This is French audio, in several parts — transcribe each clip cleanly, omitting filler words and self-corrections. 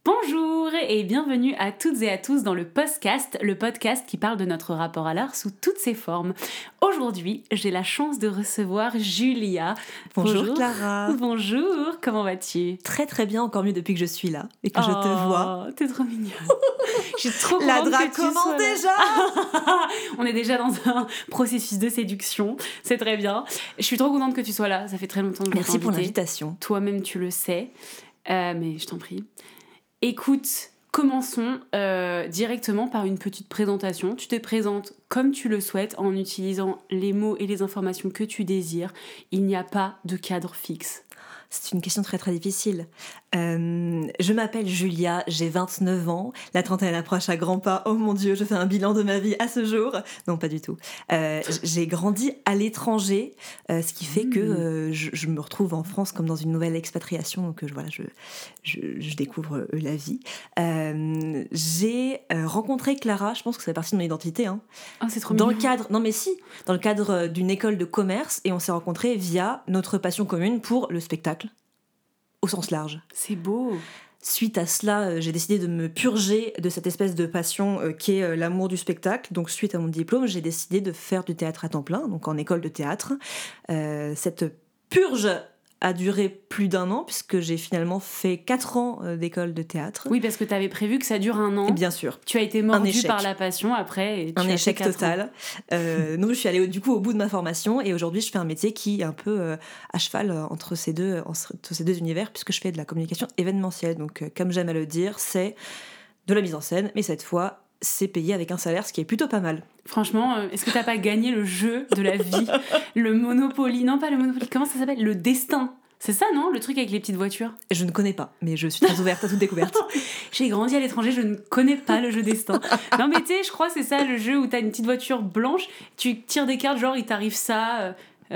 Bonjour et bienvenue à toutes et à tous dans le podcast qui parle de notre rapport à l'art sous toutes ses formes. Aujourd'hui, j'ai la chance de recevoir Julia. Bonjour Clara. Bonjour, comment vas-tu? Très très bien, encore mieux depuis que je suis là et que je te vois. T'es trop mignonne. Je suis trop contente La drague que tu commence sois là. déjà. On est déjà dans un processus de séduction, c'est très bien. Je suis trop contente que tu sois là, ça fait très longtemps que je Merci t'ai pour invitée. l'invitation. Toi-même tu le sais, mais je t'en prie. Écoute, commençons directement par une petite présentation. Tu te présentes comme tu le souhaites en utilisant les mots et les informations que tu désires. Il n'y a pas de cadre fixe. C'est une question très très difficile. Je m'appelle Julia, j'ai 29 ans. La trentaine approche à grands pas. Oh mon Dieu, je fais un bilan de ma vie à ce jour. Non, pas du tout. J'ai grandi à l'étranger, ce qui fait que je me retrouve en France comme dans une nouvelle expatriation. Donc voilà, je découvre la vie. J'ai rencontré Clara, je pense que ça fait partie de mon identité. Hein, Oh, c'est trop dans mignon. le cadre, non mais si, dans le cadre d'une école de commerce, et on s'est rencontrés via notre passion commune pour le spectacle, au sens large. C'est beau. Suite à cela, j'ai décidé de me purger de cette espèce de passion qu'est l'amour du spectacle. Donc suite à mon diplôme, j'ai décidé de faire du théâtre à temps plein, donc en école de théâtre. Cette purge a duré plus d'1 an, puisque j'ai finalement fait 4 ans d'école de théâtre. Oui, parce que tu avais prévu que ça dure 1 an. Et bien sûr. Tu as été mordu par la passion après. Et tu Un as échec fait 4 total. Donc je suis allée du coup au bout de ma formation et aujourd'hui je fais un métier qui est un peu à cheval entre ces deux univers, puisque je fais de la communication événementielle. Donc comme j'aime à le dire, c'est de la mise en scène, mais cette fois c'est payé avec un salaire, ce qui est plutôt pas mal. Franchement, est-ce que t'as pas gagné le jeu de la vie? Le Monopoly, non pas le Monopoly, comment ça s'appelle? Le destin. C'est ça, non? Le truc avec les petites voitures? Je ne connais pas, mais je suis très ouverte à toute découverte. J'ai grandi à l'étranger, je ne connais pas le jeu destin. Non mais tu sais, je crois que c'est ça le jeu où t'as une petite voiture blanche, tu tires des cartes, genre il t'arrive ça.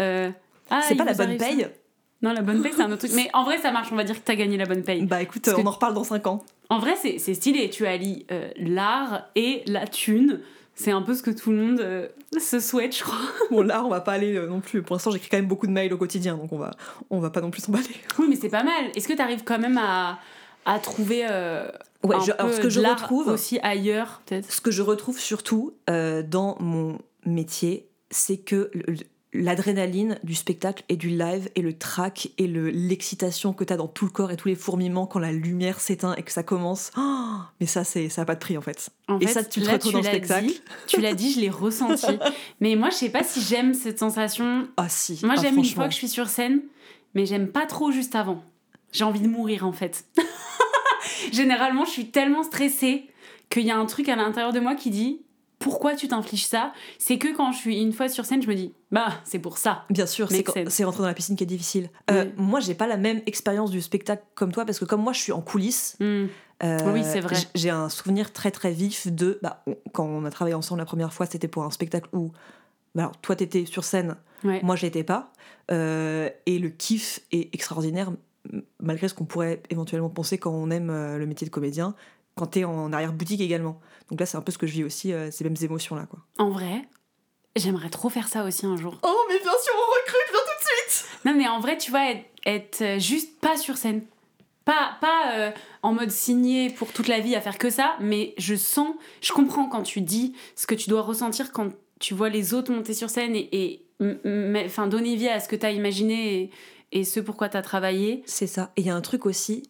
C'est pas la bonne paye? Non, la bonne paye c'est un autre truc. Mais en vrai ça marche, on va dire que t'as gagné la bonne paye. Bah écoute, on en reparle dans 5 ans. En vrai c'est stylé, tu allies l'art et la thune. C'est un peu ce que tout le monde se souhaite, je crois. Bon, là, on va pas aller non plus. Pour l'instant, j'écris quand même beaucoup de mails au quotidien, donc on va pas non plus s'emballer. Oui, mais c'est pas mal. Est-ce que t'arrives quand même à trouver alors, ce que de je l'art retrouve aussi ailleurs, peut-être? Ce que je retrouve surtout dans mon métier, c'est que l'adrénaline du spectacle et du live et le trac et l'excitation que t'as dans tout le corps et tous les fourmillements quand la lumière s'éteint et que ça commence, mais ça a pas de prix en fait. En Et fait, ça tu te là, retrouves dans le spectacle. Tu l'as dit, je l'ai ressenti. Mais moi, je sais pas si j'aime cette sensation. Ah si. Moi, j'aime une franchement. fois que je suis sur scène, mais j'aime pas trop juste avant. J'ai envie de mourir en fait. Généralement, je suis tellement stressée qu'il y a un truc à l'intérieur de moi qui dit pourquoi tu t'infliges ça? C'est que quand je suis une fois sur scène, je me dis bah c'est pour ça. Bien sûr, c'est rentrer dans la piscine qui est difficile. Moi, j'ai pas la même expérience du spectacle comme toi, parce que comme moi, je suis en coulisses. Oui, c'est vrai. J'ai un souvenir très très vif de quand on a travaillé ensemble la première fois, c'était pour un spectacle où alors toi t'étais sur scène, moi je l'étais pas, et le kiff est extraordinaire malgré ce qu'on pourrait éventuellement penser quand on aime le métier de comédien, quand t'es en arrière-boutique également. Donc là c'est un peu ce que je vis aussi, ces mêmes émotions là quoi. En vrai, j'aimerais trop faire ça aussi un jour. Oh mais bien sûr on recrute, viens tout de suite. Non mais en vrai tu vois être juste pas sur scène. Pas en mode signé pour toute la vie à faire que ça, mais je comprends quand tu dis ce que tu dois ressentir quand tu vois les autres monter sur scène et donner vie à ce que t'as imaginé et ce pourquoi t'as travaillé. C'est ça. Et il y a un truc aussi,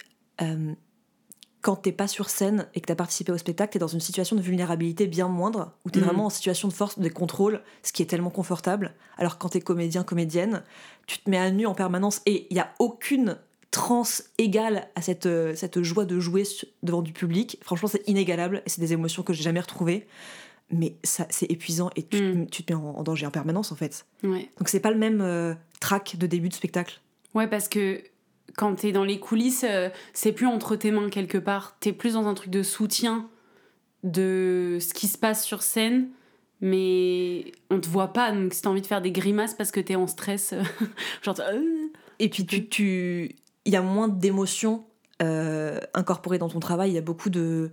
quand t'es pas sur scène et que t'as participé au spectacle, t'es dans une situation de vulnérabilité bien moindre, où t'es vraiment en situation de force, de contrôle, ce qui est tellement confortable. Alors quand t'es comédien, comédienne, tu te mets à nu en permanence et il y a aucune transe égale à cette joie de jouer devant du public. Franchement, c'est inégalable et c'est des émotions que j'ai jamais retrouvées. Mais ça, c'est épuisant et tu te mets en danger en permanence en fait. Ouais. Donc c'est pas le même track de début de spectacle. Ouais, parce que quand t'es dans les coulisses, c'est plus entre tes mains quelque part. T'es plus dans un truc de soutien de ce qui se passe sur scène, mais on te voit pas. Donc si t'as envie de faire des grimaces parce que t'es en stress, genre... Et puis il y a moins d'émotions incorporées dans ton travail. Il y a beaucoup de...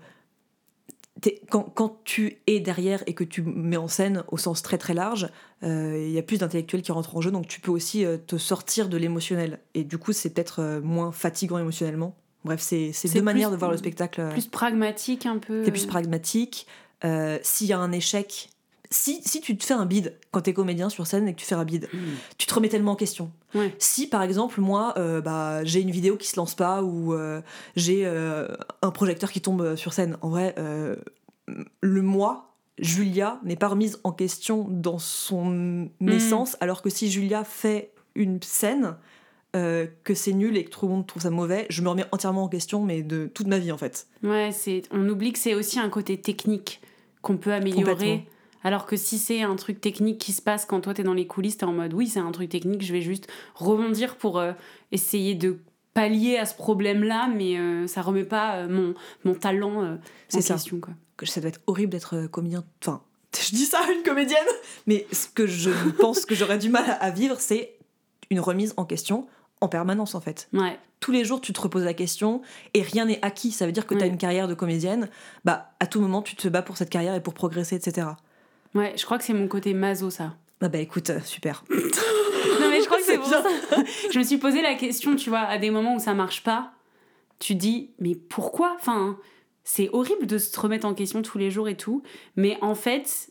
Quand tu es derrière et que tu mets en scène au sens très très large, il y a plus d'intellectuels qui rentrent en jeu, donc tu peux aussi te sortir de l'émotionnel. Et du coup, c'est peut-être moins fatigant émotionnellement. Bref, c'est C'est deux manières plus- de voir le spectacle. Plus pragmatique un peu. T'es plus pragmatique. S'il y a un échec, si tu te fais un bide quand t'es comédien sur scène et que tu fais un bide, tu te remets tellement en question. Ouais. Si par exemple moi j'ai une vidéo qui se lance pas ou j'ai un projecteur qui tombe sur scène, en vrai le moi Julia n'est pas remise en question dans son essence, alors que si Julia fait une scène que c'est nul et que tout le monde trouve ça mauvais, je me remets entièrement en question, mais de toute ma vie en fait. Ouais, on oublie que c'est aussi un côté technique qu'on peut améliorer. Complètement. Alors que si c'est un truc technique qui se passe quand toi t'es dans les coulisses, t'es en mode oui, c'est un truc technique, je vais juste rebondir pour essayer de pallier à ce problème-là, mais ça remet pas mon talent en question, quoi. Ça doit être horrible d'être comédien. Enfin, je dis ça à une comédienne, mais ce que je pense que j'aurais du mal à vivre, c'est une remise en question en permanence, en fait. Ouais. Tous les jours, tu te reposes la question et rien n'est acquis. Ça veut dire que tu as une carrière de comédienne. Bah, à tout moment, tu te bats pour cette carrière et pour progresser, etc. Ouais, je crois que c'est mon côté maso, ça. Ah bah écoute, super. Non, mais je crois que c'est pour ça. Je me suis posé la question, tu vois, à des moments où ça marche pas, tu dis, mais pourquoi ? Enfin, c'est horrible de se remettre en question tous les jours et tout, mais en fait,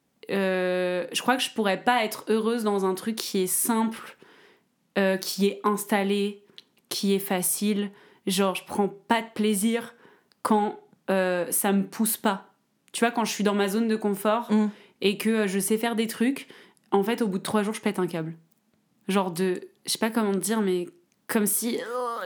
je crois que je pourrais pas être heureuse dans un truc qui est simple, qui est installé, qui est facile. Genre, je prends pas de plaisir quand ça me pousse pas. Tu vois, quand je suis dans ma zone de confort et que je sais faire des trucs, en fait, au bout de 3 jours, je pète un câble. Genre je sais pas comment te dire, mais comme si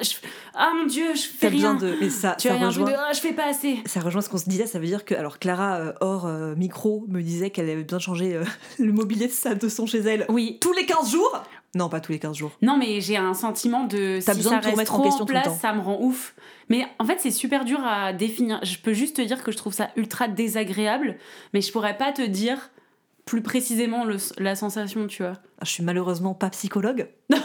ah mon Dieu, je fais rien. Mais ça, tu ça as un truc rejoint... de je fais pas assez. Ça rejoint ce qu'on se disait, ça veut dire que... Alors Clara, hors micro, me disait qu'elle avait besoin de changer le mobilier de son chez elle. Oui. Tous les 15 jours. Non, pas tous les 15 jours. Non, mais j'ai un sentiment de T'as si besoin ça de te reste remettre en trop question en tout le place, temps. ça me rend ouf. Mais en fait, c'est super dur à définir. Je peux juste te dire que je trouve ça ultra désagréable, mais je pourrais pas te dire plus précisément la sensation, tu vois. Je suis malheureusement pas psychologue.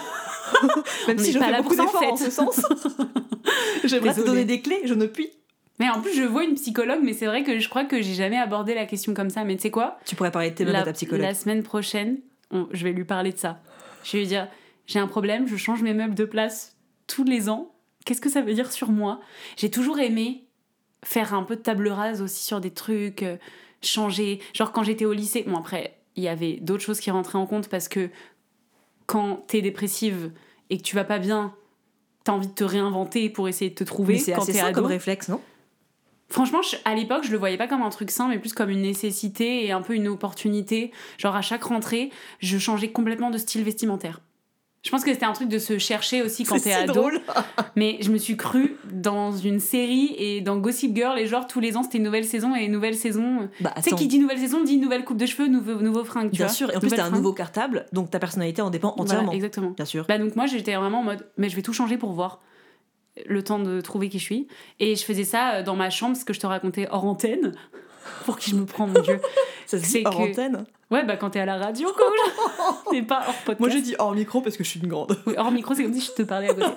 Même On si n'est je pas fais là beaucoup pour ça, d'efforts en en fait. ce sens. J'aimerais te Désolée. donner des clés, je ne puis. Mais en plus, je vois une psychologue, mais c'est vrai que je crois que j'ai jamais abordé la question comme ça. Mais tu sais quoi ? Tu pourrais parler de tes meubles à ta psychologue. La semaine prochaine, je vais lui parler de ça. Je vais lui dire, j'ai un problème, je change mes meubles de place tous les ans. Qu'est-ce que ça veut dire sur moi ? J'ai toujours aimé faire un peu de table rase aussi sur des trucs, changer. Genre quand j'étais au lycée, bon après, il y avait d'autres choses qui rentraient en compte parce que quand t'es dépressive et que tu vas pas bien, t'as envie de te réinventer pour essayer de te trouver. Mais c'est quand assez t'es sain ado. comme réflexe, non ? Franchement, à l'époque, je le voyais pas comme un truc sain, mais plus comme une nécessité et un peu une opportunité. Genre, à chaque rentrée, je changeais complètement de style vestimentaire. Je pense que c'était un truc de se chercher aussi quand t'es ado. drôle. Mais je me suis crue dans une série et dans Gossip Girl, et genre, tous les ans, c'était une nouvelle saison, et nouvelle saison... Bah, tu sais, qui dit nouvelle saison, dit nouvelle coupe de cheveux, nouveau fringue, tu Bien vois. sûr, et en plus Nouvelle t'as un fringue. nouveau cartable, donc ta personnalité en dépend entièrement. Voilà, exactement. Bien sûr. Bah, donc moi, j'étais vraiment en mode, mais je vais tout changer pour voir le temps de trouver qui je suis. Et je faisais ça dans ma chambre, ce que je te racontais hors antenne. Pour qui je me prends, mon Dieu. Ça se C'est dit hors que- antenne. Ouais, bah quand t'es à la radio, quoi. Mais pas hors podcast. Moi je dis hors micro parce que je suis une grande. Oui, hors micro, c'est comme si je te parlais à côté.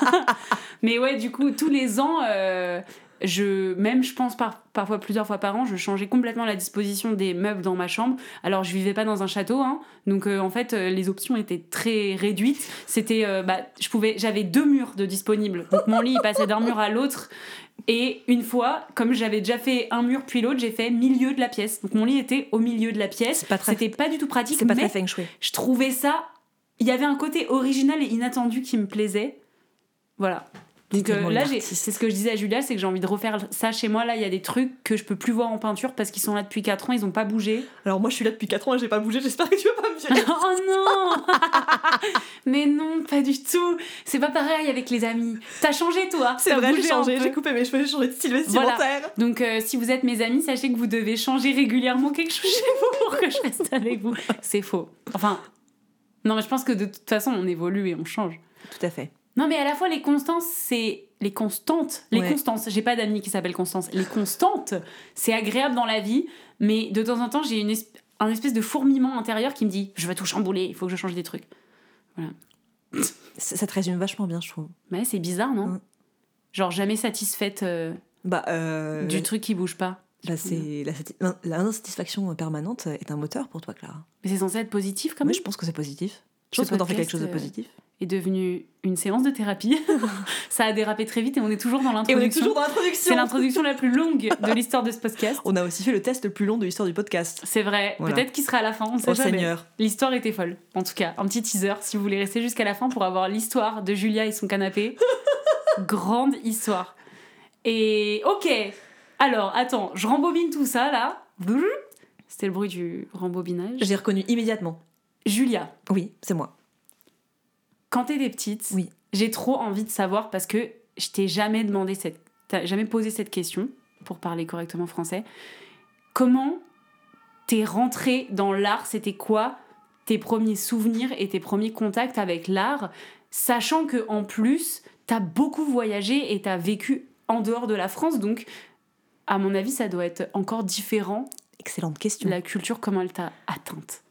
Mais ouais, du coup, tous les ans, je pense parfois plusieurs fois par an, je changeais complètement la disposition des meubles dans ma chambre. Alors, je vivais pas dans un château, hein, donc en fait, les options étaient très réduites. C'était, j'avais 2 murs de disponibles. Donc mon lit, il passait d'un mur à l'autre. Et une fois, comme j'avais déjà fait un mur puis l'autre, j'ai fait milieu de la pièce. Donc mon lit était au milieu de la pièce. C'était pas du tout pratique, C'est pas mais très feng shui. je trouvais ça... Il y avait un côté original et inattendu qui me plaisait. Voilà. Donc tellement là, une artiste. c'est ce que je disais à Julia, c'est que j'ai envie de refaire ça chez moi. Là, il y a des trucs que je peux plus voir en peinture parce qu'ils sont là depuis 4 ans, ils ont pas bougé. Alors moi je suis là depuis 4 ans et j'ai pas bougé, j'espère que tu vas pas me virer. Oh non. Mais non, pas du tout. C'est pas pareil avec les amis. T'as changé, toi. C'est T'as vrai, j'ai bougé un changé, peu. j'ai coupé mes cheveux, j'ai changé de style vestimentaire. Donc si vous êtes mes amis, sachez que vous devez changer régulièrement quelque chose chez vous pour que je reste avec vous. C'est faux. Enfin, non, mais je pense que de toute façon, on évolue et on change. Tout à fait. Non, mais à la fois, les constances, c'est... Les constantes. Les Ouais. constances. J'ai pas d'amis qui s'appellent Constance. Les constantes, c'est agréable dans la vie, mais de temps en temps, j'ai un espèce de fourmillement intérieur qui me dit « Je vais tout chambouler, il faut que je change des trucs. » Voilà. Ça te résume vachement bien, je trouve. Mais c'est bizarre, non ? Mm. Genre jamais satisfaite du truc qui bouge pas. c'est la insatisfaction permanente est un moteur pour toi, Clara. Mais c'est censé être positif, quand même. Oui, je pense que c'est positif. Je pense que t'en fais quelque chose de positif. est devenue une séance de thérapie. Ça a dérapé très vite et on est toujours dans Et on l'introduction. est toujours dans l'introduction. C'est l'introduction la plus longue de l'histoire de ce podcast. On a aussi fait le test le plus long de l'histoire du podcast. C'est vrai. Voilà. Peut-être qu'il sera à la fin, on sait Oh jamais. Seigneur. L'histoire était folle. En tout cas, un petit teaser si vous voulez rester jusqu'à la fin pour avoir l'histoire de Julia et son canapé. Grande histoire. Et ok. Alors, attends, je rembobine tout ça là. C'était le bruit du rembobinage. J'ai reconnu immédiatement. Julia, Oui, c'est moi. quand t'étais petite, Oui. j'ai trop envie de savoir parce que je t'ai jamais t'as jamais posé cette question, pour parler correctement français. Comment t'es rentrée dans l'art? C'était quoi tes premiers souvenirs et tes premiers contacts avec l'art, sachant que en plus, t'as beaucoup voyagé et t'as vécu en dehors de la France, donc à mon avis, ça doit être encore différent. Excellente question. La culture, comment elle t'a atteinte?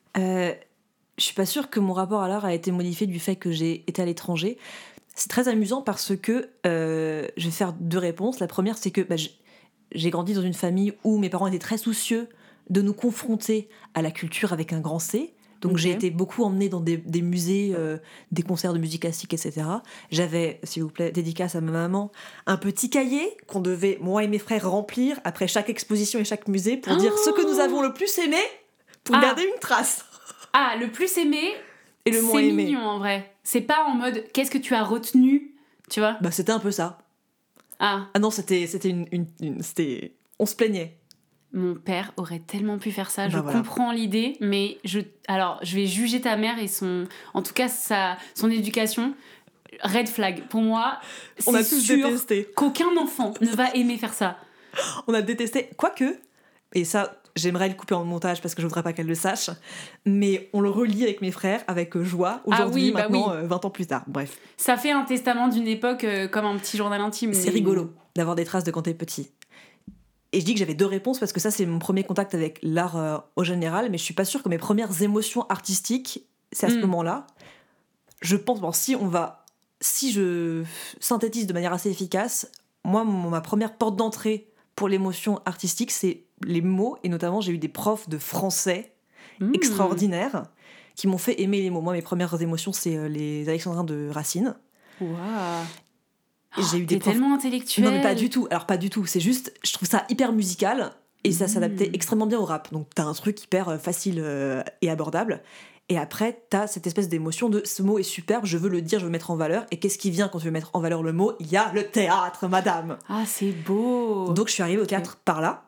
Je suis pas sûre que mon rapport à l'art a été modifié du fait que j'ai été à l'étranger. C'est très amusant parce que je vais faire 2 réponses. La première, c'est que j'ai grandi dans une famille où mes parents étaient très soucieux de nous confronter à la culture avec un grand C. Donc Ok. j'ai été beaucoup emmenée dans des musées, des concerts de musique classique, etc. J'avais, s'il vous plaît, dédicace à ma maman, un petit cahier qu'on devait, moi et mes frères, remplir après chaque exposition et chaque musée pour dire ce que nous avons le plus aimé pour Ah. garder une trace. Ah, le plus aimé Et le moins c'est aimé. mignon en vrai. C'est pas en mode qu'est-ce que tu as retenu, tu vois? Bah c'était un peu ça. Ah, Ah non, c'était c'était... On se plaignait. mon père aurait tellement pu faire ça. Bah Je voilà. comprends l'idée, mais je vais juger ta mère et en tout cas son éducation. Red flag. Pour moi, On a c'est tous sûr détesté. qu'aucun enfant ne va aimer faire ça. On a détesté. Quoique, et ça, j'aimerais le couper en montage parce que je voudrais pas qu'elle le sache, mais on le relit avec mes frères avec joie aujourd'hui, oui, bah maintenant, oui. 20 ans plus tard. Bref, Ça fait un testament d'une époque comme un petit journal intime. c'est mais- rigolo d'avoir des traces de quand t'es petit. Et je dis que j'avais 2 réponses parce que ça, c'est mon premier contact avec l'art au général, mais je suis pas sûre que mes premières émotions artistiques, c'est à ce moment-là. Je pense, si je synthétise de manière assez efficace, moi, ma première porte d'entrée pour l'émotion artistique, c'est les mots, et notamment, j'ai eu des profs de français extraordinaires qui m'ont fait aimer les mots. Moi, mes premières émotions, c'est les Alexandrins de Racine. Waouh. Et j'ai eu des T'es profs... tellement intellectuel. Non, mais pas du tout. Alors, pas du tout. C'est juste, je trouve ça hyper musical et ça s'adaptait extrêmement bien au rap. Donc, t'as un truc hyper facile et abordable. Et après, t'as cette espèce d'émotion de ce mot est superbe, je veux le dire, je veux le mettre en valeur. Et qu'est-ce qui vient quand tu veux mettre en valeur le mot? Il y a le théâtre, madame. Ah, c'est beau. Donc, je suis arrivée au théâtre par là.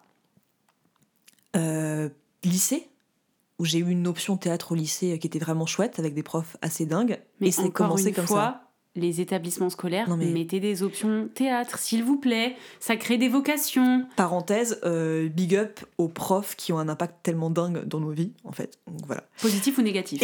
Lycée, où j'ai eu une option théâtre au lycée qui était vraiment chouette, avec des profs assez dingues. Mais et c'est encore commencé une comme fois, ça. les établissements scolaires, Non, mais- mettez des options théâtre, s'il vous plaît. Ça crée des vocations. Parenthèse, big up aux profs qui ont un impact tellement dingue dans nos vies, en fait. Donc voilà. Positif ou négatif.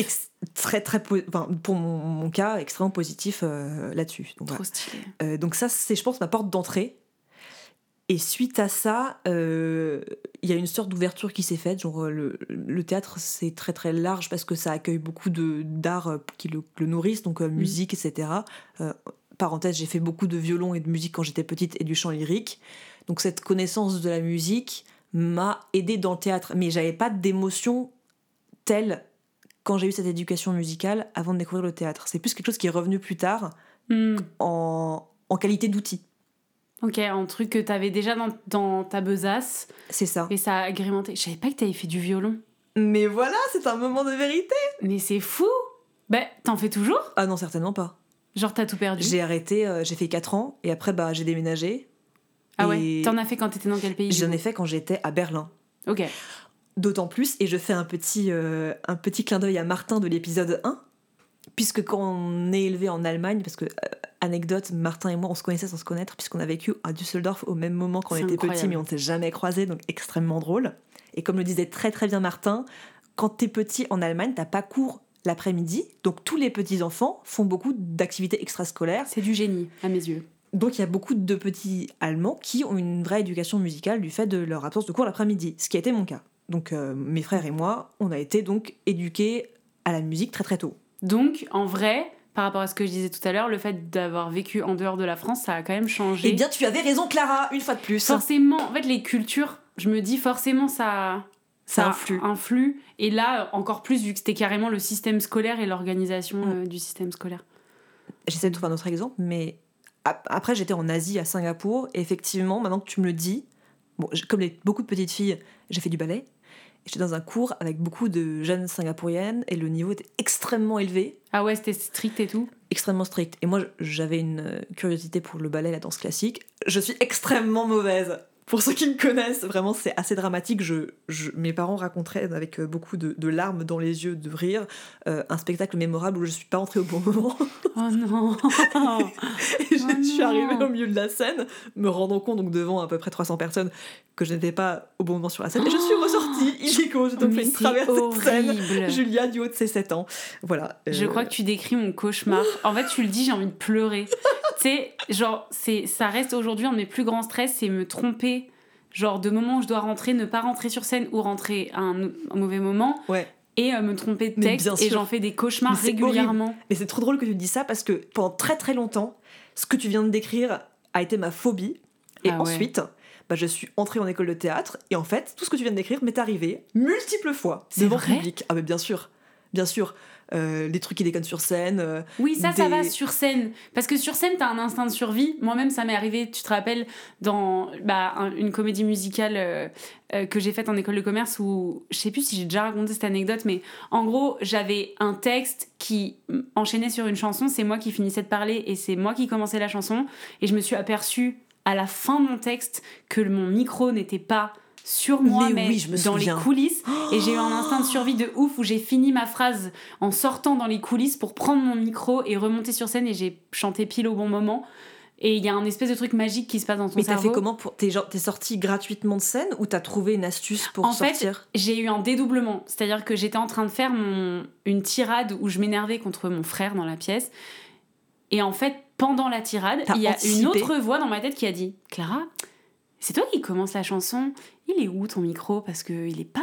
Pour mon cas, extrêmement positif là-dessus. Donc, Trop voilà. stylé. Donc ça, c'est, je pense, ma porte d'entrée. Et suite à ça, il y a une sorte d'ouverture qui s'est faite. Genre, le théâtre, c'est très très large parce que ça accueille beaucoup d'arts qui le nourrissent, donc musique, etc. Parenthèse, j'ai fait beaucoup de violon et de musique quand j'étais petite et du chant lyrique. Donc cette connaissance de la musique m'a aidée dans le théâtre. Mais j'avais pas d'émotion telle quand j'ai eu cette éducation musicale avant de découvrir le théâtre. C'est plus quelque chose qui est revenu plus tard en qualité d'outil. Ok, un truc que t'avais déjà dans ta besace C'est ça. et ça a agrémenté. Je savais pas que t'avais fait du violon. Mais voilà, c'est un moment de vérité. Mais c'est fou. Bah, t'en fais toujours? Ah non, certainement pas. Genre, t'as tout perdu? J'ai arrêté, j'ai fait 4 ans, et après, j'ai déménagé. Ah et ouais? T'en as fait quand t'étais dans quel pays? J'en ai fait quand j'étais à Berlin. Ok. D'autant plus, et je fais un petit clin d'œil à Martin de l'épisode 1, puisque quand on est élevé en Allemagne, parce que, anecdote, Martin et moi, on se connaissait sans se connaître, puisqu'on a vécu à Düsseldorf au même moment quand on C'est était incroyable. petits, mais on ne s'est jamais croisés, donc extrêmement drôle. Et comme le disait très très bien Martin, quand t'es petit en Allemagne, t'as pas cours l'après-midi, donc tous les petits-enfants font beaucoup d'activités extrascolaires. C'est du génie, à mes yeux. Donc il y a beaucoup de petits Allemands qui ont une vraie éducation musicale du fait de leur absence de cours l'après-midi, ce qui a été mon cas. Donc mes frères et moi, on a été donc éduqués à la musique très très tôt. Donc, en vrai, par rapport à ce que je disais tout à l'heure, le fait d'avoir vécu en dehors de la France, ça a quand même changé. Eh bien tu avais raison Clara, une fois de plus. Forcément, en fait, les cultures, je me dis forcément ça Et là, encore plus, vu que c'était carrément le système scolaire et l'organisation du système scolaire. j'essaie de trouver un autre exemple, mais après j'étais en Asie, à Singapour, et effectivement, maintenant que tu me le dis, bon, comme beaucoup de petites filles, j'ai fait du ballet. J'étais dans un cours avec beaucoup de jeunes singapouriennes et le niveau était extrêmement élevé. Ah ouais, c'était strict et tout? Extrêmement strict. Et moi, j'avais une curiosité pour le ballet, la danse classique. Je suis extrêmement mauvaise. Pour ceux qui me connaissent, vraiment, c'est assez dramatique. Mes parents raconteraient avec beaucoup de larmes dans les yeux, de rire, un spectacle mémorable où je suis pas entrée au bon moment. Oh non. Et je suis arrivée au milieu de la scène, me rendant compte, donc devant à peu près 300 personnes, que je n'étais pas au bon moment sur la scène. Et je suis ressortie illico. J'ai donc fait une traversée de scène. Julia, du haut de ses 7 ans. Voilà. Je crois que tu décris mon cauchemar. En fait, tu le dis, j'ai envie de pleurer. Tu sais, genre, ça reste aujourd'hui un de mes plus grands stress, c'est me tromper. Genre, de moment où je dois rentrer, ne pas rentrer sur scène ou rentrer à un mauvais moment. Ouais. Et me tromper de texte. Et j'en fais des cauchemars régulièrement. Horrible. Mais c'est trop drôle que tu dis ça parce que pendant très très longtemps, ce que tu viens de décrire a été ma phobie. Et ensuite, je suis entrée en école de théâtre. Et en fait, tout ce que tu viens de décrire m'est arrivé multiples fois devant le public. Ah, mais bien sûr. Bien sûr. Les trucs qui déconnent sur scène. Oui, ça va sur scène. Parce que sur scène, t'as un instinct de survie. Moi-même, ça m'est arrivé, tu te rappelles, dans une comédie musicale que j'ai faite en école de commerce où, je sais plus si j'ai déjà raconté cette anecdote, mais en gros, j'avais un texte qui enchaînait sur une chanson, c'est moi qui finissais de parler et c'est moi qui commençais la chanson. Et je me suis aperçue à la fin de mon texte que mon micro n'était pas sur moi, mais dans les coulisses. Et j'ai eu un instinct de survie de ouf où j'ai fini ma phrase en sortant dans les coulisses pour prendre mon micro et remonter sur scène et j'ai chanté pile au bon moment. Et il y a un espèce de truc magique qui se passe dans ton cerveau. Mais t'as fait comment t'es sortie gratuitement de scène ou t'as trouvé une astuce pour sortir? En fait, j'ai eu un dédoublement. C'est-à-dire que j'étais en train de faire une tirade où je m'énervais contre mon frère dans la pièce. Et en fait, pendant la tirade, il y a une autre voix dans ma tête qui a dit « Clara, c'est toi qui commence la chanson. Il est où ton micro? Parce qu'il est pas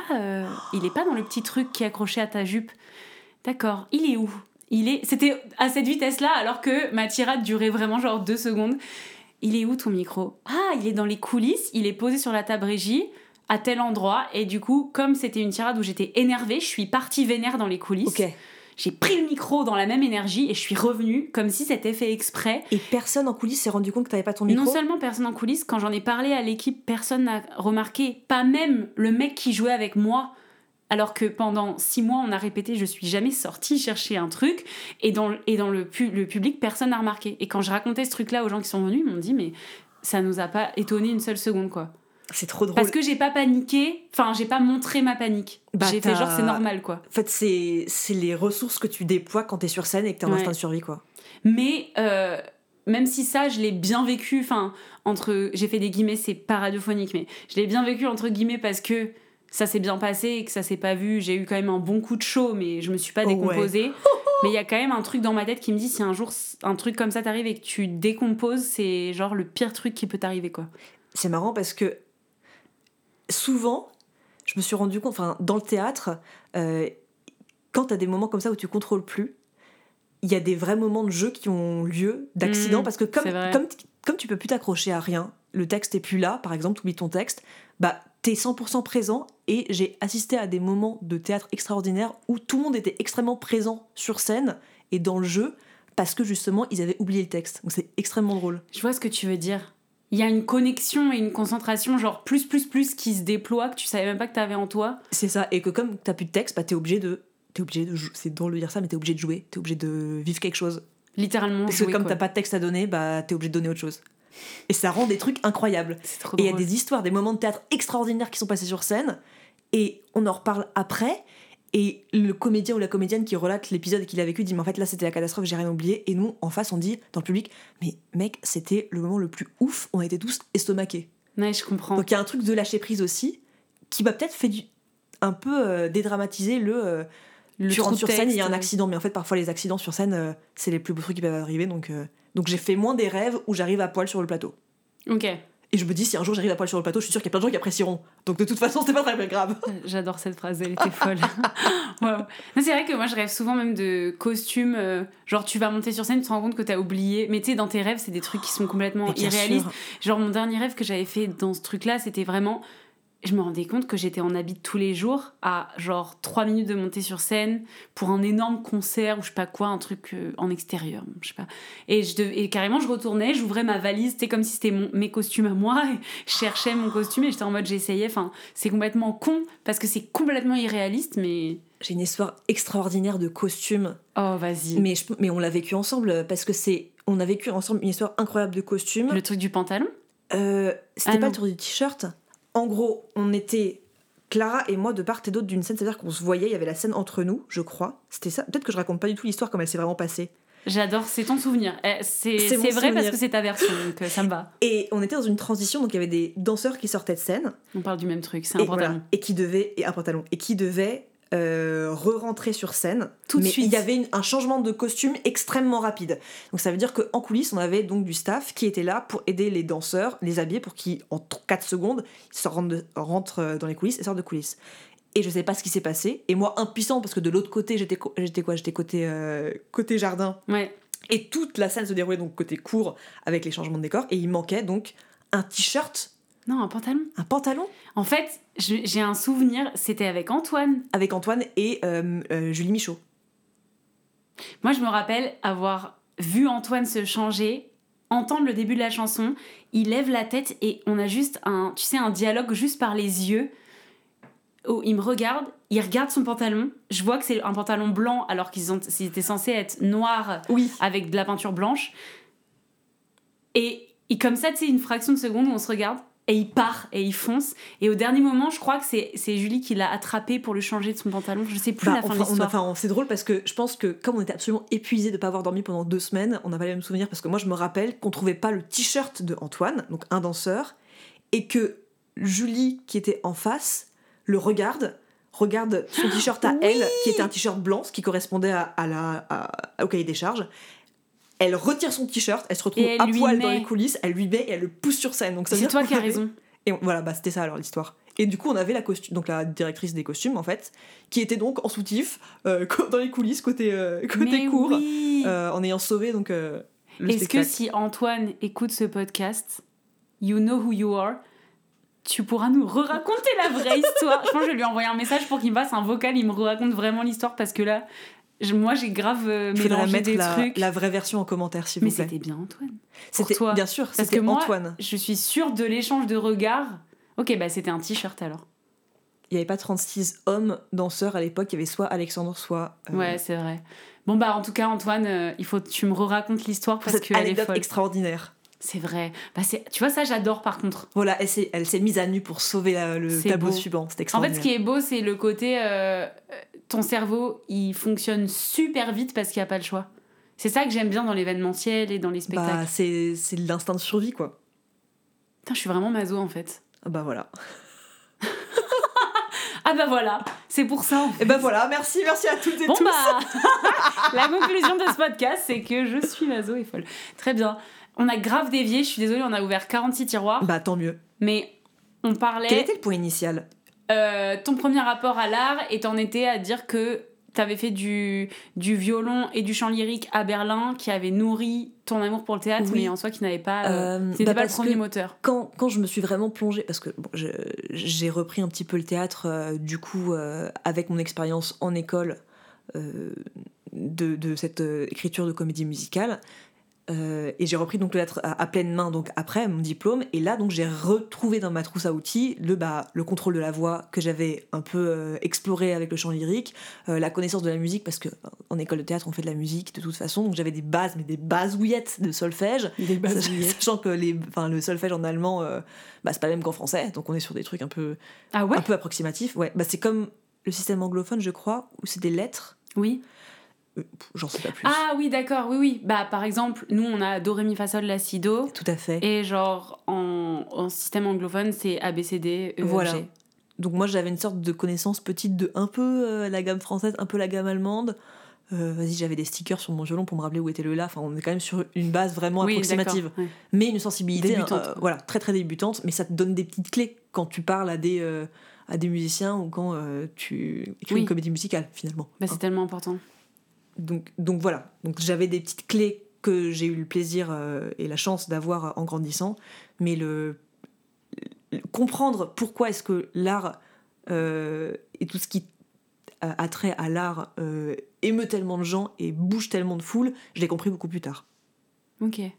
dans le petit truc qui est accroché à ta jupe. D'accord, il est où? C'était à cette vitesse-là, alors que ma tirade durait vraiment genre 2 secondes. Il est où ton micro? Ah, il est dans les coulisses, il est posé sur la table régie, à tel endroit. Et du coup, comme c'était une tirade où j'étais énervée, je suis partie vénère dans les coulisses. Ok. J'ai pris le micro dans la même énergie et je suis revenue comme si c'était fait exprès. Et personne en coulisses s'est rendu compte que t'avais pas ton micro? Non seulement personne en coulisses, quand j'en ai parlé à l'équipe, personne n'a remarqué. Pas même le mec qui jouait avec moi. Alors que pendant 6 mois, on a répété, je suis jamais sortie chercher un truc. Et dans le public, personne n'a remarqué. Et quand je racontais ce truc-là aux gens qui sont venus, ils m'ont dit, mais ça nous a pas étonné une seule seconde, quoi. C'est trop drôle. Parce que j'ai pas paniqué, enfin j'ai pas montré ma panique. J'ai fait genre c'est normal, quoi. En fait, c'est les ressources que tu déploies quand t'es sur scène et que t'as un instinct de survie, quoi. Mais même si ça, je l'ai bien vécu, enfin, j'ai fait des guillemets, c'est pas radiophonique, mais je l'ai bien vécu entre guillemets parce que ça s'est bien passé et que ça s'est pas vu. J'ai eu quand même un bon coup de chaud, mais je me suis pas décomposée. Ouais. Mais il y a quand même un truc dans ma tête qui me dit si un jour un truc comme ça t'arrive et que tu décomposes, c'est genre le pire truc qui peut t'arriver, quoi. C'est marrant parce que souvent, je me suis rendu compte, dans le théâtre, quand t'as des moments comme ça où tu contrôles plus, il y a des vrais moments de jeu qui ont lieu, d'accident, parce que comme tu peux plus t'accrocher à rien, le texte est plus là, par exemple, t'oublies ton texte, t'es 100% présent, et j'ai assisté à des moments de théâtre extraordinaires où tout le monde était extrêmement présent sur scène et dans le jeu, parce que justement, ils avaient oublié le texte. Donc c'est extrêmement drôle. Je vois ce que tu veux dire. Il y a une connexion et une concentration genre plus qui se déploie que tu savais même pas que t'avais en toi. C'est ça, et que comme t'as plus de texte, t'es obligé de jouer. C'est drôle de dire ça, mais t'es obligé de jouer, t'es obligé de vivre quelque chose. Littéralement parce jouer, que comme quoi. T'as pas de texte à donner, t'es obligé de donner autre chose. Et ça rend des trucs incroyables. C'est trop et il drôle. y a des histoires, des moments de théâtre extraordinaires qui sont passés sur scène, et on en reparle après, et le comédien ou la comédienne qui relate l'épisode qu'il a vécu dit mais en fait là c'était la catastrophe, j'ai rien oublié, et nous en face on dit dans le public mais mec c'était le moment le plus ouf, on a été tous estomaqués. Ouais, je comprends. Donc il y a un truc de lâcher prise aussi qui m'a peut-être fait un peu dédramatiser le tu rentres sur scène, il y a un accident, mais en fait parfois les accidents sur scène c'est les plus beaux trucs qui peuvent arriver, donc j'ai fait moins des rêves où j'arrive à poil sur le plateau. Ok. Et je me dis, si un jour j'arrive à poil sur le plateau, je suis sûre qu'il y a plein de gens qui apprécieront. Donc de toute façon, c'est pas très grave. J'adore cette phrase, elle était folle. Wow. C'est vrai que moi, je rêve souvent même de costumes. Genre, tu vas monter sur scène, tu te rends compte que t'as oublié. Mais tu sais, dans tes rêves, c'est des trucs qui sont complètement irréalistes. Genre, mon dernier rêve que j'avais fait dans ce truc-là, c'était vraiment... je me rendais compte que j'étais en habit tous les jours à genre 3 minutes de monter sur scène pour un énorme concert ou je sais pas quoi, un truc en extérieur, je sais pas. Et carrément, je retournais, j'ouvrais ma valise, c'était comme si c'était mes costumes à moi, et je cherchais mon costume et j'étais en mode j'essayais. Enfin, c'est complètement con parce que c'est complètement irréaliste, mais... J'ai une histoire extraordinaire de costumes. Oh, vas-y. Mais on l'a vécu ensemble parce que on a vécu ensemble une histoire incroyable de costumes. Le truc du pantalon C'était pas le truc du t-shirt. En gros, on était Clara et moi de part et d'autre d'une scène, c'est-à-dire qu'on se voyait, il y avait la scène entre nous, je crois. C'était ça. Peut-être que je raconte pas du tout l'histoire comme elle s'est vraiment passée. J'adore, c'est ton souvenir. C'est mon vrai souvenir. parce que c'est ta version, donc ça me va. Et on était dans une transition, donc il y avait des danseurs qui sortaient de scène. On parle du même truc, c'est un pantalon. Voilà, et qui devaient re-rentrer sur scène. Tout de mais suite. il y avait un changement de costume extrêmement rapide. Donc ça veut dire qu'en coulisses, on avait donc du staff qui était là pour aider les danseurs, les habiller pour qu'ils, en 4 secondes, ils rentrent dans les coulisses et sortent de coulisses. Et je sais pas ce qui s'est passé. Et moi, impuissante, parce que de l'autre côté, j'étais côté jardin. Ouais. Et toute la scène se déroulait donc côté court avec les changements de décor. Et il manquait donc un t-shirt. Non, un pantalon. Un pantalon. En fait, j'ai un souvenir, c'était avec Antoine. Avec Antoine et Julie Michaud. Moi, je me rappelle avoir vu Antoine se changer, entendre le début de la chanson, il lève la tête et on a juste un dialogue juste par les yeux. Où il me regarde, il regarde son pantalon, je vois que c'est un pantalon blanc alors qu'ils étaient censés être noirs avec de la peinture blanche. Et comme ça, tu sais, une fraction de seconde où on se regarde, et il part, et il fonce. Et au dernier moment, je crois que c'est Julie qui l'a attrapé pour le changer de son pantalon. Je sais plus la fin de l'histoire. C'est drôle parce que je pense que comme on était absolument épuisés de ne pas avoir dormi pendant 2 semaines, on n'a pas les mêmes souvenirs parce que moi je me rappelle qu'on trouvait pas le t-shirt de Antoine, donc un danseur, et que Julie qui était en face le regarde son t-shirt à elle, qui était un t-shirt blanc, ce qui correspondait au cahier des charges. Elle retire son t-shirt, elle se retrouve à poil dans les coulisses, elle lui met et elle le pousse sur scène. Donc ça c'est toi qui as raison. Et voilà, c'était ça alors l'histoire. Et du coup, on avait donc la directrice des costumes en fait, qui était donc en soutif dans les coulisses côté court, en ayant sauvé donc le Est-ce spectacle. que si Antoine écoute ce podcast, you know who you are, tu pourras nous raconter la vraie histoire. Je pense que je vais lui envoyer un message pour qu'il me fasse un vocal, il me raconte vraiment l'histoire parce que là, moi j'ai grave mélangé des trucs. La vraie version en commentaire, s'il vous plaît. Mais c'était bien Antoine. C'était toi. Bien sûr, parce c'était que moi, Antoine. Je suis sûre de l'échange de regards. Ok, bah c'était un t-shirt alors. Il n'y avait pas 36 hommes danseurs à l'époque, il y avait soit Alexandre, soit... Ouais, c'est vrai. Bon bah en tout cas Antoine, il faut que tu me racontes l'histoire parce qu'elle est folle. Extraordinaire. C'est vrai. Bah tu vois, ça j'adore par contre. Voilà, elle s'est mise à nu pour sauver le tableau suivant. C'était extraordinaire. En fait, ce qui est beau, c'est le côté... ton cerveau, il fonctionne super vite parce qu'il n'y a pas le choix. C'est ça que j'aime bien dans l'événementiel et dans les spectacles. Bah, c'est l'instinct de survie, quoi. Putain, je suis vraiment maso, en fait. Bah voilà. Ah bah voilà, c'est pour ça en fait. Et bah voilà, merci à toutes et tous. Bon bah, la conclusion de ce podcast, c'est que je suis maso et folle. Très bien. On a grave dévié, je suis désolée, on a ouvert 46 tiroirs. Bah tant mieux. Mais on parlait... Quel était le point initial ? Ton premier rapport à l'art, et t'en étais à dire que t'avais fait du violon et du chant lyrique à Berlin qui avait nourri ton amour pour le théâtre, mais en soi qui n'avait pas... c'était pas le premier moteur. Quand je me suis vraiment plongée, parce que bon, j'ai repris un petit peu le théâtre, du coup, avec mon expérience en école de cette écriture de comédie musicale, et j'ai repris donc le théâtre à pleine main donc après mon diplôme, et là donc j'ai retrouvé dans ma trousse à outils le contrôle de la voix que j'avais un peu exploré avec le chant lyrique, la connaissance de la musique parce que en école de théâtre on fait de la musique de toute façon, donc j'avais des bases, mais des basouillettes de solfège, sachant que le solfège en allemand c'est pas le même qu'en français, donc on est sur des trucs un peu approximatifs. C'est comme le système anglophone je crois, où c'est des lettres. Oui. J'en sais pas plus. Ah oui, d'accord, oui. Bah, par exemple, nous, on a Do, Ré, Mi, Fa, Sol, La, Si, Do. Tout à fait. Et genre, en système anglophone, c'est A, B, C, D, E, voilà. G. Donc moi, j'avais une sorte de connaissance petite de un peu la gamme française, un peu la gamme allemande. J'avais des stickers sur mon violon pour me rappeler où était le La. Enfin, on est quand même sur une base vraiment approximative. Ouais. Mais une sensibilité débutante. Voilà, très très débutante. Mais ça te donne des petites clés quand tu parles à des musiciens ou quand tu écris une comédie musicale, finalement. Bah, c'est tellement important. Donc voilà, donc j'avais des petites clés que j'ai eu le plaisir et la chance d'avoir en grandissant, mais comprendre pourquoi est-ce que l'art et tout ce qui a trait à l'art émeut tellement de gens et bouge tellement de foules, je l'ai compris beaucoup plus tard. Ok. Et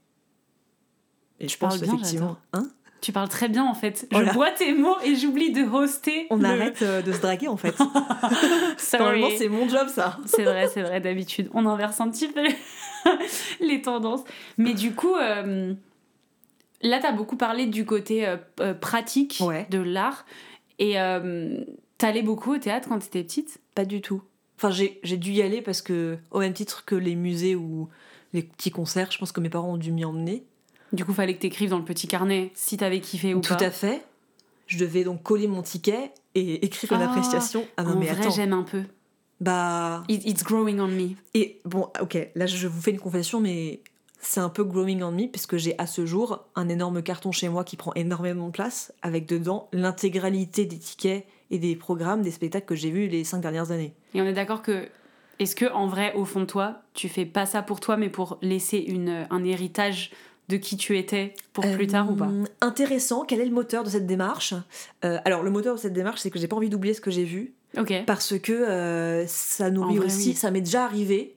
je parles pense bien, effectivement... Hein, tu parles très bien en fait. Voilà. Je bois tes mots et j'oublie de hoster. on arrête de se draguer en fait. Normalement, c'est mon job ça. C'est vrai, d'habitude. On inverse un petit peu les tendances. Mais du coup, là, t'as beaucoup parlé du côté pratique de l'art. Et t'allais beaucoup au théâtre quand t'étais petite ? Pas du tout. Enfin, j'ai dû y aller parce que, au même titre que les musées ou les petits concerts, je pense que mes parents ont dû m'y emmener. Du coup, fallait que t'écrives dans le petit carnet si t'avais kiffé ou pas. Tout à fait. Je devais donc coller mon ticket et écrire une appréciation. Ah non, en mais vrai, attends. j'aime un peu. Bah... It's growing on me. Et bon, ok, là je vous fais une confession, mais c'est un peu growing on me, puisque j'ai à ce jour un énorme carton chez moi qui prend énormément de place, avec dedans l'intégralité des tickets et des programmes, des spectacles que j'ai vus les 5 dernières années. Et on est d'accord que... Est-ce que en vrai, au fond de toi, tu fais pas ça pour toi, mais pour laisser un héritage de qui tu étais pour plus tard ou pas ? Intéressant, quel est le moteur de cette démarche ? Alors, le moteur de cette démarche, c'est que j'ai pas envie d'oublier ce que j'ai vu, parce que ça nourrit aussi... Oui. Ça m'est déjà arrivé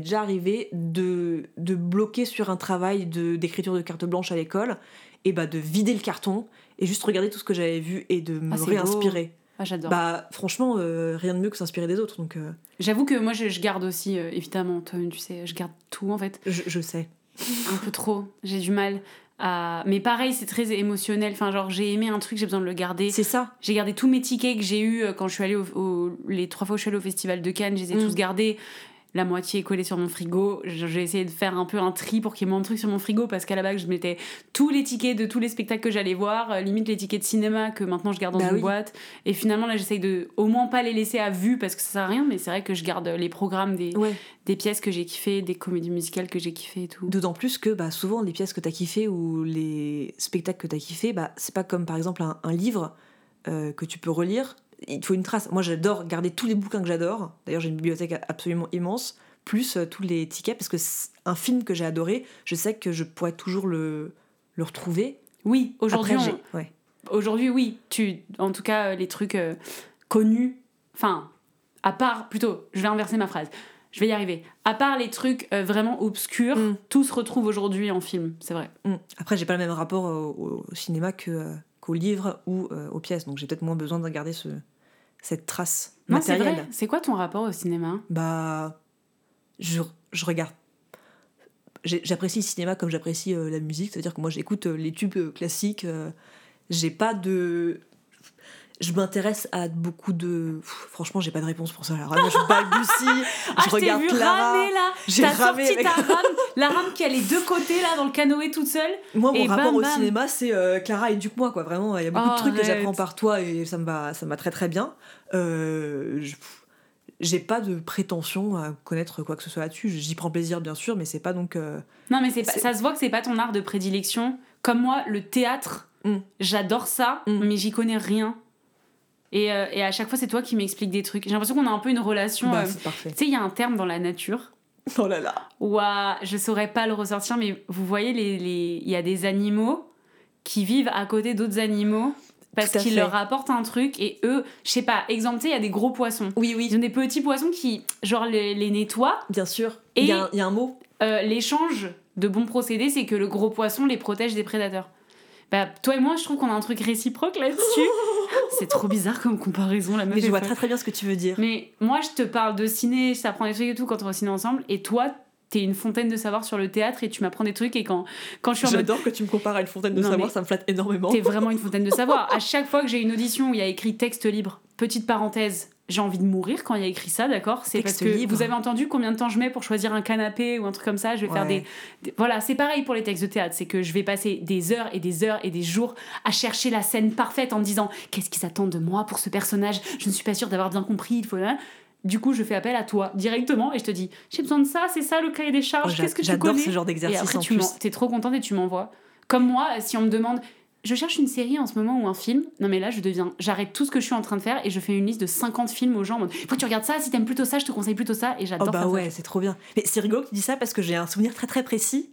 de bloquer sur un travail d'écriture de carte blanche à l'école, et bah de vider le carton, et juste regarder tout ce que j'avais vu, et de me réinspirer. Beau. Ah, j'adore. Bah, franchement, rien de mieux que s'inspirer des autres. Donc, J'avoue que moi, je garde aussi, évidemment, toi, tu sais, je garde tout, en fait. Je sais. Un peu trop. J'ai du mal à... Mais pareil, c'est très émotionnel. Enfin, genre, j'ai aimé un truc, j'ai besoin de le garder. C'est ça. J'ai gardé tous mes tickets que j'ai eus quand je suis allée les 3 fois où je suis allée au Festival de Cannes. Je les ai tous gardés. La moitié est collée sur mon frigo. J'ai essayé de faire un peu un tri pour qu'il y ait moins de trucs sur mon frigo, parce qu'à la base, je mettais tous les tickets de tous les spectacles que j'allais voir, limite les tickets de cinéma que maintenant je garde dans une boîte. Et finalement, là, j'essaye de au moins pas les laisser à vue parce que ça sert à rien, mais c'est vrai que je garde les programmes des pièces que j'ai kiffées, des comédies musicales que j'ai kiffées et tout. D'autant plus que souvent, les pièces que t'as kiffées ou les spectacles que t'as kiffés, c'est pas comme par exemple un livre que tu peux relire. Il faut une trace. Moi, j'adore garder tous les bouquins que j'adore. D'ailleurs, j'ai une bibliothèque absolument immense, plus tous les tickets, parce que un film que j'ai adoré, je sais que je pourrais toujours le retrouver. Oui, aujourd'hui, oui. En tout cas, les trucs connus... Enfin, à part... Plutôt, je vais inverser ma phrase. Je vais y arriver. À part les trucs vraiment obscurs, tout se retrouve aujourd'hui en film, c'est vrai. Après, j'ai pas le même rapport au cinéma qu'aux livres ou aux pièces, donc j'ai peut-être moins besoin de garder cette trace matérielle. C'est vrai. C'est quoi ton rapport au cinéma ? Je regarde. J'apprécie le cinéma comme j'apprécie la musique, c'est-à-dire que moi j'écoute les tubes classiques. J'ai pas de... Je m'intéresse à beaucoup de... Franchement, j'ai pas de réponse pour ça. Alors, moi, je balbutie, je regarde Clara. Ramer, là. T'as sorti ta rame, la rame qui a les deux côtés là dans le canoë toute seule. Moi, mon rapport au cinéma, c'est Clara, éduque-moi, quoi. Vraiment, il y a beaucoup de trucs que j'apprends par toi et ça me va très très bien. J'ai pas de prétention à connaître quoi que ce soit là-dessus. J'y prends plaisir, bien sûr, mais c'est pas donc... Non, mais ça se voit que c'est pas ton art de prédilection. Comme moi, le théâtre, j'adore ça, mais j'y connais rien. Et à chaque fois, c'est toi qui m'expliques des trucs. J'ai l'impression qu'on a un peu une relation... c'est parfait. Tu sais, il y a un terme dans la nature. Oh là là. Ouah, je saurais pas le ressortir, mais vous voyez, il y a des animaux qui vivent à côté d'autres animaux parce qu'ils leur apportent un truc, et eux, je sais pas, exemple, tu sais, il y a des gros poissons. Oui. Ils ont des petits poissons qui, genre, les nettoient. Bien sûr. Et il y a un mot. L'échange de bons procédés, c'est que le gros poisson les protège des prédateurs. Toi et moi, je trouve qu'on a un truc réciproque là-dessus. C'est trop bizarre comme comparaison, la meuf. Mais je vois très très bien ce que tu veux dire. Mais moi, je te parle de ciné, je t'apprends des trucs et tout quand on va au ciné ensemble, et toi, t'es une fontaine de savoir sur le théâtre et tu m'apprends des trucs, et quand je suis en mode... J'adore que tu me compares à une fontaine de savoir, ça me flatte énormément. T'es vraiment une fontaine de savoir. À chaque fois que j'ai une audition où il y a écrit texte libre, petite parenthèse, j'ai envie de mourir quand il y a écrit ça, d'accord ? C'est texte parce que libre. Vous avez entendu combien de temps je mets pour choisir un canapé ou un truc comme ça ? Je vais faire des... Voilà, c'est pareil pour les textes de théâtre, c'est que je vais passer des heures et des heures et des jours à chercher la scène parfaite en me disant « Qu'est-ce qu'ils attendent de moi pour ce personnage ? Je ne suis pas sûre d'avoir bien compris, il faut... » Du coup, je fais appel à toi directement et je te dis « J'ai besoin de ça, c'est ça le cahier des charges, qu'est-ce que tu connais ?» J'adore ce genre d'exercice. Et après, t'es trop contente et tu m'envoies. Comme moi, si on me demande... je cherche une série en ce moment ou un film. Non mais là, j'arrête tout ce que je suis en train de faire et je fais une liste de 50 films aux gens en mode faut que tu regardes ça, si t'aimes plutôt ça, je te conseille plutôt ça, et j'adore faire ouais, ça. c'est trop bien. Mais c'est rigolo que tu dis ça parce que j'ai un souvenir très très précis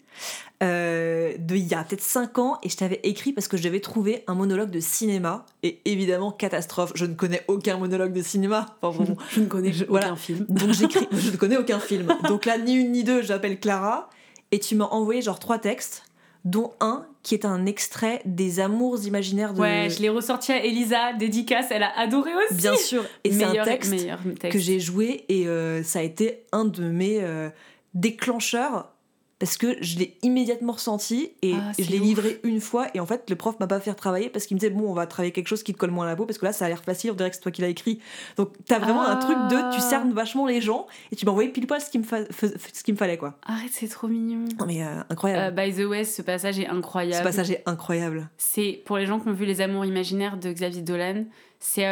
de il y a peut-être 5 ans, et je t'avais écrit parce que je devais trouver un monologue de cinéma, et évidemment catastrophe, je ne connais aucun monologue de cinéma. Enfin, bon, Je ne connais aucun film. Donc j'écris, je ne connais aucun film. Donc là, ni une ni deux, j'appelle Clara, et tu m'as envoyé genre 3 textes, dont un qui est un extrait des Amours imaginaires de... Ouais, je l'ai ressorti à Elisa, dédicace, elle a adoré aussi. Bien sûr, et c'est un texte meilleur que j'ai joué, et ça a été un de mes déclencheurs, parce que je l'ai immédiatement ressenti, et je l'ai livré une fois, et en fait le prof m'a pas fait travailler parce qu'il me disait bon, on va travailler quelque chose qui te colle moins à la peau, parce que là ça a l'air facile, on dirait que c'est toi qui l'as écrit. Donc t'as vraiment un truc de tu cernes vachement les gens, et tu m'as envoyé pile poil ce qu'il me fallait, quoi. Arrête, c'est trop mignon. Non mais incroyable. By the way, ce passage est incroyable. Ce passage est incroyable. C'est, pour les gens qui ont vu Les Amours imaginaires de Xavier Dolan, c'est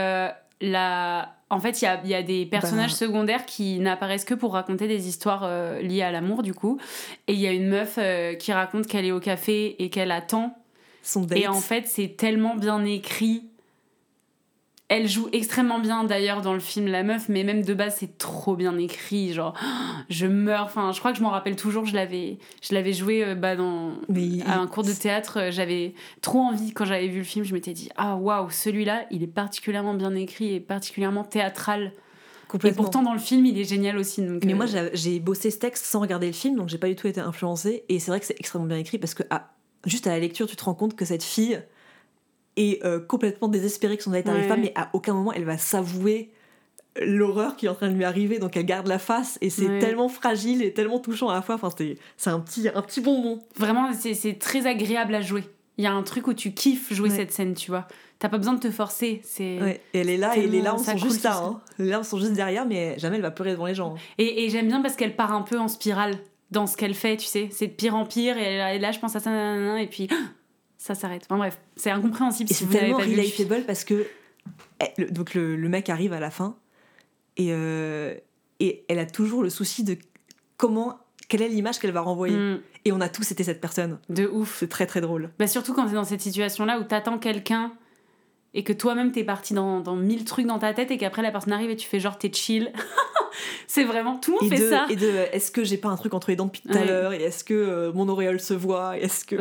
en fait, il y a des personnages secondaires qui n'apparaissent que pour raconter des histoires liées à l'amour, du coup. Et il y a une meuf qui raconte qu'elle est au café et qu'elle attend. Son date. Et en fait, c'est tellement bien écrit. Elle joue extrêmement bien, d'ailleurs, dans le film, la meuf, mais même de base, c'est trop bien écrit. Genre, je meurs. Enfin, je crois que je m'en rappelle toujours. Je l'avais joué à un cours de théâtre. J'avais trop envie, quand j'avais vu le film, je m'étais dit ah waouh, celui-là, il est particulièrement bien écrit et particulièrement théâtral. Et pourtant, dans le film, il est génial aussi. Donc, mais moi, j'ai bossé ce texte sans regarder le film, donc j'ai pas du tout été influencée. Et c'est vrai que c'est extrêmement bien écrit, parce que juste à la lecture, tu te rends compte que cette fille est complètement désespérée que son date n'arrive pas, mais à aucun moment elle va s'avouer l'horreur qui est en train de lui arriver, donc elle garde la face, et c'est tellement fragile et tellement touchant à la fois. Enfin, c'est un petit bonbon. Vraiment, c'est très agréable à jouer. Il y a un truc où tu kiffes jouer cette scène, tu vois. T'as pas besoin de te forcer. Et elle est là, et les larmes sont juste là. Hein. Les larmes sont juste derrière, mais jamais elle va pleurer devant les gens. Et j'aime bien parce qu'elle part un peu en spirale dans ce qu'elle fait, tu sais. C'est de pire en pire, et là je pense à ça, et puis ça s'arrête. Enfin bref, c'est incompréhensible si vous n'avez pas vu. Et c'est tellement relatable parce que donc le mec arrive à la fin, et elle a toujours le souci de quelle est l'image qu'elle va renvoyer. Et on a tous été cette personne. De ouf. C'est très très drôle. Bah surtout quand t'es dans cette situation-là où t'attends quelqu'un et que toi-même t'es parti dans 1000 trucs dans ta tête, et qu'après la personne arrive et tu fais genre t'es chill. C'est vraiment, tout le monde fait ça. Et est-ce que j'ai pas un truc entre les dents depuis tout à l'heure, et est-ce que mon auréole se voit, et est-ce que...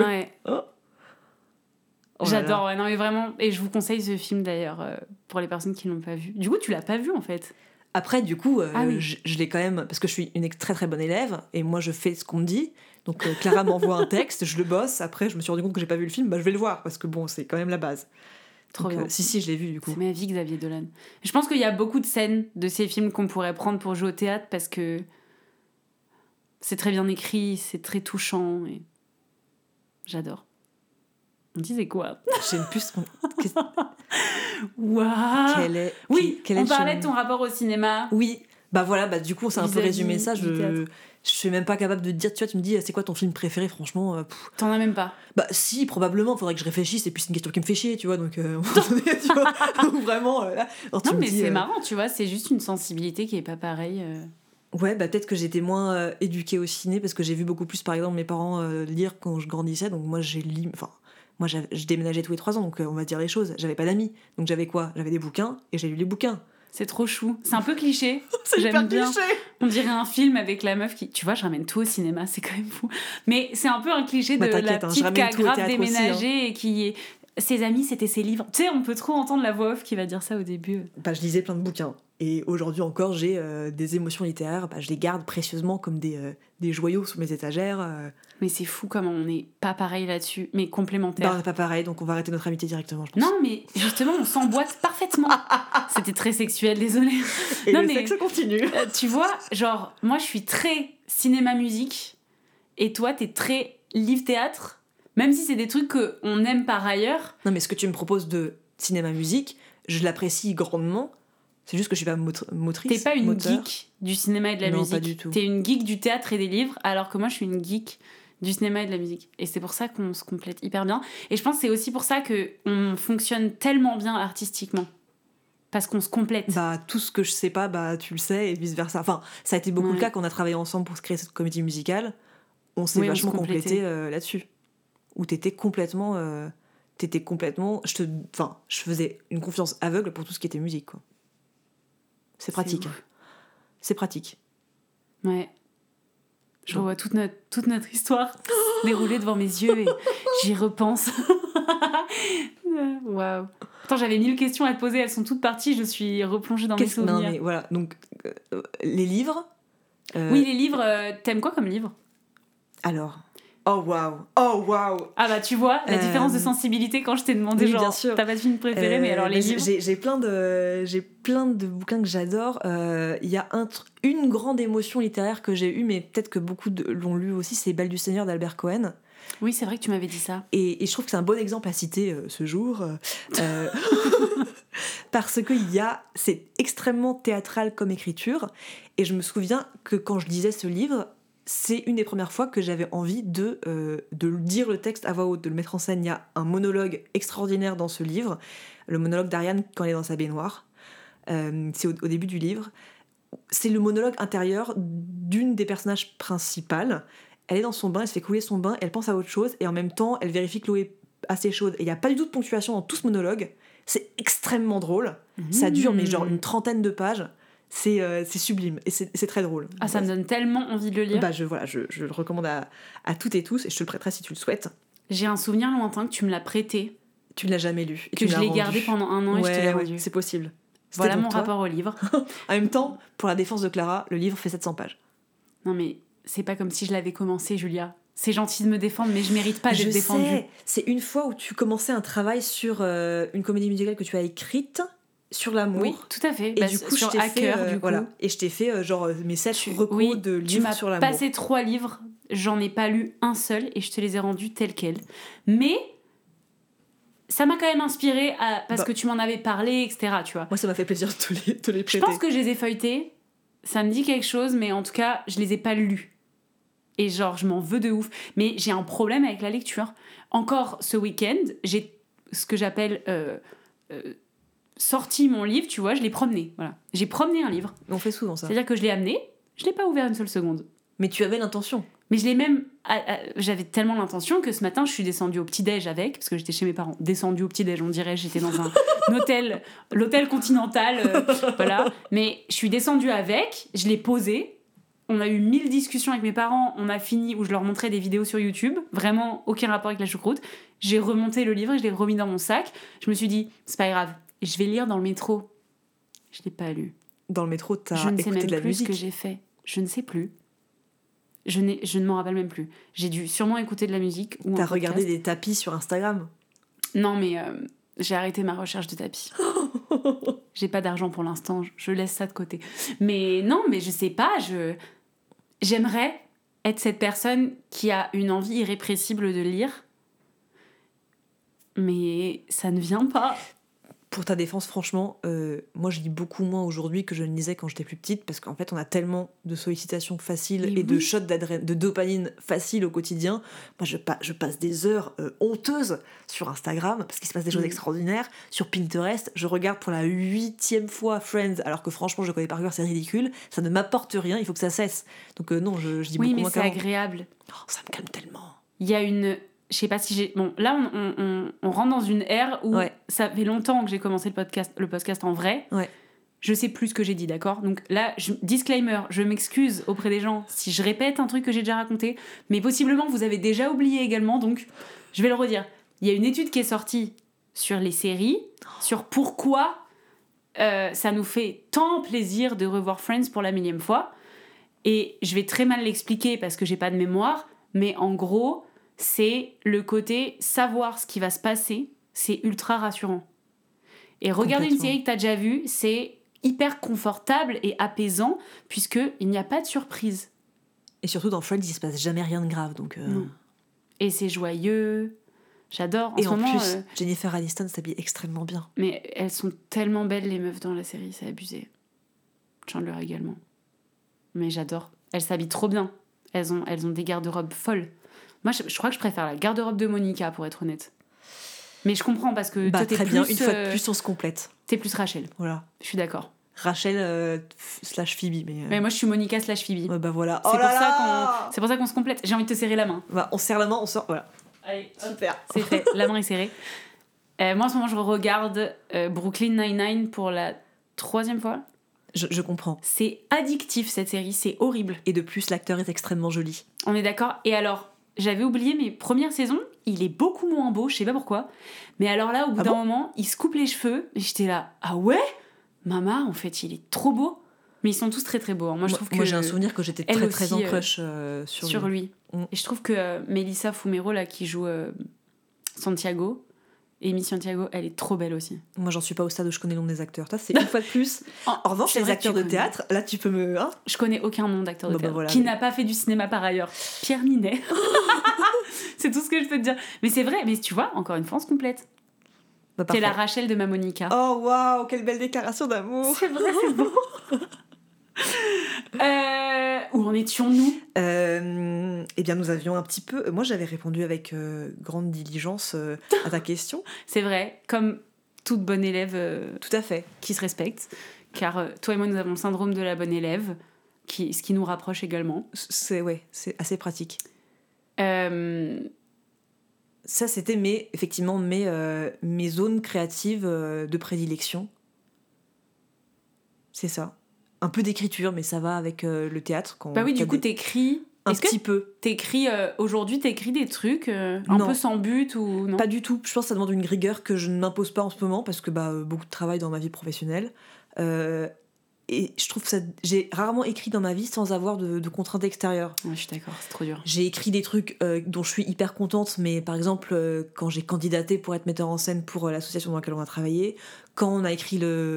Oh j'adore, non mais vraiment, et je vous conseille ce film d'ailleurs pour les personnes qui l'ont pas vu. Du coup, tu l'as pas vu en fait. Après, du coup, je l'ai quand même, parce que je suis une très très bonne élève, et moi je fais ce qu'on me dit. Donc Clara m'envoie un texte, je le bosse. Après, je me suis rendu compte que j'ai pas vu le film, je vais le voir, parce que bon, c'est quand même la base. Trop bien. Si, je l'ai vu du coup. C'est ma vie, Xavier Dolan. Je pense qu'il y a beaucoup de scènes de ces films qu'on pourrait prendre pour jouer au théâtre, parce que c'est très bien écrit, c'est très touchant, et j'adore. On disait quoi? J'ai une puce. Waouh! On parlait de ton rapport au cinéma. Oui, voilà, du coup, c'est un peu résumé ça. Je suis même pas capable de te dire, tu me dis, c'est quoi ton film préféré, franchement T'en as même pas? Si, probablement, faudrait que je réfléchisse, et puis c'est une question qui me fait chier, tu vois, donc tu vois, vraiment, là. Alors, non, mais c'est marrant, tu vois, c'est juste une sensibilité qui est pas pareille. Ouais, peut-être que j'étais moins éduquée au ciné, parce que j'ai vu beaucoup plus, par exemple, mes parents lire quand je grandissais, donc moi, je déménageais tous les 3 ans, donc on va dire les choses. J'avais pas d'amis, donc j'avais quoi? J'avais des bouquins, et j'ai lu les bouquins. C'est trop chou. C'est un peu cliché. C'est hyper cliché. On dirait un film avec la meuf qui... Tu vois, je ramène tout au cinéma, c'est quand même fou. Mais c'est un peu un cliché de la petite qui a grave déménagé et qui est... Ses amis, c'était ses livres. Tu sais, on peut trop entendre la voix off qui va dire ça au début. Je lisais plein de bouquins. Et aujourd'hui encore, j'ai des émotions littéraires. Je les garde précieusement comme des joyaux sous mes étagères. Mais c'est fou comment on n'est pas pareil là-dessus, mais complémentaire. On n'est pas pareil, donc on va arrêter notre amitié directement, je pense. Non, mais justement, on s'emboîte parfaitement. C'était très sexuel, désolée. Et le sexe continue. Tu vois, genre, moi, je suis très cinéma-musique, et toi, t'es très livre-théâtre. Même si c'est des trucs qu'on aime par ailleurs. Non, mais ce que tu me proposes de cinéma-musique, je l'apprécie grandement. C'est juste que je suis pas motrice. T'es pas une geek du cinéma et de la musique. Non, pas du tout. T'es une geek du théâtre et des livres, alors que moi, je suis une geek du cinéma et de la musique. Et c'est pour ça qu'on se complète hyper bien. Et je pense que c'est aussi pour ça qu'on fonctionne tellement bien artistiquement. Parce qu'on se complète. Tout ce que je sais pas, tu le sais, et vice-versa. Enfin, ça a été beaucoup le cas quand on a travaillé ensemble pour créer cette comédie musicale. On s'est vachement complété là-dessus. Où t'étais complètement t'étais complètement... Je faisais une confiance aveugle pour tout ce qui était musique, quoi. C'est pratique. C'est pratique. Ouais. Je revois toute notre histoire se dérouler devant mes yeux et j'y repense. Waouh. Attends, j'avais 1000 questions à te poser, elles sont toutes parties, je suis replongée dans mes souvenirs. Non, mais voilà, donc les livres... Oui, les livres, t'aimes quoi comme livre ? Alors... Oh waouh. Ah bah tu vois, la différence de sensibilité quand je t'ai demandé, oui, genre, bien sûr. t'as pas de film préféré, mais alors les livres... J'ai plein de bouquins que j'adore. Il y a une grande émotion littéraire que j'ai eue, mais peut-être que beaucoup l'ont lu aussi, c'est Belle du Seigneur d'Albert Cohen. Oui, c'est vrai que tu m'avais dit ça. Et je trouve que c'est un bon exemple à citer ce jour. Parce que c'est extrêmement théâtral comme écriture. Et je me souviens que quand je lisais ce livre... C'est une des premières fois que j'avais envie de dire le texte à voix haute, de le mettre en scène. Il y a un monologue extraordinaire dans ce livre, le monologue d'Ariane quand elle est dans sa baignoire. C'est au début du livre. C'est le monologue intérieur d'une des personnages principales. Elle est dans son bain, elle se fait couler son bain, elle pense à autre chose, et en même temps, elle vérifie que l'eau est assez chaude. Et il n'y a pas du tout de ponctuation dans tout ce monologue. C'est extrêmement drôle. Ça dure, mais genre une 30aine de pages. C'est sublime et c'est très drôle. Ah, ça me donne tellement envie de le lire. Bah je le recommande à toutes et tous et je te le prêterai si tu le souhaites. J'ai un souvenir lointain que tu me l'as prêté. Tu ne l'as jamais lu. Que je l'ai gardé pendant 1 an et je te l'ai rendu. C'est possible. Voilà mon rapport au livre. En même temps, pour la défense de Clara, le livre fait 700 pages. Non mais c'est pas comme si je l'avais commencé, Julia. C'est gentil de me défendre, mais je mérite pas d'être défendue. Je sais. C'est une fois où tu commençais un travail sur une comédie musicale que tu as écrite. Sur l'amour. Oui, tout à fait. Et du coup, sur je t'ai Hacker, fait, du coup. voilà. Et je t'ai fait genre mes 7 recos de livres sur l'amour. Tu m'as passé 3 livres, j'en ai pas lu un seul et je te les ai rendus tels quels. Mais ça m'a quand même inspirée parce que tu m'en avais parlé, etc. Tu vois. Moi, ça m'a fait plaisir de te les prêter. Je pense que je les ai feuilletés, ça me dit quelque chose, mais en tout cas, je les ai pas lus. Et genre, je m'en veux de ouf. Mais j'ai un problème avec la lecture. Encore ce week-end, j'ai ce que j'appelle... sorti mon livre, tu vois, je l'ai promené. Voilà. J'ai promené un livre. On fait souvent ça. C'est-à-dire que je l'ai amené, je l'ai pas ouvert une seule seconde. Mais tu avais l'intention. Mais je l'ai même... j'avais tellement l'intention que ce matin, je suis descendue au petit-déj avec, parce que j'étais chez mes parents. Descendue au petit-déj, on dirait, j'étais dans un hôtel, l'hôtel Continental, voilà. Mais je suis descendue avec, je l'ai posé. On a eu 1000 discussions avec mes parents, on a fini où je leur montrais des vidéos sur YouTube, vraiment aucun rapport avec la choucroute. J'ai remonté le livre et je l'ai remis dans mon sac. Je me suis dit, c'est pas grave, je vais lire dans le métro. Je l'ai pas lu. Dans le métro, t'as écouté de la musique. Je ne sais même plus ce que j'ai fait. Je ne sais plus. Je ne m'en rappelle même plus. J'ai dû sûrement écouter de la musique. Ou t'as regardé des tapis sur Instagram? Non, mais j'ai arrêté ma recherche de tapis. J'ai pas d'argent pour l'instant, je laisse ça de côté. Mais non, mais je sais pas, j'aimerais être cette personne qui a une envie irrépressible de lire. Mais ça ne vient pas. Pour ta défense, franchement, moi je lis beaucoup moins aujourd'hui que je ne lisais quand j'étais plus petite, parce qu'en fait on a tellement de sollicitations faciles et de shots de dopamine faciles au quotidien. Moi je passe des heures honteuses sur Instagram, parce qu'il se passe des choses extraordinaires. Sur Pinterest, je regarde pour la 8e fois Friends, alors que franchement je connais par cœur, c'est ridicule. Ça ne m'apporte rien, il faut que ça cesse. Donc non, je dis beaucoup moins qu'avant. Oui, mais c'est agréable. Oh, ça me calme tellement. Il y a une... Je sais pas si j'ai... Bon, là, on rentre dans une ère où ça fait longtemps que j'ai commencé le podcast en vrai. Ouais. Je sais plus ce que j'ai dit, d'accord ? Donc là, disclaimer, je m'excuse auprès des gens si je répète un truc que j'ai déjà raconté, mais possiblement vous avez déjà oublié également, donc je vais le redire. Il y a une étude qui est sortie sur les séries, sur pourquoi ça nous fait tant plaisir de revoir Friends pour la 1000e fois. Et je vais très mal l'expliquer parce que j'ai pas de mémoire, mais en gros... c'est le côté savoir ce qui va se passer, c'est ultra rassurant. Et regarder une série que t'as déjà vue, c'est hyper confortable et apaisant, puisqu'il n'y a pas de surprise. Et surtout dans Friends, il se passe jamais rien de grave, donc... Non. Et c'est joyeux, j'adore. Et en plus, Jennifer Aniston s'habille extrêmement bien. Mais elles sont tellement belles, les meufs dans la série, c'est abusé. Chandler également. Mais j'adore. Elles s'habillent trop bien. Elles ont des garde-robes folles. Moi, je crois que je préfère la garde-robe de Monica, pour être honnête. Mais je comprends, parce que toi, t'es très plus... bien, une fois de plus, on se complète. T'es plus Rachel. Voilà. Je suis d'accord. Rachel / Phoebe, mais... Mais moi, je suis Monica / Phoebe. Ouais, bah voilà. C'est pour ça qu'on se complète. J'ai envie de te serrer la main. Bah, on serre la main, on sort... Voilà. Allez, hop, Super. c'est fait, la main est serrée. Moi, en ce moment, je regarde Brooklyn Nine-Nine pour la 3e fois. Je comprends. C'est addictif, cette série, c'est horrible. Et de plus, l'acteur est extrêmement joli. On est d'accord. Et alors, j'avais oublié mes premières saisons, il est beaucoup moins beau, je sais pas pourquoi. Mais alors là, au bout d'un moment, il se coupe les cheveux, et j'étais là, ah ouais ? Mama, en fait, il est trop beau. Mais ils sont tous très très beaux. Hein. Moi, je trouve que j'ai un souvenir que j'étais très très en crush sur lui. Et je trouve que Melissa Fumero, là, qui joue Santiago, Amy Santiago, elle est trop belle aussi. Moi, j'en suis pas au stade où je connais le nom des acteurs. Toi, c'est une fois de plus. En revanche, les acteurs de théâtre, là, tu peux me... Hein, je connais aucun nom d'acteur de théâtre. Voilà, qui n'a pas fait du cinéma par ailleurs. Pierre Ninet. C'est tout ce que je peux te dire. Mais c'est vrai, mais tu vois, encore une fois, on se complète. T'es la Rachel de ma Monica. Oh, waouh, quelle belle déclaration d'amour. C'est vrai, c'est beau. Où en étions-nous ? Eh bien, nous avions un petit peu... Moi, j'avais répondu avec grande diligence à ta question. C'est vrai, comme toute bonne élève tout à fait, qui se respecte. Car toi et moi, nous avons le syndrome de la bonne élève, ce qui nous rapproche également. C'est assez pratique. Ça, c'était effectivement mes zones créatives de prédilection. C'est ça. Un peu d'écriture, mais ça va avec le théâtre. Bah oui, du coup, t'écris... Un petit peu. T'écris, aujourd'hui, t'écris des trucs un peu sans but ou non ? Pas du tout. Je pense que ça demande une rigueur que je ne m'impose pas en ce moment parce que beaucoup de travail dans ma vie professionnelle. Et je trouve que j'ai rarement écrit dans ma vie sans avoir de contraintes extérieures. Ouais, je suis d'accord, c'est trop dur. J'ai écrit des trucs dont je suis hyper contente, mais par exemple, quand j'ai candidaté pour être metteur en scène pour l'association dans laquelle on a travaillé, quand on a écrit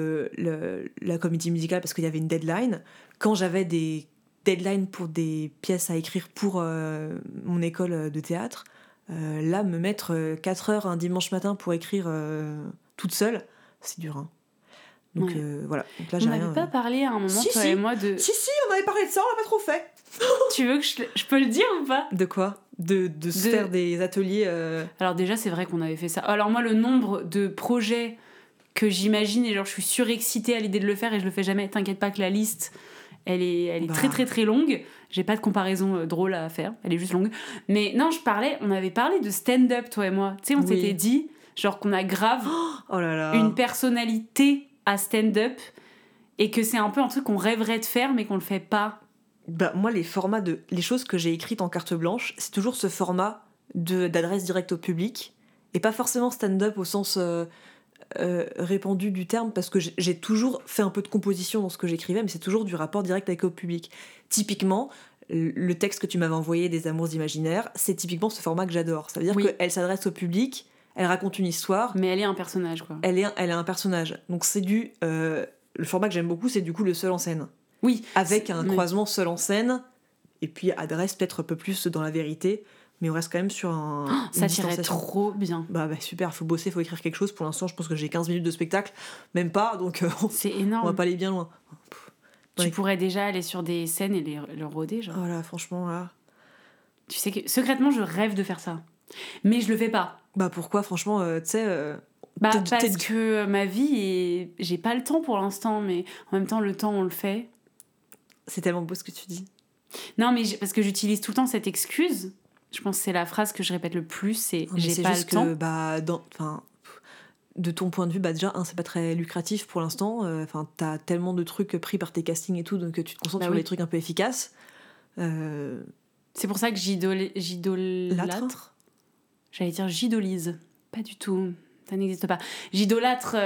la comédie musicale parce qu'il y avait une deadline, quand j'avais des deadlines pour des pièces à écrire pour mon école de théâtre, là, me mettre 4 heures un dimanche matin pour écrire toute seule, c'est dur, hein. Donc voilà. Donc là, on n'avait pas parlé à un moment, toi et moi, de... Si, on avait parlé de ça, on l'a pas trop fait. Tu veux que je peux le dire ou pas ? De quoi ? De se faire des ateliers... Alors déjà, c'est vrai qu'on avait fait ça. Alors moi, le nombre de projets que j'imagine, et genre je suis surexcitée à l'idée de le faire et je le fais jamais. T'inquiète pas que la liste, elle est très très très longue. J'ai pas de comparaison drôle à faire, elle est juste longue. Mais non, on avait parlé de stand-up, toi et moi. Tu sais, on s'était dit, genre qu'on a grave une personnalité à stand-up et que c'est un peu un truc qu'on rêverait de faire mais qu'on le fait pas. Moi, les choses que j'ai écrites en carte blanche, c'est toujours ce format d'adresse directe au public et pas forcément stand-up au sens répandu du terme, parce que j'ai toujours fait un peu de composition dans ce que j'écrivais, mais c'est toujours du rapport direct avec le public. Typiquement, le texte que tu m'avais envoyé, des amours imaginaires, c'est typiquement ce format que j'adore. Ça veut dire qu'elle s'adresse au public, elle raconte une histoire, mais elle est un personnage, quoi. Elle est un personnage. Donc c'est le format que j'aime beaucoup, c'est du coup le seul en scène. Oui. Avec un croisement seul en scène, et puis adresse peut-être un peu plus dans la vérité, mais on reste quand même sur un... ça tirait trop bien. Super, il faut bosser, il faut écrire quelque chose. Pour l'instant, je pense que j'ai 15 minutes de spectacle, même pas, donc c'est énorme. On va pas aller bien loin. Tu pourrais déjà aller sur des scènes et le rôder, genre. Voilà, franchement, là... Tu sais que, secrètement, je rêve de faire ça. Mais je le fais pas. Pourquoi, franchement, tu sais... parce que ma vie, j'ai pas le temps pour l'instant, mais en même temps, le temps, on le fait. C'est tellement beau ce que tu dis. Non, mais parce que j'utilise tout le temps cette excuse. Je pense que c'est la phrase que je répète le plus, c'est j'ai pas le temps. De ton point de vue, déjà, c'est pas très lucratif pour l'instant. T'as tellement de trucs pris par tes castings et tout, donc tu te concentres sur les trucs un peu efficaces. C'est pour ça que j'idolâtre. J'allais dire j'idolise. Pas du tout. Ça n'existe pas. J'idolâtre,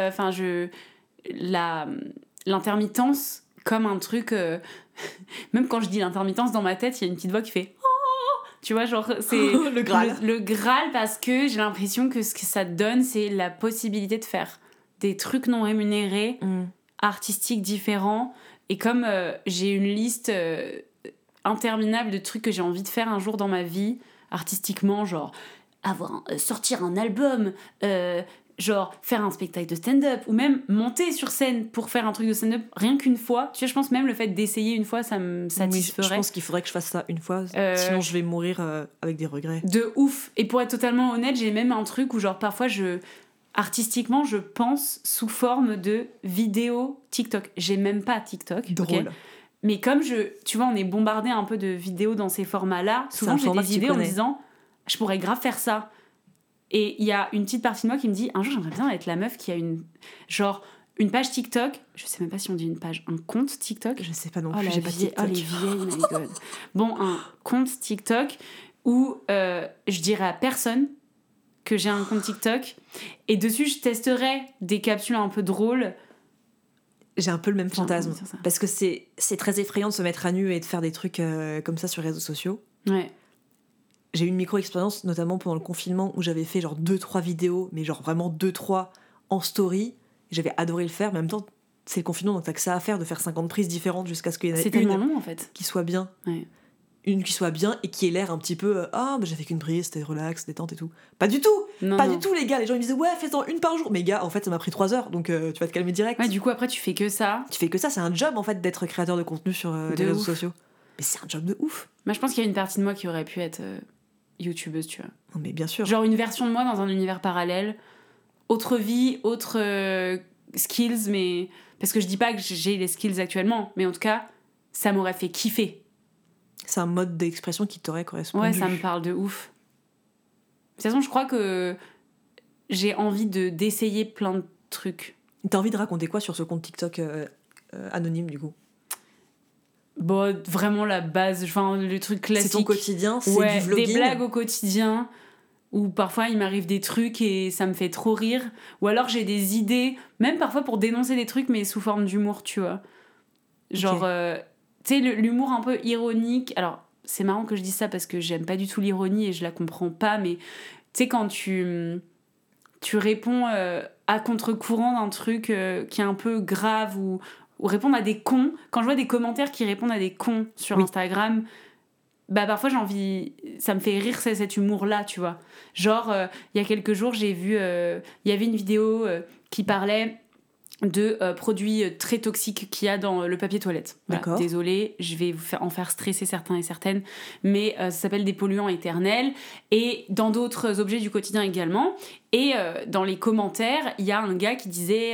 l'intermittence comme un truc... Même quand je dis l'intermittence, dans ma tête, il y a une petite voix qui fait... Tu vois, genre, c'est le Graal. Le Graal, parce que j'ai l'impression que ce que ça te donne, c'est la possibilité de faire des trucs non rémunérés, artistiques différents. Et comme j'ai une liste interminable de trucs que j'ai envie de faire un jour dans ma vie, artistiquement, genre sortir un album, genre faire un spectacle de stand-up, ou même monter sur scène pour faire un truc de stand-up rien qu'une fois. Tu vois, je pense même le fait d'essayer une fois, ça me satisferait. Oui, je pense qu'il faudrait que je fasse ça une fois, sinon je vais mourir avec des regrets. De ouf. Et pour être totalement honnête, j'ai même un truc où genre parfois artistiquement, je pense sous forme de vidéo TikTok. J'ai même pas TikTok. Drôle. Okay, mais comme tu vois, on est bombardé un peu de vidéos dans ces formats-là, souvent j'ai des idées en me disant... je pourrais grave faire ça. Et il y a une petite partie de moi qui me dit, un jour j'aimerais bien être la meuf qui a une page TikTok, je sais même pas si on dit une page, un compte TikTok. Je sais pas non plus, j'ai pas TikTok. TikTok. Oh les vieilles, my god. Bon, un compte TikTok où je dirais à personne que j'ai un compte TikTok, et dessus je testerais des capsules un peu drôles. J'ai un peu le même fantasme, parce que c'est très effrayant de se mettre à nu et de faire des trucs comme ça sur les réseaux sociaux. Ouais. J'ai eu une micro-expérience, notamment pendant le confinement, où j'avais fait genre 2-3 vidéos, mais genre vraiment 2-3 en story. J'avais adoré le faire, mais en même temps, c'est le confinement, donc t'as que ça à faire, de faire 50 prises différentes jusqu'à ce qu'il y en ait c'est tellement long, en fait. Qui soit bien. Ouais. Une qui soit bien et qui ait l'air un petit peu j'ai fait qu'une prise, c'était relax, détente et tout. Pas du tout. Non. Du tout, les gars. Les gens ils me disaient ouais, fais-en une par jour. Mais gars, en fait ça m'a pris 3 heures, donc tu vas te calmer direct. Ouais, du coup après tu fais que ça. C'est un job en fait d'être créateur de contenu sur les réseaux sociaux. Mais c'est un job de ouf. Moi je pense qu'il y a une partie de moi qui aurait pu être youtubeuse, tu vois. Non mais bien sûr. Genre une version de moi dans un univers parallèle, autre vie, autre skills, mais parce que je dis pas que j'ai les skills actuellement, mais en tout cas ça m'aurait fait kiffer. C'est un mode d'expression qui t'aurait correspondu. Ouais, ça me parle de ouf. De toute façon, je crois que j'ai envie d'essayer plein de trucs. T'as envie de raconter quoi sur ce compte TikTok anonyme, du coup? Bon, vraiment la base, enfin, le truc classique. C'est ton quotidien, c'est du vlogging. Des blagues au quotidien, où parfois il m'arrive des trucs et ça me fait trop rire. Ou alors j'ai des idées, même parfois pour dénoncer des trucs, mais sous forme d'humour, tu vois. Genre... tu sais, l'humour un peu ironique. Alors, c'est marrant que je dise ça parce que j'aime pas du tout l'ironie et je la comprends pas, mais tu sais, quand tu réponds à contre-courant d'un truc qui est un peu grave ou répondre à des cons, quand je vois des commentaires qui répondent à des cons sur Instagram, bah parfois j'ai envie, ça me fait rire cet humour-là, tu vois. Genre, il y a quelques jours, j'ai vu, il y avait une vidéo qui parlait de produits très toxiques qu'il y a dans le papier toilette. Voilà. D'accord. Désolée, je vais en faire stresser certains et certaines, mais ça s'appelle des polluants éternels, et dans d'autres objets du quotidien également. Et dans les commentaires, il y a un gars qui disait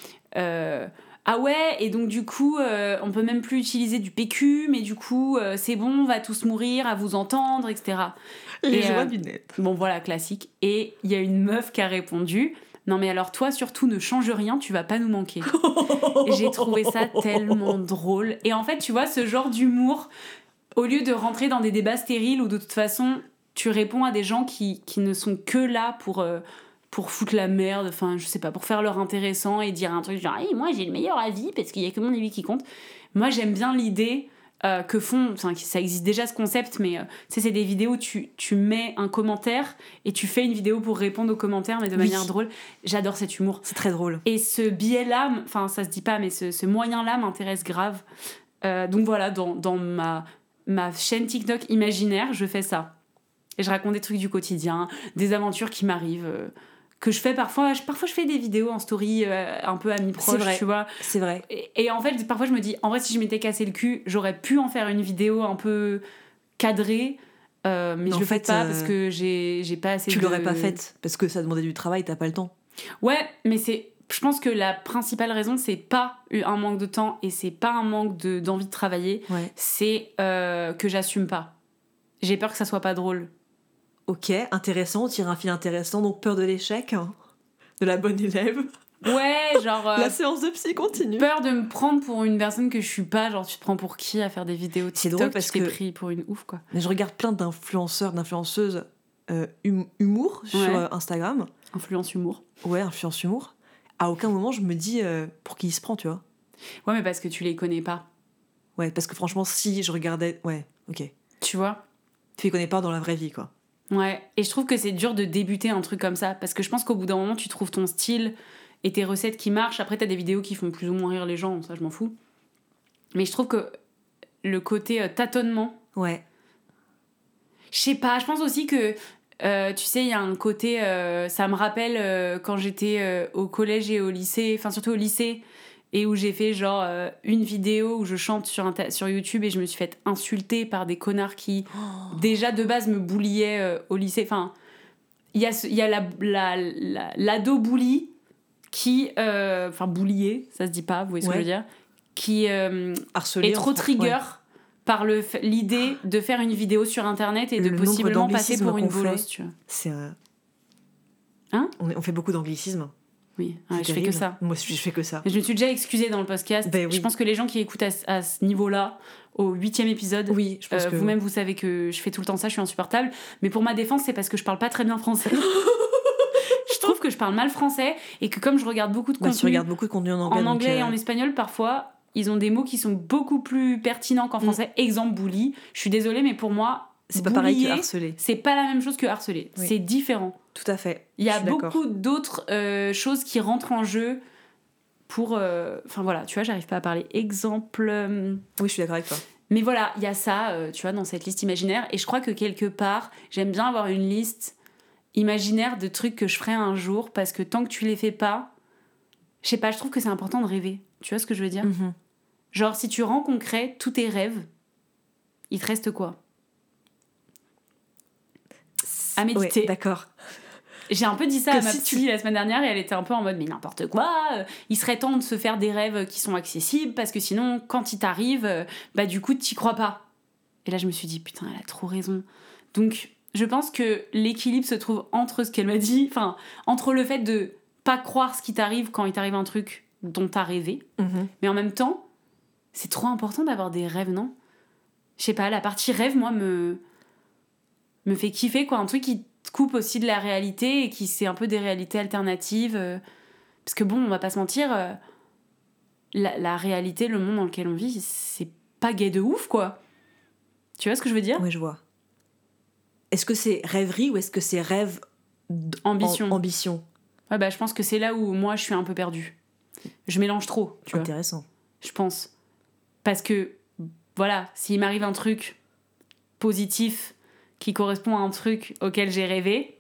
ah ouais, et donc du coup on peut même plus utiliser du PQ, mais du coup c'est bon, on va tous mourir à vous entendre, etc. Les joies du net. Bon voilà, classique. Et il y a une meuf qui a répondu: non mais alors toi surtout ne change rien, tu vas pas nous manquer. Et j'ai trouvé ça tellement drôle. Et en fait tu vois, ce genre d'humour, au lieu de rentrer dans des débats stériles où de toute façon tu réponds à des gens qui ne sont que là pour foutre la merde, enfin je sais pas, pour faire leur intéressant et dire un truc genre hey, moi j'ai le meilleur avis parce qu'il y a que mon avis qui compte. Moi j'aime bien l'idée que font, enfin ça existe déjà ce concept, mais c'est des vidéos où tu mets un commentaire et tu fais une vidéo pour répondre aux commentaires, mais de manière drôle. J'adore cet humour. C'est très drôle. Et ce biais-là, enfin ça se dit pas, mais ce moyen-là m'intéresse grave. Donc voilà, dans ma chaîne TikTok imaginaire, je fais ça. Et je raconte des trucs du quotidien, des aventures qui m'arrivent, que je fais parfois. Parfois je fais des vidéos en story un peu amis proches, tu vois. C'est vrai. Et en fait, parfois je me dis, en vrai, si je m'étais cassé le cul, j'aurais pu en faire une vidéo un peu cadrée, mais je le fais pas parce que j'ai pas assez tu l'aurais pas faite parce que ça demandait du travail, t'as pas le temps. Ouais, mais je pense que la principale raison, c'est pas un manque de temps et c'est pas un manque d'envie de travailler, c'est que j'assume pas. J'ai peur que ça soit pas drôle. Ok, intéressant, on tire un fil intéressant, donc peur de l'échec, hein, de la bonne élève. Ouais, genre... la séance de psy continue. Peur de me prendre pour une personne que je suis pas, genre tu te prends pour qui à faire des vidéos TikTok? C'est drôle parce que... pris pour une ouf, quoi. Mais je regarde plein d'influenceurs, d'influenceuses humour sur Instagram. Influence humour. Ouais, influence humour. À aucun moment je me dis pour qui il se prend, tu vois. Ouais, mais parce que tu les connais pas. Ouais, parce que franchement, si je regardais... Ouais, ok. Tu vois? Tu les connais pas dans la vraie vie, quoi. Ouais, et je trouve que c'est dur de débuter un truc comme ça, parce que je pense qu'au bout d'un moment, tu trouves ton style et tes recettes qui marchent. Après, t'as des vidéos qui font plus ou moins rire les gens, ça je m'en fous. Mais je trouve que le côté tâtonnement... Ouais. Je sais pas, je pense aussi que, tu sais, il y a un côté... ça me rappelle quand j'étais au collège et au lycée, enfin surtout au lycée, et où j'ai fait genre une vidéo où je chante sur YouTube et je me suis fait insulter par des connards qui déjà de base me boulillaient au lycée. Enfin, il y a l'ado bully qui... Enfin, boulier, ça se dit pas, vous voyez ce que je veux dire, qui harcelé, est trop trigger par l'idée de faire une vidéo sur internet et de Le possiblement nombre passer pour une d'anglicismes qu'on bolosse, tu vois. C'est Hein ? on fait beaucoup d'anglicismes. Oui, C'est je fais que terrible. ça. Moi aussi, je fais que ça. Je me suis déjà excusée dans le podcast. Ben oui. Je pense que les gens qui écoutent à ce niveau-là, au 8e épisode, Oui, je pense que vous-même vous savez que je fais tout le temps ça, je suis insupportable. Mais pour ma défense, c'est parce que je parle pas très bien français. Je trouve que je parle mal français et que comme je regarde beaucoup de contenu tu regardes beaucoup de contenu en anglais. en anglais donc, et en espagnol, parfois, ils ont des mots qui sont beaucoup plus pertinents qu'en français. Exemple, bully. Je suis désolée, mais pour moi, c'est pas pareil que bullier, harceler. c'est pas la même chose que harceler. Oui. C'est différent. Tout à fait. Il y a Je suis d'accord. beaucoup d'autres choses qui rentrent en jeu pour... Enfin voilà, tu vois, j'arrive pas à parler. Exemple... Oui, je suis d'accord avec toi. Mais voilà, il y a ça, tu vois, dans cette liste imaginaire. Et je crois que quelque part, j'aime bien avoir une liste imaginaire de trucs que je ferai un jour, parce que tant que tu les fais pas, je sais pas, je trouve que c'est important de rêver. Tu vois ce que je veux dire ? Mhm. Genre, si tu rends concret tous tes rêves, il te reste quoi ? À méditer. Ouais, d'accord. J'ai un peu dit ça Que à ma si psy la semaine dernière et elle était un peu en mode mais n'importe quoi, il serait temps de se faire des rêves qui sont accessibles parce que sinon quand il t'arrive, bah du coup t'y crois pas. Et là je me suis dit putain elle a trop raison. Donc je pense que l'équilibre se trouve entre ce qu'elle m'a dit, enfin entre le fait de pas croire ce qui t'arrive quand il t'arrive un truc dont t'as rêvé, Mhm. mais en même temps c'est trop important d'avoir des rêves, non ? Je sais pas, la partie rêve moi me fait kiffer quoi, un truc qui coupe aussi de la réalité et qui c'est un peu des réalités alternatives parce que bon on va pas se mentir, la réalité, le monde dans lequel on vit, c'est pas gai de ouf quoi, tu vois ce que je veux dire ? Oui, je vois. Est-ce que c'est rêverie ou est-ce que c'est rêve Ambition. ambition. Ouais bah je pense que c'est là où moi je suis un peu perdue, je mélange trop, tu vois, Intéressant. je pense, parce que voilà, s'il m'arrive un truc positif qui correspond à un truc auquel j'ai rêvé,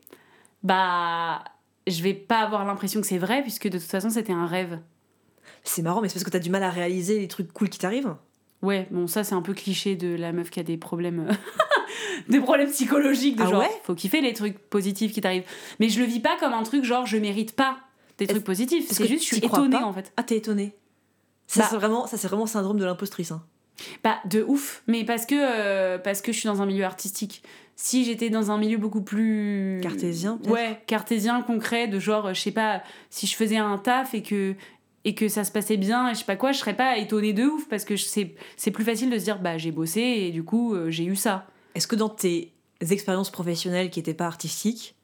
bah je vais pas avoir l'impression que c'est vrai puisque de toute façon c'était un rêve. C'est marrant, mais c'est parce que t'as du mal à réaliser les trucs cool qui t'arrivent. Ouais, bon ça c'est un peu cliché de la meuf qui a des problèmes des problèmes psychologiques de Ah genre ouais faut kiffer les trucs positifs qui t'arrivent. Mais je le vis pas comme un truc genre je mérite pas des trucs positifs, Est-ce c'est que juste je suis t'y crois étonnée pas en fait. Ah, t'es étonnée. Bah- C'est vraiment syndrome de l'impostrice. Hein. Bah de ouf, mais parce que je suis dans un milieu artistique. Si j'étais dans un milieu beaucoup plus Cartésien, peut-être. ouais, cartésien, concret, de genre je sais pas, si je faisais un taf et que ça se passait bien et je sais pas quoi, je serais pas étonnée de ouf parce que c'est plus facile de se dire bah j'ai bossé et du coup j'ai eu ça. Est-ce que dans tes expériences professionnelles qui n'étaient pas artistiques,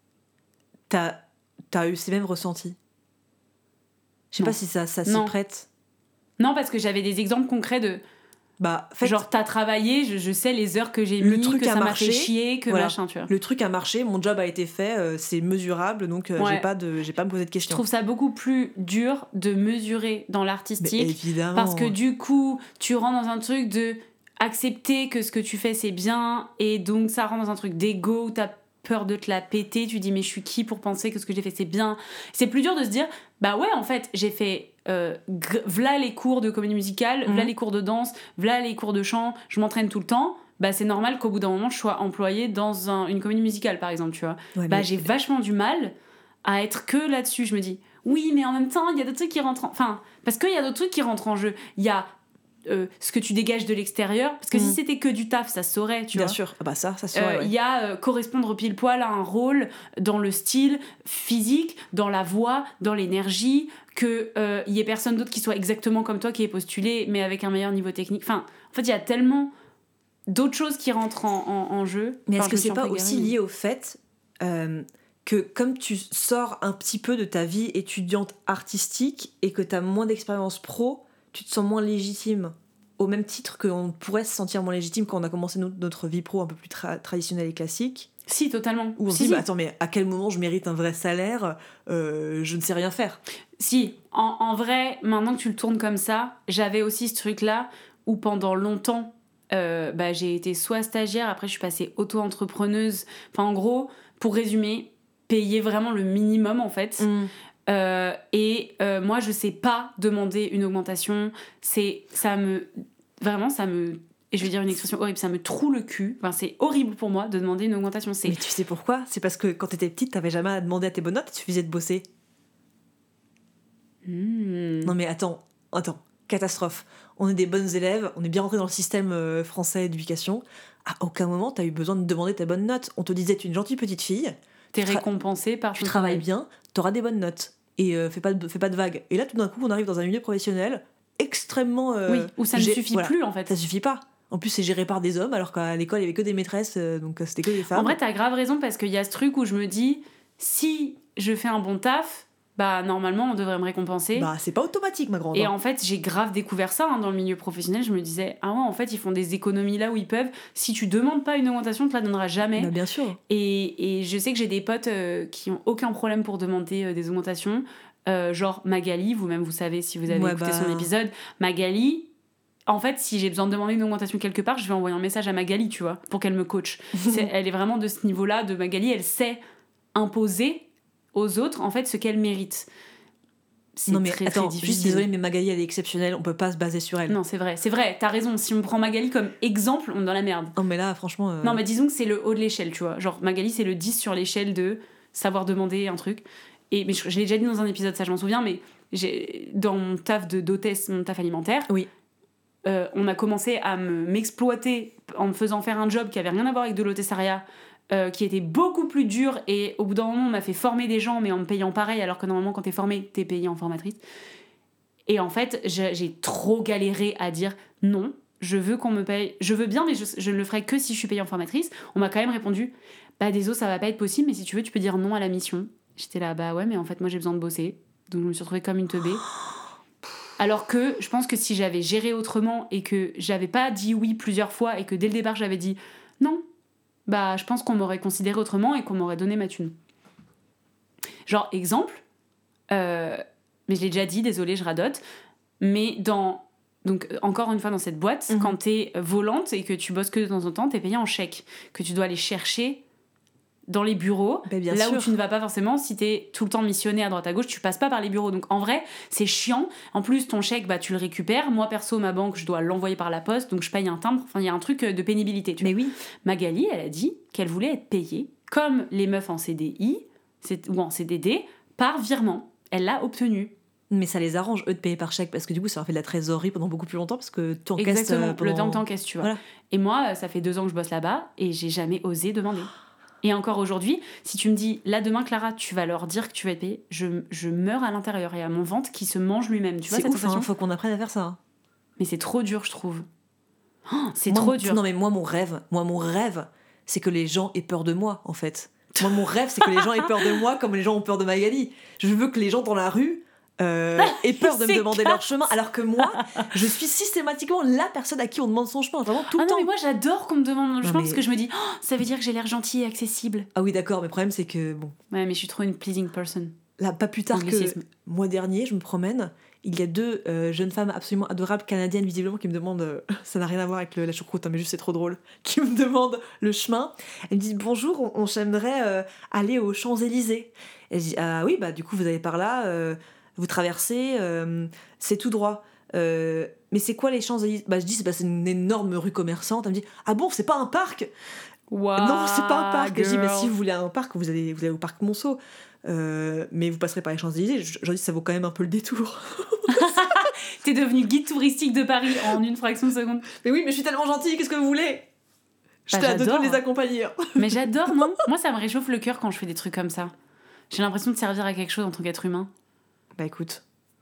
t'as eu ces mêmes ressentis ? Je sais Non. pas si ça s'y Non. prête. Non, parce que j'avais des exemples concrets de Bah, en fait, genre t'as travaillé, je sais les heures que j'ai Le mis, truc que a ça m'a marché, fait chier, que voilà. machin, tu vois. le truc a marché, mon job a été fait, c'est mesurable, donc Ouais. j'ai pas à me poser de Je questions. trouve ça beaucoup plus dur de mesurer dans Mais l'artistique. évidemment. Parce que du coup, tu rentres dans un truc de accepter que ce que tu fais c'est bien et donc ça rentre dans un truc d'ego où t'as peur de te la péter, tu dis mais je suis qui pour penser que ce que j'ai fait c'est bien. C'est plus dur de se dire bah ouais en fait j'ai fait v'là les cours de comédie musicale, v'là les cours de danse, v'là les cours de chant, je m'entraîne tout le temps, bah c'est normal qu'au bout d'un moment je sois employée dans une comédie musicale par exemple, tu vois. Ouais, Bah mais- j'ai vachement du mal à être que là-dessus, je me dis oui mais en même temps il y a d'autres trucs qui rentrent enfin parce qu'il y a d'autres trucs qui rentrent en jeu, il y a ce que tu dégages de l'extérieur parce que si c'était que du taf ça se saurait, tu vois. Bien sûr. Ah bah ça se saurait, ouais. Il y a correspondre pile poil à un rôle dans le style physique, dans la voix, dans l'énergie, que y ait personne d'autre qui soit exactement comme toi qui ait postulé mais avec un meilleur niveau technique. Enfin, en fait, il y a tellement d'autres choses qui rentrent en jeu. Mais Enfin, est-ce que je me suis c'est un pas peu aussi égarée, lié au fait que comme tu sors un petit peu de ta vie étudiante artistique et que t'as moins d'expérience pro, tu te sens moins légitime au même titre qu'on pourrait se sentir moins légitime quand on a commencé notre vie pro un peu plus traditionnelle et classique, mais- Si, totalement. où on se Si, dit si. bah, attends mais à quel moment je mérite un vrai salaire, je ne sais rien faire. Si, en vrai, maintenant que tu le tournes comme ça, j'avais aussi ce truc-là où pendant longtemps, bah, j'ai été soit stagiaire, après je suis passée auto-entrepreneuse. Enfin, en gros, pour résumer, payer vraiment le minimum en fait. Moi, je sais pas demander une augmentation. Vraiment, et je vais dire une expression horrible, ça me troue le cul. Enfin, c'est horrible pour moi de demander une augmentation. Mais tu sais pourquoi ? C'est parce que quand t'étais petite, t'avais jamais à demander à tes bonnes notes, il suffisait de bosser. Non mais attends. catastrophe. On est des bonnes élèves, on est bien rentrés dans le système français d'éducation. À aucun moment, t'as eu besoin de demander ta bonne note. On te disait, tu es une gentille petite fille. T'es récompensée par tu travailles bien, t'auras des bonnes notes. Et fais pas de vagues. Et là, tout d'un coup, on arrive dans un milieu professionnel extrêmement... oui, où ça ne suffit plus, en fait. Ça suffit pas. En plus, c'est géré par des hommes, alors qu'à l'école, il y avait que des maîtresses, donc c'était que des femmes. En vrai, t'as grave raison, parce qu'il y a ce truc où je me dis, si je fais un bon taf, bah normalement on devrait me récompenser. Bah c'est pas automatique, ma grande. Et en fait j'ai grave découvert ça dans le milieu professionnel. Je me disais ah ouais, en fait ils font des économies là où ils peuvent. Si tu demandes pas une augmentation, on te la donnera jamais. Bah bien sûr. Et je sais que j'ai des potes qui ont aucun problème pour demander des augmentations. Genre Magali, vous-même vous savez si vous avez écouté son épisode. Magali, en fait, si j'ai besoin de demander une augmentation quelque part, je vais envoyer un message à Magali, tu vois, pour qu'elle me coach. Elle est vraiment de ce niveau-là de Magali. Elle sait imposer aux autres, en fait, ce qu'elle mérite. C'est très difficile. Juste désolée, mais Magali, elle est exceptionnelle, on peut pas se baser sur elle. Non, c'est vrai, t'as raison. Si on prend Magali comme exemple, on est dans la merde. Non, mais là, franchement... Non, mais disons que c'est le haut de l'échelle, tu vois. Genre, Magali, c'est le 10 sur l'échelle de savoir demander un truc. Mais je l'ai déjà dit dans un épisode, ça je m'en souviens, mais dans mon taf d'hôtesse, mon taf alimentaire, oui. On a commencé à m'exploiter en me faisant faire un job qui avait rien à voir avec de l'hôtessariat, qui était beaucoup plus dur, et au bout d'un moment on m'a fait former des gens mais en me payant pareil, alors que normalement quand t'es formée t'es payée en formatrice. Et en fait j'ai trop galéré à dire non, je veux qu'on me paye, je veux bien, mais je ne le ferai que si je suis payée en formatrice. On m'a quand même répondu bah désolé, ça va pas être possible, mais si tu veux tu peux dire non à la mission. J'étais là bah ouais, mais en fait moi j'ai besoin de bosser, donc je me suis retrouvée comme une teubée. Alors que je pense que si j'avais géré autrement et que j'avais pas dit oui plusieurs fois et que dès le départ j'avais dit non, bah je pense qu'on m'aurait considéré autrement et qu'on m'aurait donné ma thune. Genre exemple, mais je l'ai déjà dit, désolée je radote, mais donc encore une fois dans cette boîte, quand t'es volante et que tu bosses que de temps en temps, t'es payé en chèque, que tu dois aller chercher dans les bureaux, là où tu ne vas pas forcément. Si t'es tout le temps missionné à droite à gauche, tu passes pas par les bureaux, donc en vrai c'est chiant. En plus ton chèque, bah tu le récupères. Moi perso, ma banque, je dois l'envoyer par la poste, donc je paye un timbre. Enfin il y a un truc de pénibilité, tu vois. Oui. Magali, elle a dit qu'elle voulait être payée comme les meufs en CDI ou en CDD par virement. Elle l'a obtenu. Mais ça les arrange eux de payer par chèque, parce que du coup ça leur fait de la trésorerie pendant beaucoup plus longtemps, parce que tu encaisses. Exactement, le temps que t'encaisses, tu vois. Voilà. Et moi ça fait 2 ans que je bosse là-bas et j'ai jamais osé demander. Et encore aujourd'hui, si tu me dis, là demain Clara, tu vas leur dire que tu vas être payée, je meurs à l'intérieur. Il y a mon ventre qui se mange lui-même. Tu vois cette sensation ? Faut qu'on apprenne à faire ça. Mais c'est trop dur, je trouve. Trop dur. Non mais moi mon rêve, c'est que les gens aient peur de moi, en fait. Moi mon rêve, c'est que les gens aient peur de moi comme les gens ont peur de Magali. Je veux que les gens dans la rue aient peur de me demander leur chemin, alors que moi je suis systématiquement la personne à qui on demande son chemin, vraiment tout le temps. Non mais moi j'adore qu'on me demande mon chemin, parce que je me dis ça veut dire que j'ai l'air gentille et accessible. Ah oui d'accord, mais le problème c'est que bon. Ouais, mais je suis trop une pleasing person. Là pas plus tard que mois dernier, je me promène, il y a 2 jeunes femmes absolument adorables canadiennes visiblement qui me demandent, ça n'a rien à voir avec la choucroute, hein, mais juste c'est trop drôle, qui me demandent le chemin. Elles me disent bonjour, on j'aimerais aller aux Champs-Élysées. Et je dis ah oui bah du coup vous allez par là, vous traversez, c'est tout droit. Mais c'est quoi les Champs-Élysées ? Bah, je dis c'est une énorme rue commerçante. Elle me dit ah bon, c'est pas un parc ? Wow, non, c'est pas un parc. Girl. Je dis mais si vous voulez un parc, vous allez au parc Monceau. Mais vous passerez par les Champs-Élysées. Je dis ça vaut quand même un peu le détour. T'es devenue guide touristique de Paris en une fraction de seconde. Mais oui, mais je suis tellement gentille, qu'est-ce que vous voulez ? J'étais à 2 doigts de les accompagner. Mais j'adore, non ? Moi ça me réchauffe le cœur quand je fais des trucs comme ça. J'ai l'impression de servir à quelque chose en tant qu'être humain. Bah écoute,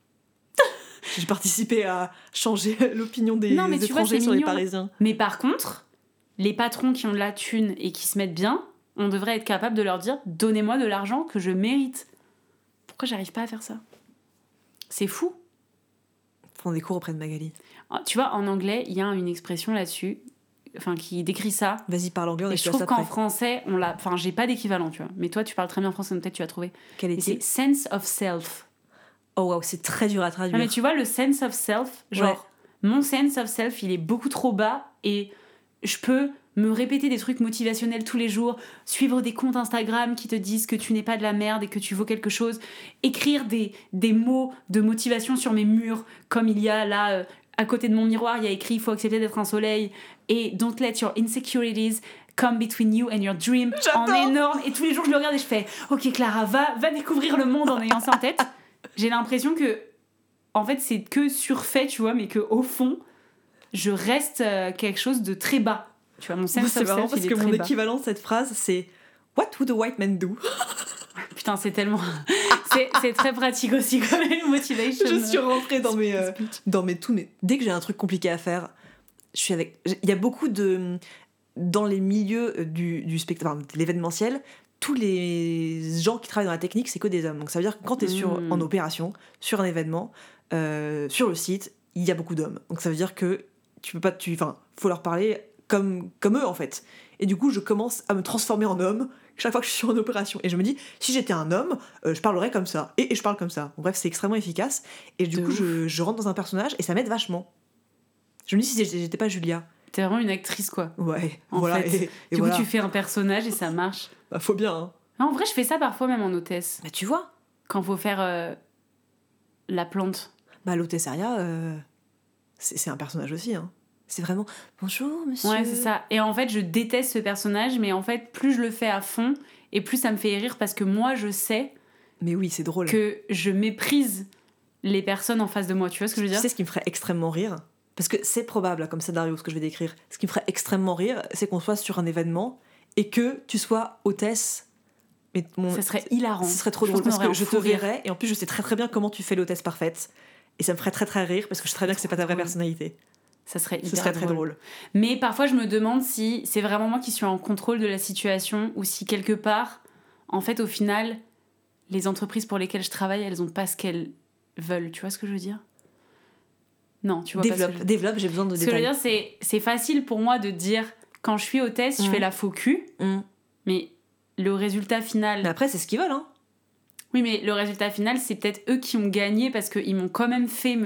j'ai participé à changer l'opinion des étrangers sur les Parisiens. Mais par contre, les patrons qui ont de la thune et qui se mettent bien, on devrait être capable de leur dire « Donnez-moi de l'argent que je mérite ». Pourquoi j'arrive pas à faire ça ? C'est fou. Prendre des cours auprès de Magali. Tu vois, en anglais, il y a une expression là-dessus, qui décrit ça. Vas-y, parle anglais, on et je trouve qu'en français, on l'a... Enfin, j'ai pas d'équivalent, tu vois. Mais toi, tu parles très bien français, donc peut-être tu vas trouver. Quel est-il ? C'est sense of self. Oh wow, c'est très dur à traduire. Non, mais tu vois, le sense of self, genre, mon sense of self, il est beaucoup trop bas et je peux me répéter des trucs motivationnels tous les jours, suivre des comptes Instagram qui te disent que tu n'es pas de la merde et que tu vaux quelque chose, écrire des mots de motivation sur mes murs, comme il y a là, à côté de mon miroir, il y a écrit « Il faut accepter d'être un soleil » et « Don't let your insecurities come between you and your dream » en énorme. Et tous les jours, je le regarde et je fais « Ok, Clara, va découvrir le monde en ayant ça en tête ». J'ai l'impression que en fait, c'est que surfait, tu vois, mais qu'au fond, je reste quelque chose de très bas. Tu vois, mon sense C'est of marrant self, parce il est que très mon bas. équivalent de cette phrase, c'est What would a white man do? Putain, c'est tellement... c'est très pratique aussi comme motivation. Je suis rentrée dans speech. tous mes... Dès que j'ai un truc compliqué à faire, je suis avec... Il y a beaucoup de... Dans les milieux du spectacle, enfin, de l'événementiel, tous les gens qui travaillent dans la technique, c'est que des hommes. Donc ça veut dire que quand tu es en opération, sur un événement, sur le site, il y a beaucoup d'hommes. Donc ça veut dire que tu peux pas... Enfin, faut leur parler comme eux, en fait. Et du coup, je commence à me transformer en homme chaque fois que je suis en opération. Et je me dis, si j'étais un homme, je parlerais comme ça. Et je parle comme ça. Bon, bref, c'est extrêmement efficace. Et du coup, je rentre dans un personnage et ça m'aide vachement. Je me dis, si j'étais pas Julia... T'es vraiment une actrice, quoi. Ouais, en voilà. Fait. Et du voilà. coup, tu fais un personnage et ça marche. Bah, faut bien, hein. En vrai, je fais ça parfois même en hôtesse. Bah, tu vois. Quand faut faire la plante. Bah, l'hôtesse Aria, c'est un personnage aussi, hein. C'est vraiment bonjour monsieur. Ouais, c'est ça. Et en fait, je déteste ce personnage, mais en fait, plus je le fais à fond, et plus ça me fait rire parce que moi, je sais. Mais oui, c'est drôle. Que je méprise les personnes en face de moi. Tu vois ce que je veux dire? Tu sais ce qui me ferait extrêmement rire? Parce que c'est probable, comme scénario, ce que je vais décrire. Ce qui me ferait extrêmement rire, c'est qu'on soit sur un événement et que tu sois hôtesse. Mais ça serait hilarant. Ce serait trop drôle parce que je te verrais et en plus, je sais très très bien comment tu fais l'hôtesse parfaite. Et ça me ferait très très rire parce que je sais très bien que c'est pas ta vraie personnalité. Ça serait hyper Ce serait très drôle. Mais parfois, je me demande si c'est vraiment moi qui suis en contrôle de la situation ou si quelque part, en fait, au final, les entreprises pour lesquelles je travaille, elles ont pas ce qu'elles veulent. Tu vois ce que je veux dire? Non, tu vois pas. Développe, j'ai besoin de détails. Ce que je veux dire, c'est facile pour moi de dire, quand je suis hôtesse, je fais la faux cul, mais le résultat final... Mais après, c'est ce qu'ils veulent, hein. Oui, mais le résultat final, c'est peut-être eux qui ont gagné parce qu'ils m'ont quand même fait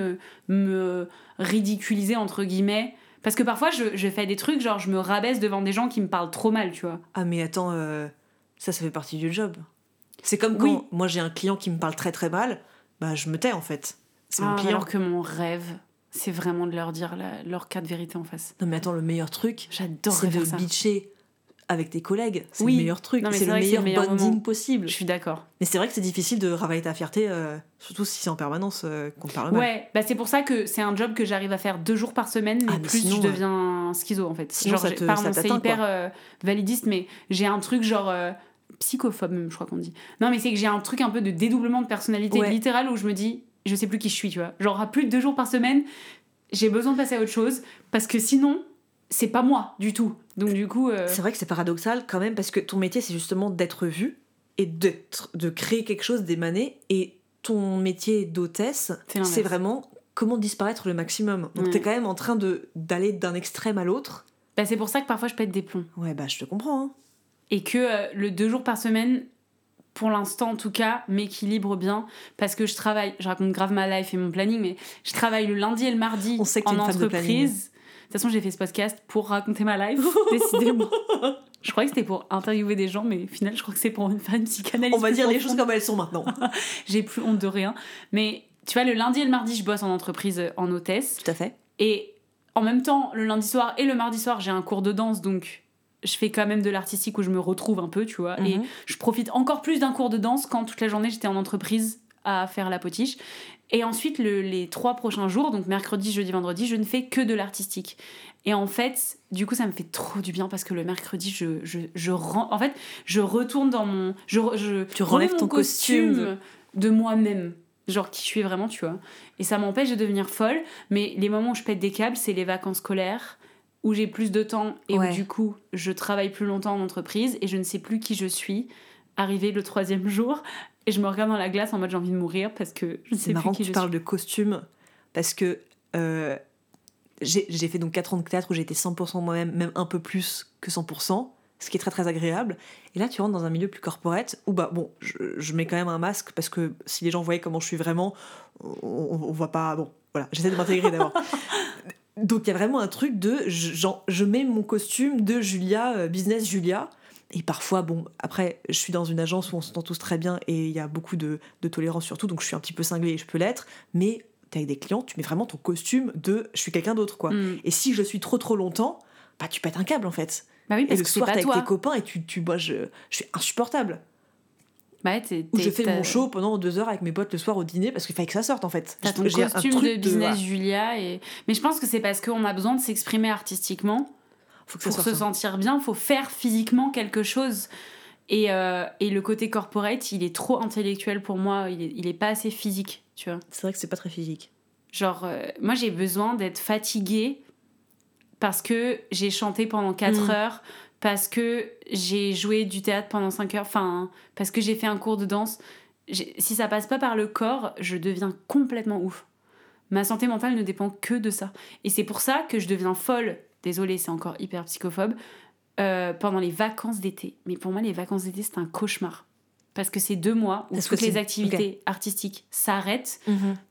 me ridiculiser, entre guillemets. Parce que parfois, je fais des trucs, genre je me rabaisse devant des gens qui me parlent trop mal, tu vois. Ah, mais attends, ça fait partie du job. C'est comme quand moi j'ai un client qui me parle très très mal, bah je me tais en fait. C'est mon client. Alors que mon rêve, c'est vraiment de leur dire leur cas de vérité en face. Non mais attends, le meilleur truc, j'adorerais c'est de bitcher avec tes collègues. C'est le meilleur truc, c'est le meilleur bonding possible. Je suis d'accord. Mais c'est vrai que c'est difficile de ravaler ta fierté, surtout si c'est en permanence qu'on te parle mal. Ouais, bah c'est pour ça que c'est un job que j'arrive à faire 2 jours par semaine, mais plus sinon, je deviens schizo en fait. Sinon, genre, c'est hyper validiste, mais j'ai un truc genre... psychophobe même, je crois qu'on dit. Non, mais c'est que j'ai un truc un peu de dédoublement de personnalité littéral où je me dis, je sais plus qui je suis, tu vois. Genre, à plus de 2 jours par semaine, j'ai besoin de passer à autre chose parce que sinon, c'est pas moi du tout. Donc du coup... C'est vrai que c'est paradoxal quand même parce que ton métier, c'est justement d'être vu et de créer quelque chose, d'émaner. Et ton métier d'hôtesse, c'est vraiment comment disparaître le maximum. Donc t'es quand même en train d'aller d'un extrême à l'autre. Bah, c'est pour ça que parfois je pète des plombs. Ouais, bah je te comprends, hein. Et que le 2 jours par semaine, pour l'instant en tout cas, m'équilibre bien. Parce que je travaille, je raconte grave ma life et mon planning, mais je travaille le lundi et le mardi on sait que en entreprise. De toute façon, j'ai fait ce podcast pour raconter ma life, décidément. Je croyais que c'était pour interviewer des gens, mais au final, je crois que c'est pour faire une psychanalyse. On va dire les choses comme elles sont maintenant. J'ai plus honte de rien. Mais tu vois, le lundi et le mardi, je bosse en entreprise en hôtesse. Tout à fait. Et en même temps, le lundi soir et le mardi soir, j'ai un cours de danse, donc... je fais quand même de l'artistique où je me retrouve un peu, tu vois. Et je profite encore plus d'un cours de danse quand toute la journée j'étais en entreprise à faire la potiche. Et ensuite, les 3 prochains jours, donc mercredi, jeudi, vendredi, je ne fais que de l'artistique. Et en fait, du coup, ça me fait trop du bien parce que le mercredi, en fait, je retourne dans mon... tu relèves ton costume de moi-même. Genre qui je suis vraiment, tu vois. Et ça m'empêche de devenir folle. Mais les moments où je pète des câbles, c'est les vacances scolaires, où j'ai plus de temps et où du coup je travaille plus longtemps en entreprise et je ne sais plus qui je suis. Arrivé le 3e jour et je me regarde dans la glace en mode j'ai envie de mourir parce que je ne sais plus qui je suis. C'est marrant que tu parles de costume parce que j'ai fait donc 4 ans de théâtre où j'ai été 100% moi-même, même un peu plus que 100%, ce qui est très très agréable. Et là tu rentres dans un milieu plus corporate où bah bon, je mets quand même un masque parce que si les gens voyaient comment je suis vraiment, on voit pas. Bon, voilà, j'essaie de m'intégrer d'abord. Donc il y a vraiment un truc de je mets mon costume de Julia, business Julia. Et parfois, bon, après, je suis dans une agence où on s'entend tous très bien et il y a beaucoup de tolérance surtout, donc je suis un petit peu cinglée et je peux l'être. Mais t'es avec des clients, tu mets vraiment ton costume de je suis quelqu'un d'autre, quoi. Et si je suis trop longtemps, bah tu pètes un câble en fait. Bah oui, parce et le que soir, c'est pas t'es toi. avec tes copains et moi, je suis insupportable. Bah où je fais mon show pendant 2 heures avec mes potes le soir au dîner parce qu'il fallait que ça sorte en fait. T'as ton costume de business Julia. Mais je pense que c'est parce qu'on a besoin de s'exprimer artistiquement. Pour se sentir bien, il faut faire physiquement quelque chose. Et le côté corporate, il est trop intellectuel pour moi. Il est pas assez physique, tu vois. C'est vrai que c'est pas très physique. Genre, moi, j'ai besoin d'être fatiguée parce que j'ai chanté pendant 4 heures, parce que j'ai joué du théâtre pendant 5 heures, enfin, parce que j'ai fait un cours de danse. Si ça passe pas par le corps, je deviens complètement ouf. Ma santé mentale ne dépend que de ça. Et c'est pour ça que je deviens folle. Désolée, c'est encore hyper psychophobe. Pendant les vacances d'été. Mais pour moi, les vacances d'été, c'est un cauchemar. Parce que c'est 2 mois où toutes les activités artistiques s'arrêtent.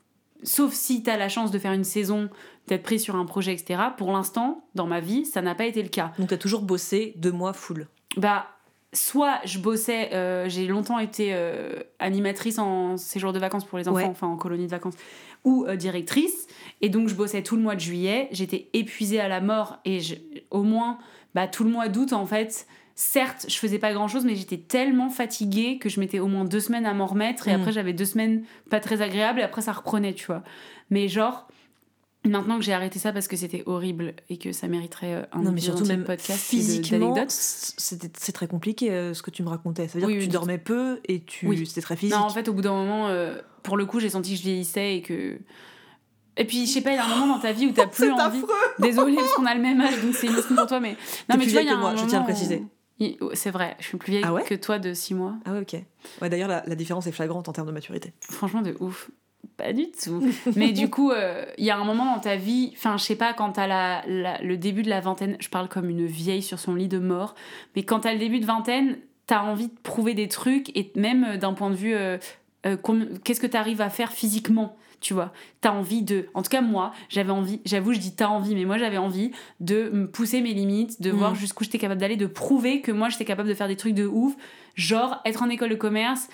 Sauf si t'as la chance de faire une saison, d'être pris sur un projet, etc. Pour l'instant, dans ma vie, ça n'a pas été le cas. Donc t'as toujours bossé 2 mois full. Bah, soit je bossais... j'ai longtemps été animatrice en séjour de vacances pour les enfants, enfin en colonie de vacances, ou directrice. Et donc, je bossais tout le mois de juillet. J'étais épuisée à la mort. Et au moins... tout le mois d'août, en fait, certes, je faisais pas grand-chose, mais j'étais tellement fatiguée que je mettais au moins 2 semaines à m'en remettre. Et après, j'avais 2 semaines pas très agréables. Et après, ça reprenait, tu vois. Mais genre, maintenant que j'ai arrêté ça parce que c'était horrible et que ça mériterait un même podcast physiquement, c'est très compliqué ce que tu me racontais. Ça veut dire que tu dormais peu et c'était très physique. Non, en fait, au bout d'un moment, pour le coup, j'ai senti que je vieillissais et que... Et puis, je sais pas, il y a un moment dans ta vie où t'as plus envie... Désolée, parce qu'on a le même âge, donc c'est une leçon pour toi, mais... Non, mais tu vois, il y a un moment... Je tiens à le préciser. C'est vrai, je suis plus vieille que toi de 6 mois. Ah ouais, ok. Ouais, d'ailleurs, la différence est flagrante en termes de maturité. Franchement, de ouf. Pas du tout. Mais du coup, il y a un moment dans ta vie... Enfin, je sais pas, quand t'as le début de la vingtaine... Je parle comme une vieille sur son lit de mort. Mais quand t'as le début de vingtaine, t'as envie de prouver des trucs. Et même d'un point de vue... qu'est-ce que t'arrives à faire physiquement ? Tu vois, t'as envie de... En tout cas, moi, j'avais envie... J'avoue, je dis t'as envie, mais moi, j'avais envie de me pousser mes limites, de voir jusqu'où j'étais capable d'aller, de prouver que moi, j'étais capable de faire des trucs de ouf. Genre, être en école de commerce,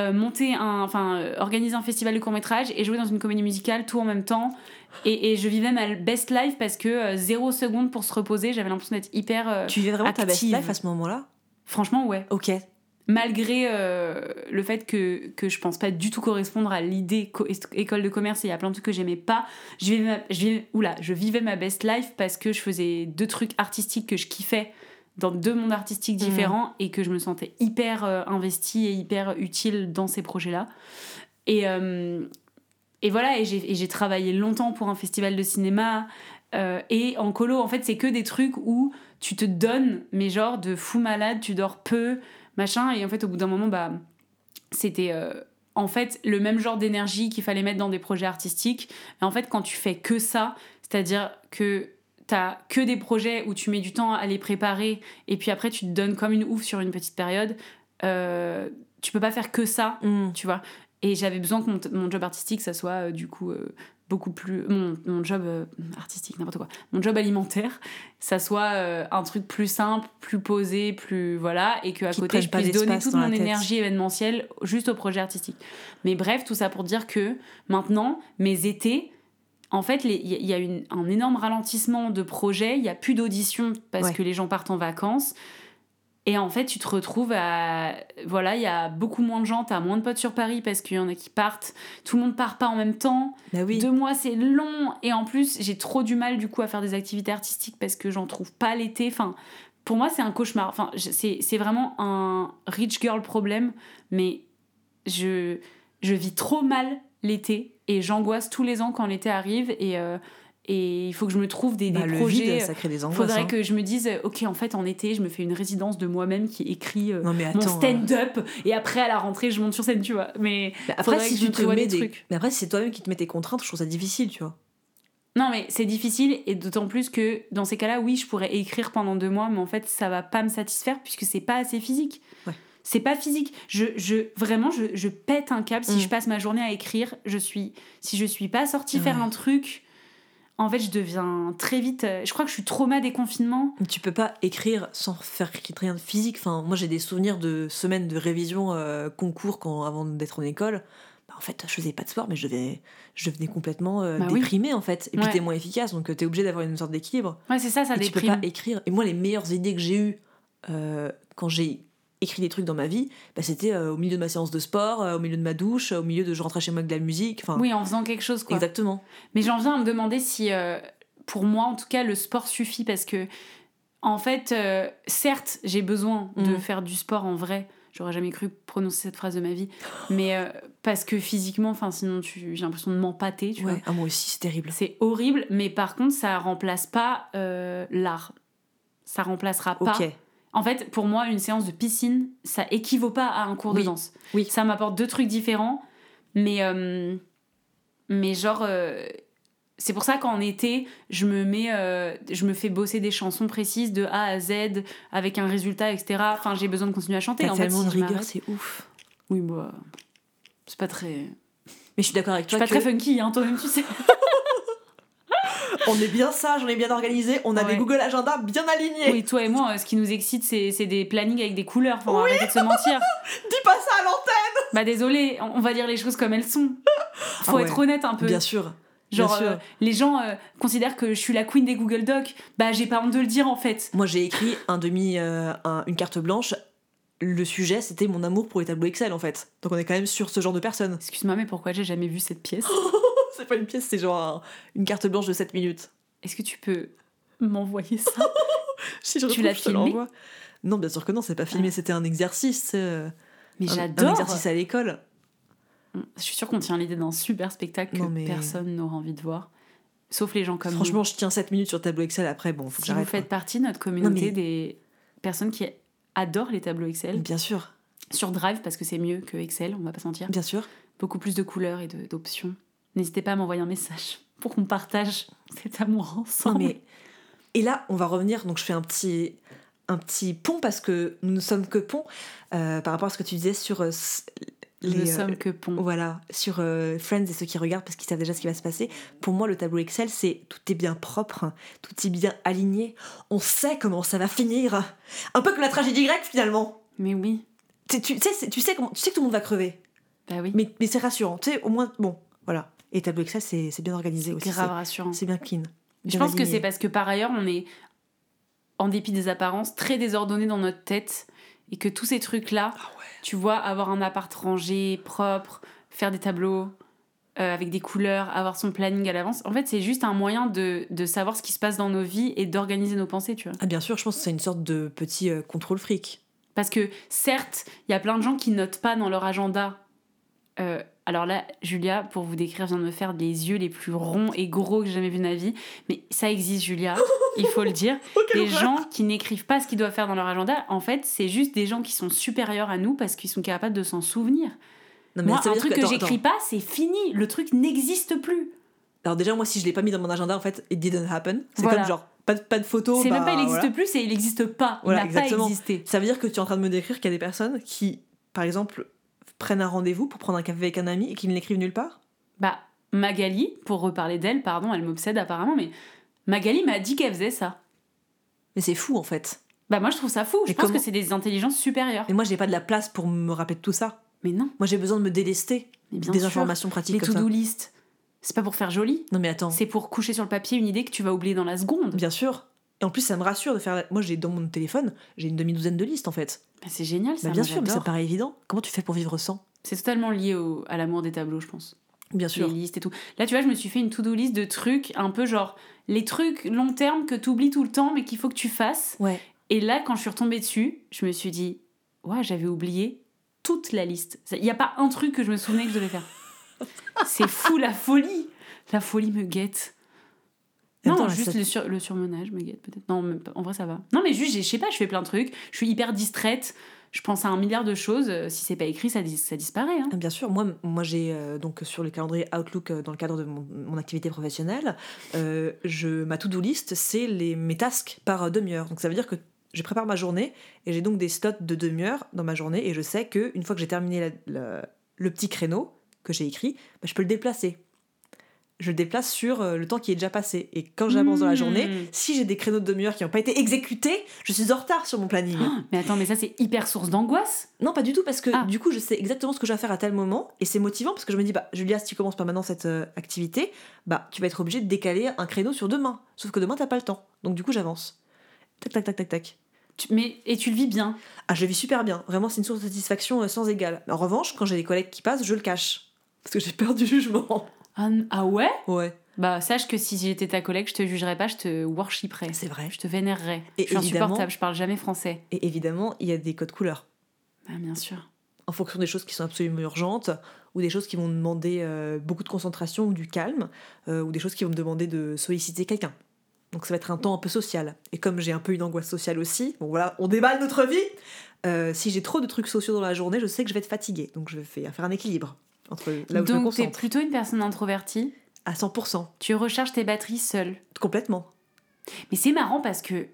organiser un festival de court-métrage et jouer dans une comédie musicale, tout en même temps. Et je vivais ma best life parce que 0 seconde pour se reposer, j'avais l'impression d'être hyper Tu vivais vraiment active. Ta best life à ce moment-là ? Franchement, ouais. Ok. Malgré le fait que je pense pas du tout correspondre à l'idée école de commerce, et il y a plein de trucs que j'aimais pas, je vivais ma best life parce que je faisais 2 trucs artistiques que je kiffais dans 2 mondes artistiques différents et que je me sentais hyper investie et hyper utile dans ces projets-là. Et voilà, et j'ai travaillé longtemps pour un festival de cinéma et en colo, en fait, c'est que des trucs où tu te donnes, mais genre de fou malade, tu dors peu, machin, et en fait au bout d'un moment c'était en fait le même genre d'énergie qu'il fallait mettre dans des projets artistiques. Et en fait quand tu fais que ça, c'est-à-dire que t'as que des projets où tu mets du temps à les préparer et puis après tu te donnes comme une ouf sur une petite période, tu peux pas faire que ça, tu vois. Et j'avais besoin que mon job artistique ça soit du coup beaucoup plus... Mon job artistique, n'importe quoi. Mon job alimentaire, ça soit un truc plus simple, plus posé, plus... Voilà, et qu'à côté, je puisse donner toute mon énergie événementielle juste au projet artistique. Mais bref, tout ça pour dire que maintenant, mes étés, en fait, il y a un énorme ralentissement de projets, il n'y a plus d'auditions parce que les gens partent en vacances. Et en fait, tu te retrouves à... Voilà, il y a beaucoup moins de gens, t'as moins de potes sur Paris parce qu'il y en a qui partent. Tout le monde part pas en même temps. 2 mois, c'est long. Et en plus, j'ai trop du mal, du coup, à faire des activités artistiques parce que j'en trouve pas l'été. Enfin, pour moi, c'est un cauchemar. Enfin, c'est vraiment un rich girl problème. Mais je vis trop mal l'été. Et j'angoisse tous les ans quand l'été arrive. Et il faut que je me trouve des projets. Le vide, ça crée des angoisses. Faudrait que je me dise, ok, en fait, en été, je me fais une résidence de moi-même qui écrit mon stand-up. Et après, à la rentrée, je monte sur scène, tu vois. Mais après, si tu te mets des trucs. Mais après, si c'est toi-même qui te mets tes contraintes, je trouve ça difficile, tu vois. Non, mais c'est difficile. Et d'autant plus que dans ces cas-là, oui, je pourrais écrire pendant 2 mois. Mais en fait, ça va pas me satisfaire puisque c'est pas assez physique. Ouais. C'est pas physique. Vraiment, je pète un câble. Si je passe ma journée à écrire, si je suis pas sortie faire un truc... En fait, je deviens très vite... Je crois que je suis trauma des confinements. Tu peux pas écrire sans faire rien de physique. Enfin, moi, j'ai des souvenirs de semaines de révision concours avant d'être en école. En fait, je faisais pas de sport, mais je devenais complètement déprimée, en fait. Et puis, t'es moins efficace, donc t'es obligé d'avoir une sorte d'équilibre. Ouais, c'est ça et déprime. Tu peux pas écrire. Et moi, les meilleures idées que j'ai eues quand j'ai écrit des trucs dans ma vie, bah, c'était au milieu de ma séance de sport, au milieu de ma douche, au milieu de je rentrais chez moi avec de la musique. Oui, en faisant quelque chose, quoi. Exactement. Mais j'en viens à me demander si, pour moi en tout cas, le sport suffit parce que, en fait, certes, j'ai besoin de faire du sport en vrai. J'aurais jamais cru prononcer cette phrase de ma vie. Mais parce que physiquement, sinon j'ai l'impression de m'empâter, tu vois. Ah, moi aussi, c'est terrible. C'est horrible, mais par contre, ça remplace pas l'art. Ça remplacera pas. Ok. En fait, pour moi, une séance de piscine, ça équivaut pas à un cours de danse. Oui. Ça m'apporte 2 trucs différents, mais genre, c'est pour ça qu'en été, je me fais bosser des chansons précises de A à Z, avec un résultat, etc. Enfin, j'ai besoin de continuer à chanter. T'as en tellement fait, de si je rigueur, m'arrête- c'est ouf. Oui, bah, c'est pas très... Mais je suis d'accord avec Je suis toi pas très funky, hein, toi-même, tu sais. on est bien sage, on est bien organisé, on a Ouais. des Google Agenda bien alignés. Oui, toi et moi, ce qui nous excite, c'est des plannings avec des couleurs. Enfin, on va arrêter de se mentir. Dis pas ça à l'antenne. Bah désolé, on va dire les choses comme elles sont. Faut être honnête un peu. Bien sûr. Genre, Bien sûr. les gens considèrent que je suis la queen des Google Docs. Bah j'ai pas honte de le dire en fait. Moi, j'ai écrit une carte blanche. Le sujet, c'était mon amour pour les tableaux Excel, en fait. Donc on est quand même sur ce genre de personnes. Excuse-moi, mais pourquoi j'ai jamais vu cette pièce? C'est pas une pièce, c'est genre une carte blanche de 7 minutes. Est-ce que tu peux m'envoyer ça? Si je Tu l'as retrouve, je te filmé? l'envoie. Non, bien sûr que non, c'est pas filmé, c'était un exercice. Mais un j'adore. exercice à l'école. Je suis sûre qu'on tient l'idée d'un super spectacle Non, que mais- personne n'aura envie de voir. Sauf les gens comme Franchement, nous. je tiens 7 minutes sur le tableau Excel, après, bon, faut que Si vous j'arrête. faites partie de notre communauté Non, mais- des personnes qui adorent les tableaux Excel, Bien sûr, sur Drive parce que c'est mieux que Excel, on va pas se mentir. bien sûr. Beaucoup plus de couleurs et d'options. N'hésitez pas à m'envoyer un message pour qu'on partage cet amour ensemble. Non, mais... Et là, on va revenir, donc je fais un petit pont, parce que nous ne sommes que pont, par rapport à ce que tu disais sur Nous ne sommes que pont. Voilà, sur Friends et ceux qui regardent parce qu'ils savent déjà ce qui va se passer. Pour moi, le tableau Excel, c'est tout est bien propre, tout est bien aligné. On sait comment ça va finir. Un peu comme la tragédie grecque, finalement. Mais oui, Tu sais que tout le monde va crever. bah oui. Mais c'est rassurant. Tu sais, au moins, bon, voilà. Et tableau Excel, c'est bien organisé aussi. Grave rassurant. C'est bien clean. Je bien pense que aligné. c'est parce que par ailleurs, on est, en dépit des apparences, très désordonnés dans notre tête. Et que tous ces trucs-là, tu vois, avoir un appart rangé, propre, faire des tableaux avec des couleurs, avoir son planning à l'avance, en fait, c'est juste un moyen de savoir ce qui se passe dans nos vies et d'organiser nos pensées, tu vois. Ah, bien sûr, je pense que c'est une sorte de petit contrôle fric. Parce que, certes, il y a plein de gens qui notent pas dans leur agenda. Alors là, Julia, pour vous décrire, vient de me faire les yeux les plus ronds et gros que j'ai jamais vus de ma vie. Mais ça existe, Julia, il faut le dire. Les gens qui n'écrivent pas ce qu'ils doivent faire dans leur agenda, en fait, c'est juste des gens qui sont supérieurs à nous parce qu'ils sont capables de s'en souvenir. Non, mais Moi, ça un veut dire truc que attends, j'écris pas, c'est fini. Le truc n'existe plus. Alors déjà, moi, si je l'ai pas mis dans mon agenda, en fait, it didn't happen. C'est Voilà. comme genre, pas de photo. C'est bah, même pas il n'existe voilà. plus, c'est il n'existe pas. Voilà, il n'a exactement. pas existé. Ça veut dire que tu es en train de me décrire qu'il y a des personnes qui, par exemple, prennent un rendez-vous pour prendre un café avec un ami et qui ne l'écrivent nulle part. Bah, Magali, pour reparler d'elle, pardon, elle m'obsède apparemment, mais Magali m'a dit qu'elle faisait ça. Mais c'est fou, en fait. Bah moi je trouve ça fou, je Mais pense comment- que c'est des intelligences supérieures. Mais moi, j'ai pas de la place pour me rappeler de tout ça. Mais non, Moi, j'ai besoin de me délester mais bien des sûr. informations pratiques Les comme ça. to-do list, c'est pas pour faire joli, Non, mais attends. c'est pour coucher sur le papier une idée que tu vas oublier dans la seconde. Bien sûr. Et en plus, ça me rassure de faire. Moi, j'ai dans mon téléphone, j'ai une demi-douzaine de listes, en fait. Bah, c'est génial ça, Bah, bien moi, sûr, mais ça j'adore. paraît évident. Comment tu fais pour vivre sans? C'est totalement lié à l'amour des tableaux, je pense. Bien sûr. Les listes et tout. Là, tu vois, je me suis fait une to-do list de trucs, un peu genre les trucs long terme que tu oublies tout le temps, mais qu'il faut que tu fasses. Ouais. Et là, quand je suis retombée dessus, je me suis dit, ouais, j'avais oublié toute la liste. Il n'y a pas un truc que je me souvenais que je devais faire. C'est fou, la folie. La folie me guette. Et Non, attends, juste ça- le surmenage me guette peut-être. Non, même pas. En vrai, ça va. Non, mais juste, je sais pas, je fais plein de trucs. Je suis hyper distraite. Je pense à un milliard de choses. Si c'est pas écrit, ça disparaît. Hein. Ah, bien sûr, moi j'ai donc sur le calendrier Outlook dans le cadre de mon activité professionnelle, ma to-do list c'est mes tasks par demi-heure. Donc ça veut dire que je prépare ma journée et j'ai donc des slots de demi-heure dans ma journée et je sais que une fois que j'ai terminé le petit créneau que j'ai écrit, bah, je peux le déplacer. Je le déplace sur le temps qui est déjà passé. Et quand j'avance dans la journée, si j'ai des créneaux de demi-heure qui n'ont pas été exécutés, je suis en retard sur mon planning. Oh, mais attends, mais ça, c'est hyper source d'angoisse. Non, pas du tout, parce que Ah. du coup, je sais exactement ce que je vais faire à tel moment, et c'est motivant, parce que je me dis, bah, Julia, si tu commences pas maintenant cette activité, bah, tu vas être obligée de décaler un créneau sur demain. Sauf que demain, t'as pas le temps. Donc du coup, j'avance. Tac, tac, tac, tac, tac. Et tu le vis bien. Ah, je le vis super bien. Vraiment, c'est une source de satisfaction sans égale. En revanche, quand j'ai des collègues qui passent, je le cache. Parce que j'ai peur du jugement. Ah ouais? Ouais. Bah, sache que si j'étais ta collègue, je te jugerais pas, je te worshiperais. C'est vrai. Je te vénérerais. Et je suis évidemment- insupportable, je parle jamais français. Et évidemment, il y a des codes couleurs. Ah, bien sûr. En fonction des choses qui sont absolument urgentes, ou des choses qui vont demander beaucoup de concentration ou du calme, ou des choses qui vont me demander de solliciter quelqu'un. Donc ça va être un temps un peu social. Et comme j'ai un peu une angoisse sociale aussi, bon voilà, on déballe notre vie. Si j'ai trop de trucs sociaux dans la journée, je sais que je vais être fatiguée. Donc je vais faire un équilibre entre là où je me Donc, t'es concentre. plutôt une personne introvertie. À 100%. Tu recharges tes batteries seule. Complètement. Mais c'est marrant parce que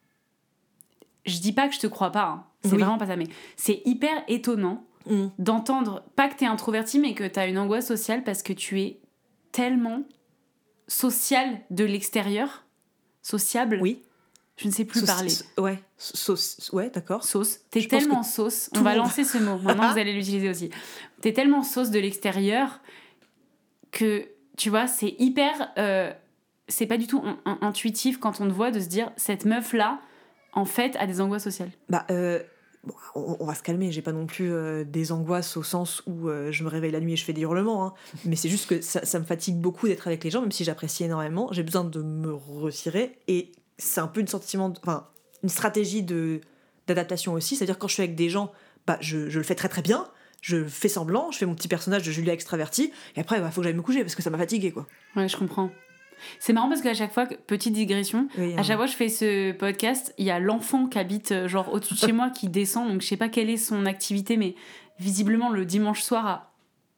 je dis pas que je te crois pas, hein. C'est Oui. vraiment pas ça, mais c'est hyper étonnant d'entendre, pas que t'es introverti, mais que t'as une angoisse sociale parce que tu es tellement social de l'extérieur, sociable. Oui. Je ne sais plus parler. Ouais. Ouais, d'accord. Sauce. T'es Je pense tellement que sauce. tout On va le monde- lancer ce mot. Maintenant, vous allez l'utiliser aussi. T'es tellement sauce de l'extérieur que, tu vois, c'est hyper... c'est pas du tout intuitif quand on te voit de se dire, cette meuf-là, en fait, a des angoisses sociales. Bah, bon, on va se calmer. J'ai pas non plus des angoisses au sens où je me réveille la nuit et je fais des hurlements. Hein. Mais c'est juste que ça me fatigue beaucoup d'être avec les gens, même si j'apprécie énormément. J'ai besoin de me retirer. Et c'est un peu une stratégie d'adaptation aussi. C'est-à-dire quand je suis avec des gens, bah, je le fais très très bien. Je fais semblant, je fais mon petit personnage de Julia extravertie. Et après, bah, faut que j'aille me coucher parce que ça m'a fatiguée, quoi. Ouais, je comprends. C'est marrant parce qu'à chaque fois, petite digression, Oui, à chaque fois que je fais ce podcast, il y a l'enfant qui habite genre au-dessus de chez moi qui descend, donc je sais pas quelle est son activité, mais visiblement le dimanche soir à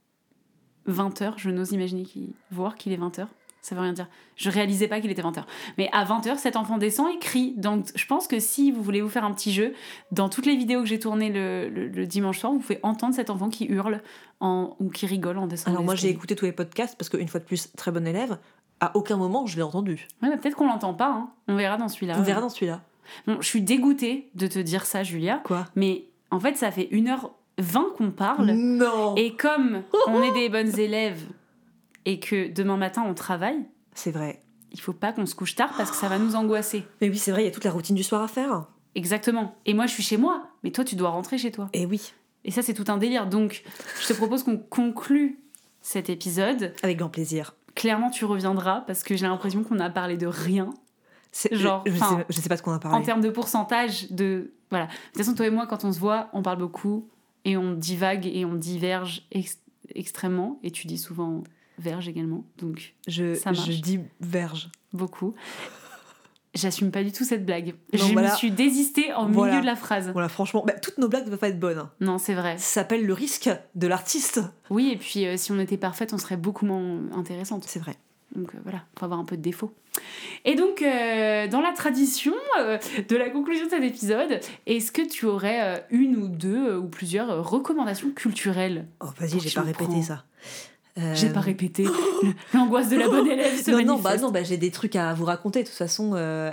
20h, je n'ose imaginer voir qu'il est 20h. Ça veut rien dire. Je réalisais pas qu'il était 20h. Mais à 20h, cet enfant descend et crie. Donc je pense que si vous voulez vous faire un petit jeu, dans toutes les vidéos que j'ai tournées le dimanche soir, vous pouvez entendre cet enfant qui hurle ou qui rigole en descendant. Alors moi, j'ai écouté tous les podcasts parce qu'une fois de plus, très bon élève. À aucun moment, je l'ai entendu. Ouais, bah, peut-être qu'on l'entend pas. Hein. On verra dans celui-là. On verra dans celui-là. Bon, je suis dégoûtée de te dire ça, Julia. Quoi ? Mais en fait, ça fait 1h20 qu'on parle. Non. Et comme on est des bonnes élèves et que demain matin, on travaille, C'est vrai. il faut pas qu'on se couche tard parce que ça va nous angoisser. Mais oui, c'est vrai, il y a toute la routine du soir à faire. Exactement. Et moi, je suis chez moi. Mais toi, tu dois rentrer chez toi. Et oui. Et ça, c'est tout un délire. Donc, je te propose qu'on conclue cet épisode. Avec grand plaisir. Clairement, tu reviendras parce que j'ai l'impression qu'on a parlé de rien. Genre, je sais pas de quoi on a parlé. En termes de pourcentage de... Voilà. De toute façon, toi et moi, quand on se voit, on parle beaucoup et on divague et on diverge extrêmement. Et tu dis souvent verge également. Donc, ça marche. Je dis verge. Beaucoup. J'assume pas du tout cette blague. Non, je voilà. me suis désistée en milieu de la phrase. Voilà, franchement, toutes nos blagues ne peuvent pas être bonnes. Hein. Non, c'est vrai. Ça s'appelle le risque de l'artiste. Oui, et puis si on était parfaite, on serait beaucoup moins intéressante. C'est vrai. Donc voilà, faut avoir un peu de défaut. Et donc, dans la tradition de la conclusion de cet épisode, est-ce que tu aurais une ou deux ou plusieurs recommandations culturelles ? Oh, vas-y, j'ai pas répété ça. J'ai pas répété. L'angoisse de la bonne élève se manifeste. Non, j'ai des trucs à vous raconter. De toute façon,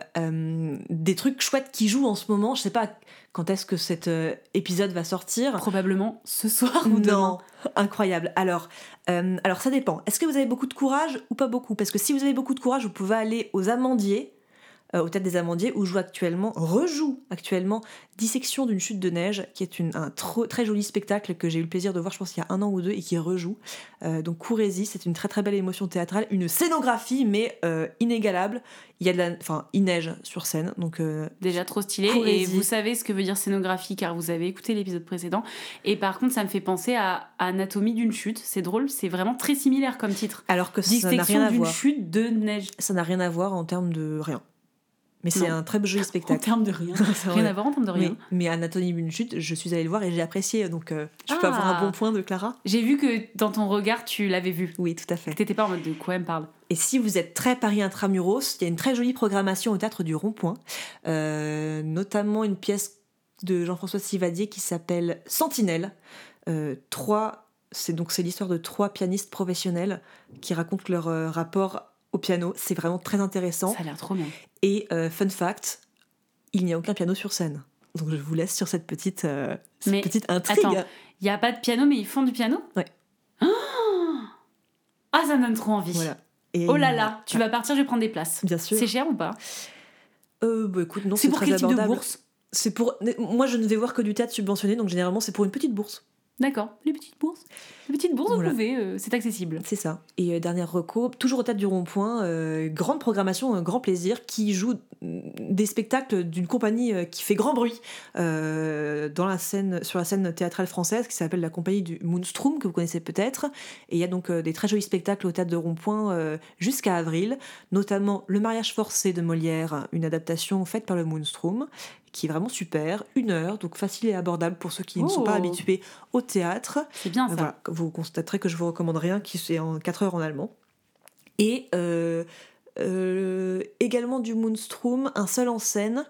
des trucs chouettes qui jouent en ce moment. Je sais pas quand est-ce que cet épisode va sortir. Probablement ce soir ou demain. Non, incroyable. Alors, ça dépend. Est-ce que vous avez beaucoup de courage ou pas beaucoup ? Parce que si vous avez beaucoup de courage, vous pouvez aller aux Amandiers, au Théâtre des Amandiers, où rejoue actuellement Dissection d'une chute de neige, qui est un très joli spectacle que j'ai eu le plaisir de voir, je pense, il y a 1 an ou 2, et qui rejoue. Donc courez-y, c'est une très très belle émotion théâtrale, une scénographie, mais inégalable. Il neige sur scène, donc... Déjà trop stylé, courez-y. et vous savez ce que veut dire scénographie, car vous avez écouté l'épisode précédent. Et par contre, ça me fait penser à Anatomie d'une chute. C'est drôle, c'est vraiment très similaire comme titre. Alors que ça n'a rien à d'une voir. chute de neige. Ça n'a rien à voir en termes de rien. Mais c'est un très joli En spectacle. termes de rien. Rien à voir en termes de rien. Mais Anatomie d'une chute, je suis allée le voir et j'ai apprécié, donc je peux avoir un bon point de Clara. J'ai vu que dans ton regard, tu l'avais vu. Oui, tout à fait. T'étais pas en mode de quoi elle me parle. Et si vous êtes très Paris Intramuros, il y a une très jolie programmation au Théâtre du Rond-Point, notamment une pièce de Jean-François Sivadier qui s'appelle Sentinelle. C'est l'histoire de 3 pianistes professionnels qui racontent leur rapport au piano. C'est vraiment très intéressant. Ça a l'air trop bien. Et fun fact, il n'y a aucun piano sur scène. Donc je vous laisse sur cette petite intrigue. Attends, il n'y a pas de piano, mais ils font du piano ? Ouais. Ah, ça me donne trop envie. Voilà. Et oh là là, tu vas partir, je vais prendre des places. Bien sûr. C'est cher ou pas ? Écoute, non, c'est pour très quel type de abordable. bourse ? Moi, je ne vais voir que du théâtre subventionné, donc généralement, c'est pour une petite bourse. D'accord, les petites bourses. Les petites bourses, Voilà. vous pouvez, c'est accessible. C'est ça. Et dernière reco, toujours au Théâtre du Rond-Point, grande programmation, un grand plaisir, qui joue des spectacles d'une compagnie qui fait grand bruit sur la scène théâtrale française, qui s'appelle la compagnie du Moonstrom, que vous connaissez peut-être. Et il y a donc des très jolis spectacles au Théâtre de Rond-Point jusqu'à avril, notamment Le mariage forcé de Molière, une adaptation faite par le Moonstrom, qui est vraiment super, 1 heure, donc facile et abordable pour ceux qui ne sont pas habitués au théâtre. C'est bien ça. Voilà, vous constaterez que je vous recommande rien qui c'est en 4 heures en allemand. Et également du Moonstrom, un seul en scène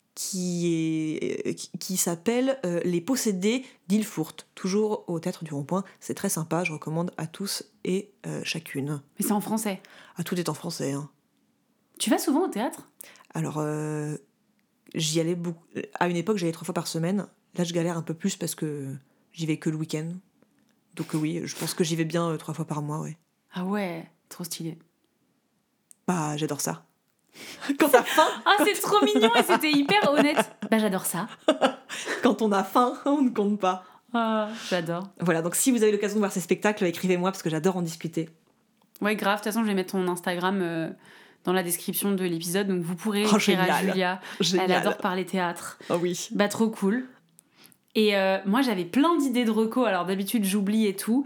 qui s'appelle Les Possédés d'Ilfurt, toujours au Théâtre du Rond-Point. C'est très sympa, je recommande à tous et chacune. Mais c'est en français. Ah, tout est en français. Hein. Tu vas souvent au théâtre ? Alors, j'y allais beaucoup. À une époque, j'allais 3 fois par semaine. Là, je galère un peu plus parce que j'y vais que le week-end. Donc oui, je pense que j'y vais bien 3 fois par mois, ouais. Ah ouais, trop stylé. Bah, j'adore ça. Quand t'as faim... Ah, c'est trop mignon et c'était hyper honnête. Bah, j'adore ça. Quand on a faim, on ne compte pas. Ah, j'adore. Voilà, donc si vous avez l'occasion de voir ces spectacles, écrivez-moi parce que j'adore en discuter. Ouais, grave. De toute façon, je vais mettre ton Instagram dans la description de l'épisode, donc vous pourrez écrire à Julia. Génial. Elle adore parler théâtre. Oh oui. Bah, trop cool. Et moi, j'avais plein d'idées de reco. Alors, d'habitude, j'oublie et tout.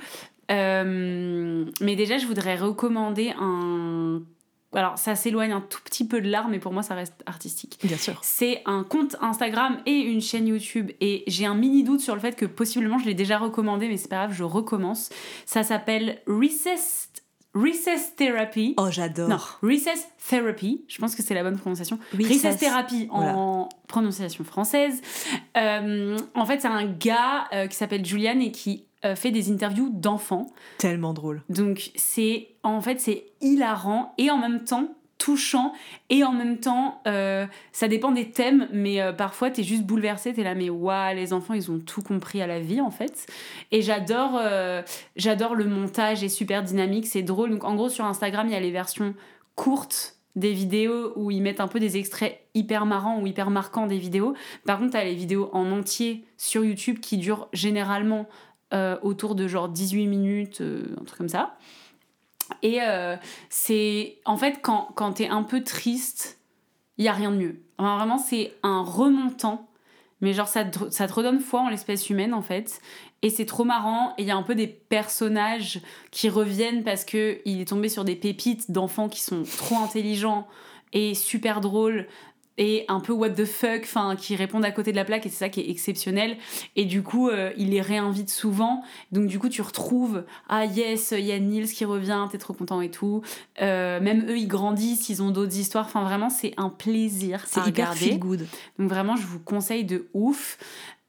Mais déjà, je voudrais recommander un... Alors, ça s'éloigne un tout petit peu de l'art, mais pour moi, ça reste artistique. Bien sûr. C'est un compte Instagram et une chaîne YouTube. Et j'ai un mini doute sur le fait que possiblement, je l'ai déjà recommandé, mais c'est pas grave, je recommence. Ça s'appelle Recess Therapy. Oh, j'adore. Non, Recess Therapy. Je pense que c'est la bonne prononciation. Recess Therapy en prononciation française. En fait, c'est un gars qui s'appelle Julian et qui fait des interviews d'enfants. Tellement drôle. Donc, c'est hilarant et en même temps touchant et en même temps ça dépend des thèmes, mais parfois t'es juste bouleversée, t'es là mais waouh, les enfants ils ont tout compris à la vie en fait. Et j'adore le montage, est super dynamique, c'est drôle. Donc en gros sur Instagram il y a les versions courtes des vidéos où ils mettent un peu des extraits hyper marrants ou hyper marquants des vidéos. Par contre t'as les vidéos en entier sur YouTube qui durent généralement autour de genre 18 minutes, un truc comme ça. Et c'est... En fait, quand t'es un peu triste, il n'y a rien de mieux. Enfin, vraiment, c'est un remontant. Mais genre, ça te redonne foi en l'espèce humaine, en fait. Et c'est trop marrant. Et il y a un peu des personnages qui reviennent parce qu'il est tombé sur des pépites d'enfants qui sont trop intelligents et super drôles. Et un peu what the fuck, enfin, qui répondent à côté de la plaque, et c'est ça qui est exceptionnel. Et du coup, il les réinvite souvent. Donc du coup, tu retrouves, ah yes, il y a Nils qui revient, t'es trop content et tout. Même eux, ils grandissent, ils ont d'autres histoires. Enfin, vraiment, c'est un plaisir à regarder. C'est hyper feel good. Donc vraiment, je vous conseille de ouf.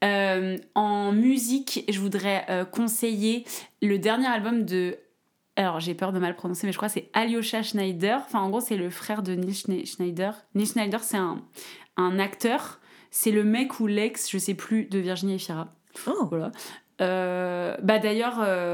En musique, je voudrais conseiller le dernier album de... Alors, j'ai peur de mal prononcer, mais je crois que c'est Alyosha Schneider. Enfin, en gros, c'est le frère de Neil Schneider. Neil Schneider, c'est un acteur. C'est le mec ou l'ex, je sais plus, de Virginie Efira. Oh. Voilà. D'ailleurs,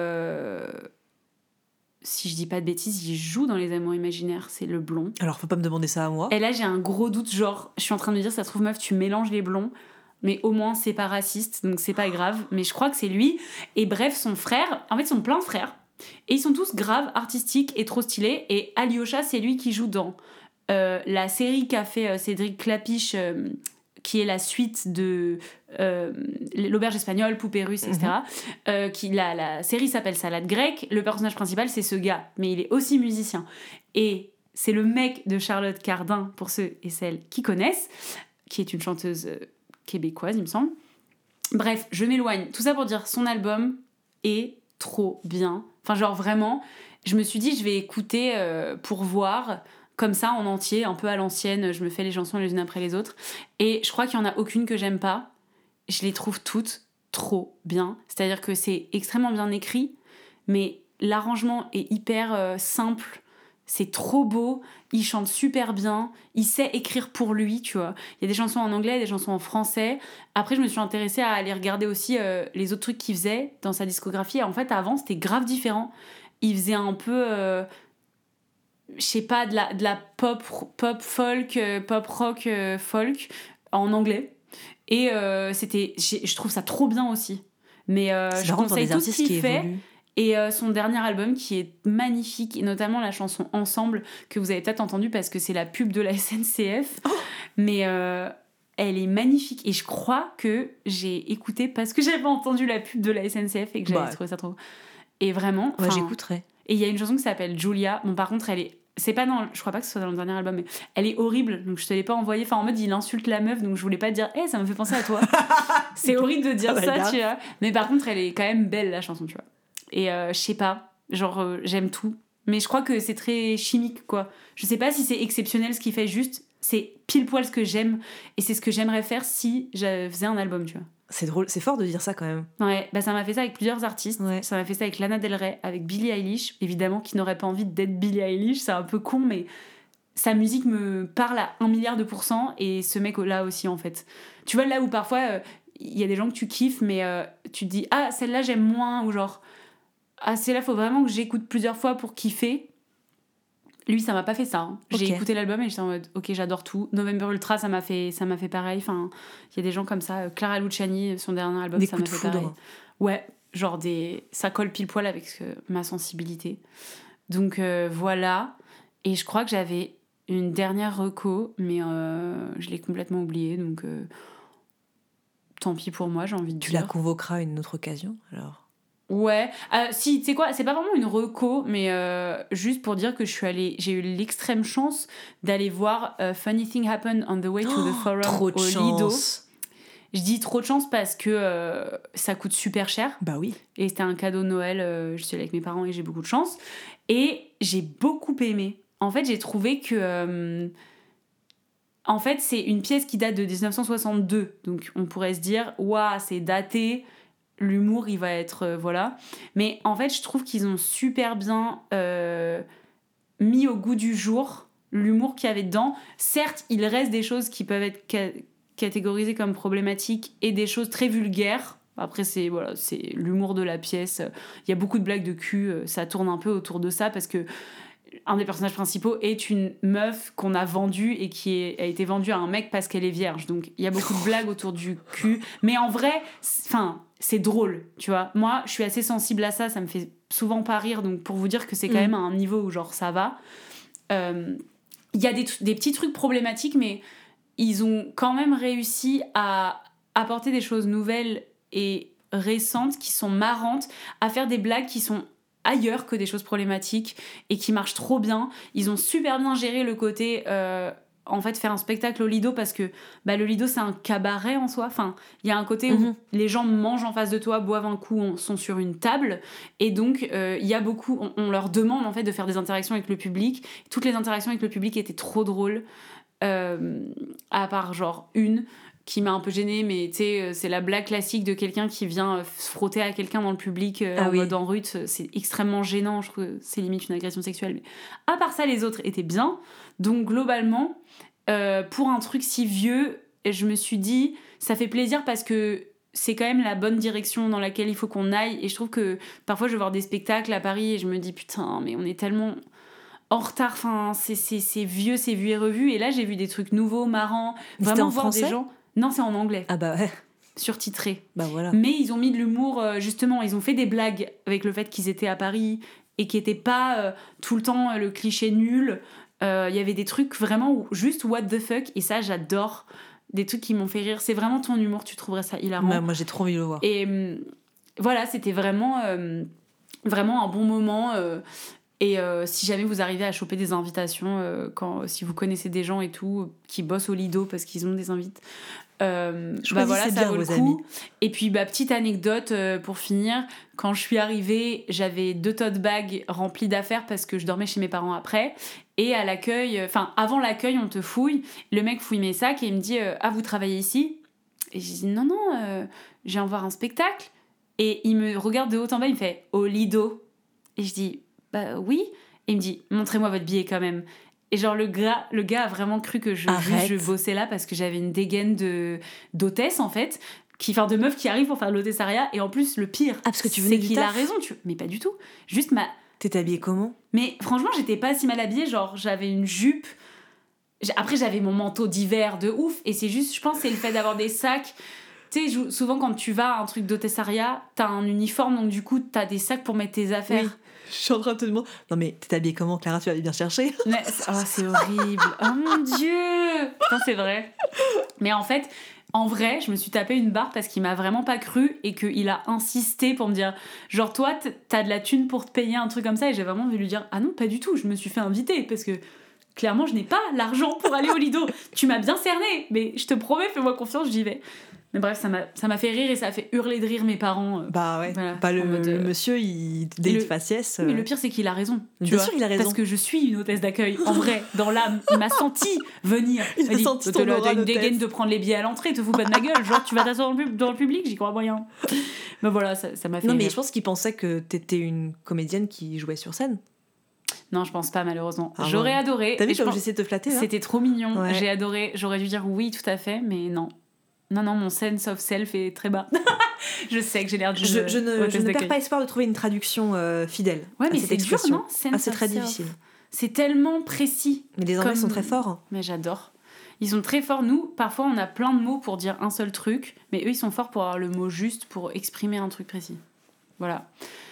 si je dis pas de bêtises, il joue dans Les Amours imaginaires. C'est le blond. Alors, faut pas me demander ça à moi. Et là, j'ai un gros doute. Genre, je suis en train de me dire, ça se trouve, meuf, tu mélanges les blonds. Mais au moins, c'est pas raciste, donc c'est pas grave. Mais je crois que c'est lui. Et bref, son frère... En fait, ils sont plein de frères. Et ils sont tous graves, artistiques et trop stylés. Et Alyosha, c'est lui qui joue dans la série qu'a fait Cédric Clapiche, qui est la suite de L'Auberge espagnole, Poupée russe, etc. La série s'appelle Salade grecque. Le personnage principal, c'est ce gars, mais il est aussi musicien. Et c'est le mec de Charlotte Cardin, pour ceux et celles qui connaissent, qui est une chanteuse québécoise, il me semble. Bref, je m'éloigne. Tout ça pour dire, son album est trop bien. Enfin, genre vraiment, je me suis dit, je vais écouter pour voir, comme ça, en entier, un peu à l'ancienne, je me fais les chansons les unes après les autres. Et je crois qu'il n'y en a aucune que j'aime pas. Je les trouve toutes trop bien. C'est-à-dire que c'est extrêmement bien écrit, mais l'arrangement est hyper simple. C'est trop beau, il chante super bien, il sait écrire pour lui, tu vois. Il y a des chansons en anglais, des chansons en français. Après, je me suis intéressée à aller regarder aussi les autres trucs qu'il faisait dans sa discographie. Et en fait, avant, c'était grave différent. Il faisait un peu, je sais pas, de la pop folk, pop rock folk en anglais. Et je trouve ça trop bien aussi. Mais je conseille tout ce qu'il fait. Et son dernier album qui est magnifique, et notamment la chanson Ensemble, que vous avez peut-être entendu parce que c'est la pub de la SNCF. Oh, mais elle est magnifique. Et je crois que j'ai écouté parce que j'avais entendu la pub de la SNCF et que j'avais trouvé ça trop... Et vraiment... Ouais, j'écouterai. Et il y a une chanson qui s'appelle Julia. Bon, par contre, elle est... C'est pas dans... Je crois pas que ce soit dans le dernier album, mais elle est horrible, donc je te l'ai pas envoyée. Enfin, en mode, il insulte la meuf, donc je voulais pas te dire « Hey, ça me fait penser à toi !» C'est horrible de dire ça, tu vois. Mais par contre, elle est quand même belle, la chanson, tu vois. Et je sais pas, genre, j'aime tout. Mais je crois que c'est très chimique, quoi. Je sais pas si c'est exceptionnel ce qu'il fait, juste, c'est pile poil ce que j'aime. Et c'est ce que j'aimerais faire si je faisais un album, tu vois. C'est drôle, c'est fort de dire ça quand même. Ouais, bah ça m'a fait ça avec plusieurs artistes. Ouais. Ça m'a fait ça avec Lana Del Rey, avec Billie Eilish, évidemment, qui n'aurait pas envie d'être Billie Eilish, c'est un peu con, mais sa musique me parle à 1 milliard de %, et ce mec-là aussi, en fait. Tu vois, là où parfois, il y a des gens que tu kiffes, mais tu te dis « Ah, celle-là, j'aime moins », ou genre « Ah, celle-là, faut vraiment que j'écoute plusieurs fois pour kiffer ». Lui, ça m'a pas fait ça. Hein. Okay. J'ai écouté l'album et j'étais en mode, ok, j'adore tout. November Ultra, ça m'a fait pareil. Enfin, il y a des gens comme ça. Clara Luciani, son dernier album, des ça m'a fait pareil. Ouais, genre ça colle pile poil avec ma sensibilité. Donc voilà. Et je crois que j'avais une dernière reco, mais je l'ai complètement oubliée. Donc tant pis pour moi, j'ai envie de dire. Tu la convoqueras à une autre occasion, alors. Ouais, si, tu sais quoi, c'est pas vraiment une reco, mais juste pour dire que j'ai eu l'extrême chance d'aller voir Funny Thing Happened on the Way to the Forum au Lido. Je dis trop de chance parce que ça coûte super cher. Bah oui. Et c'était un cadeau de Noël, je suis allée avec mes parents et j'ai beaucoup de chance. Et j'ai beaucoup aimé. En fait, j'ai trouvé que... en fait, c'est une pièce qui date de 1962, donc on pourrait se dire, waouh, c'est daté... L'humour, il va être... voilà. Mais en fait, je trouve qu'ils ont super bien mis au goût du jour l'humour qu'il y avait dedans. Certes, il reste des choses qui peuvent être catégorisées comme problématiques et des choses très vulgaires. Après, c'est l'humour de la pièce. Il y a beaucoup de blagues de cul. Ça tourne un peu autour de ça parce que un des personnages principaux est une meuf qu'on a vendue et qui a été vendue à un mec parce qu'elle est vierge. Donc, il y a beaucoup de blagues autour du cul. Mais en vrai, c'est drôle, tu vois. Moi, je suis assez sensible à ça. Ça me fait souvent pas rire. Donc, pour vous dire que c'est quand même à un niveau où, genre, ça va. Il y a des petits trucs problématiques, mais ils ont quand même réussi à apporter des choses nouvelles et récentes qui sont marrantes, à faire des blagues qui sont ailleurs que des choses problématiques et qui marchent trop bien. Ils ont super bien géré le côté en fait faire un spectacle au Lido parce que le Lido c'est un cabaret en soi. Enfin, il y a un côté où les gens mangent en face de toi, boivent un coup, sont sur une table et donc il y a beaucoup on leur demande en fait de faire des interactions avec le public. Toutes les interactions avec le public étaient trop drôles à part genre une qui m'a un peu gênée, mais tu sais, c'est la blague classique de quelqu'un qui vient se frotter à quelqu'un dans le public mode en rut. C'est extrêmement gênant, je trouve que c'est limite une agression sexuelle. Mais à part ça, les autres étaient bien. Donc globalement, pour un truc si vieux, je me suis dit, ça fait plaisir parce que c'est quand même la bonne direction dans laquelle il faut qu'on aille. Et je trouve que parfois, je vais voir des spectacles à Paris et je me dis, putain, mais on est tellement... en retard, enfin, c'est vieux, c'est vu et revu. Et là, j'ai vu des trucs nouveaux, marrants. Mais vraiment voir français ? Des gens... Non, c'est en anglais. Ah bah ouais. Surtitré. Bah voilà. Mais ils ont mis de l'humour, justement. Ils ont fait des blagues avec le fait qu'ils étaient à Paris et qui n'étaient pas tout le temps le cliché nul. Il y avait des trucs vraiment juste what the fuck. Et ça, j'adore. Des trucs qui m'ont fait rire. C'est vraiment ton humour, tu trouverais ça hilarant. Ouais, moi, j'ai trop envie de le voir. Et voilà, c'était vraiment, vraiment un bon moment. Et si jamais vous arrivez à choper des invitations, si vous connaissez des gens et tout qui bossent au Lido parce qu'ils ont des invites, voilà, ça vaut le coup. Amis. Et puis petite anecdote pour finir, quand je suis arrivée, j'avais 2 tote bags remplis d'affaires parce que je dormais chez mes parents après. Et à l'accueil, avant l'accueil, on te fouille. Le mec fouille mes sacs et il me dit ah, vous travaillez ici ? Et je dis non, je viens voir un spectacle. Et il me regarde de haut en bas, il me fait au Lido. Et je dis bah oui. Et il me dit montrez-moi votre billet quand même. Et genre le gars a vraiment cru que je bossais là parce que j'avais une dégaine d'hôtesse en fait, de meuf qui arrive pour faire de l'hôtessariat. Et en plus le pire, parce que tu venais c'est qu'il a raison. Mais pas du tout. Juste T'es habillée comment ? Mais franchement j'étais pas si mal habillée. Genre j'avais une jupe. Après, j'avais mon manteau d'hiver de ouf. Et c'est juste, je pense, c'est le fait d'avoir des sacs. Tu sais, souvent, quand tu vas à un truc d'hôtessaria, t'as un uniforme, donc du coup, t'as des sacs pour mettre tes affaires. Oui. Je suis en train de te demander. Non, mais t'es habillée comment, Clara? Tu vas bien chercher. Mais, c'est horrible. Oh mon Dieu. Putain, c'est vrai. Mais en fait, en vrai, je me suis tapé une barre parce qu'il m'a vraiment pas cru et qu'il a insisté pour me dire genre, toi, t'as de la thune pour te payer un truc comme ça. Et j'ai vraiment envie de lui dire ah non, pas du tout. Je me suis fait inviter parce que clairement, je n'ai pas l'argent pour aller au Lido. Tu m'as bien cerné, mais je te promets, fais-moi confiance, j'y vais. Mais bref, ça m'a fait rire et ça a fait hurler de rire mes parents. Bah ouais, voilà, pas le monsieur, il date faciès. Mais le pire, c'est qu'il a raison. Bien sûr, il a raison. Parce que je suis une hôtesse d'accueil, en vrai, dans l'âme. Il m'a senti venir. Il a senti ton aura une d'hôtesse. dégaine de prendre les billets à l'entrée, te fous pas de ma gueule. Genre, tu vas t'asseoir dans le public, j'y crois moyen. Mais voilà, ça m'a fait Non, mais rire. je pense qu'il pensait que t'étais une comédienne qui jouait sur scène. Non, je pense pas, malheureusement. Ah, J'aurais ouais. adoré. T'as vu comme j'essaie de te flatter, là? C'était trop mignon. Ouais. J'ai adoré. J'aurais dû dire oui, tout à fait, mais non. Non, mon sense of self est très bas. Je sais que j'ai l'air d'une Je ne hôtesse perds d'accueil. pas espoir de trouver une traduction fidèle. Ouais, mais à cette c'est dur, expression. non? Sense C'est of très self. difficile. C'est tellement précis. Mais les Anglais Comme- sont très forts. Mais j'adore. Ils sont très forts. Nous, parfois, on a plein de mots pour dire un seul truc, mais eux, ils sont forts pour avoir le mot juste pour exprimer un truc précis. Voilà.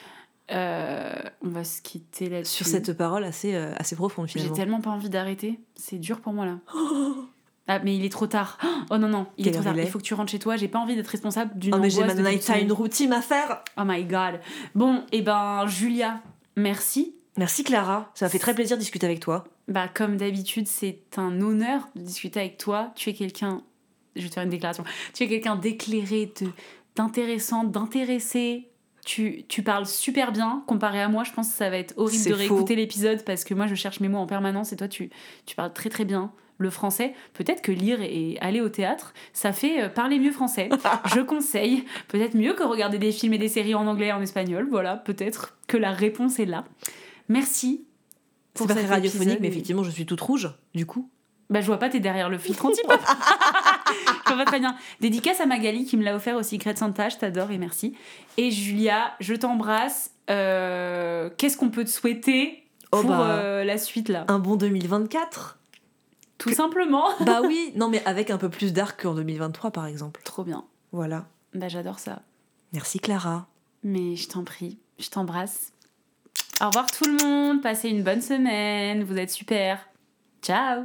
On va se quitter là-dessus. Sur cette parole assez profonde, J'ai finalement. tellement pas envie d'arrêter. C'est dur pour moi, là. Ah, mais il est trop tard. Oh non, il est Quelle trop heure tard. il est Il faut que tu rentres chez toi. J'ai pas envie d'être responsable d'une Oh, mais j'ai angoisse ma de nighttime semaine. routine à faire. Oh my god. Bon, et ben, Julia, merci. Merci, Clara. Ça m'a fait très plaisir de discuter avec toi. Bah, comme d'habitude, c'est un honneur de discuter avec toi. Tu es quelqu'un... Je vais te faire une déclaration. Tu es quelqu'un d'éclairé, d'intéressant, d'intéressé. Tu parles super bien. Comparé à moi, je pense que ça va être horrible C'est de réécouter faux. l'épisode parce que moi, je cherche mes mots en permanence et toi, tu parles très très bien le français. Peut-être que lire et aller au théâtre, ça fait parler mieux français. Je conseille. Peut-être mieux que regarder des films et des séries en anglais et en espagnol. Voilà, peut-être que la réponse est là. Merci. C'est pour pas cet très radiophonique, épisode mais et- effectivement, je suis toute rouge, du coup. Bah, je vois pas, t'es derrière le filtre anti-pop. Je vois pas très bien. Dédicace à Magali qui me l'a offert au Secret Santa, je t'adore et merci. Et Julia, je t'embrasse. Qu'est-ce qu'on peut te souhaiter pour la suite là? Un bon 2024. Tout simplement. Bah oui, non, mais avec un peu plus d'arc qu'en 2023, par exemple. Trop bien. Voilà. Bah, j'adore ça. Merci, Clara. Mais je t'en prie, je t'embrasse. Au revoir tout le monde, passez une bonne semaine, vous êtes super. Ciao.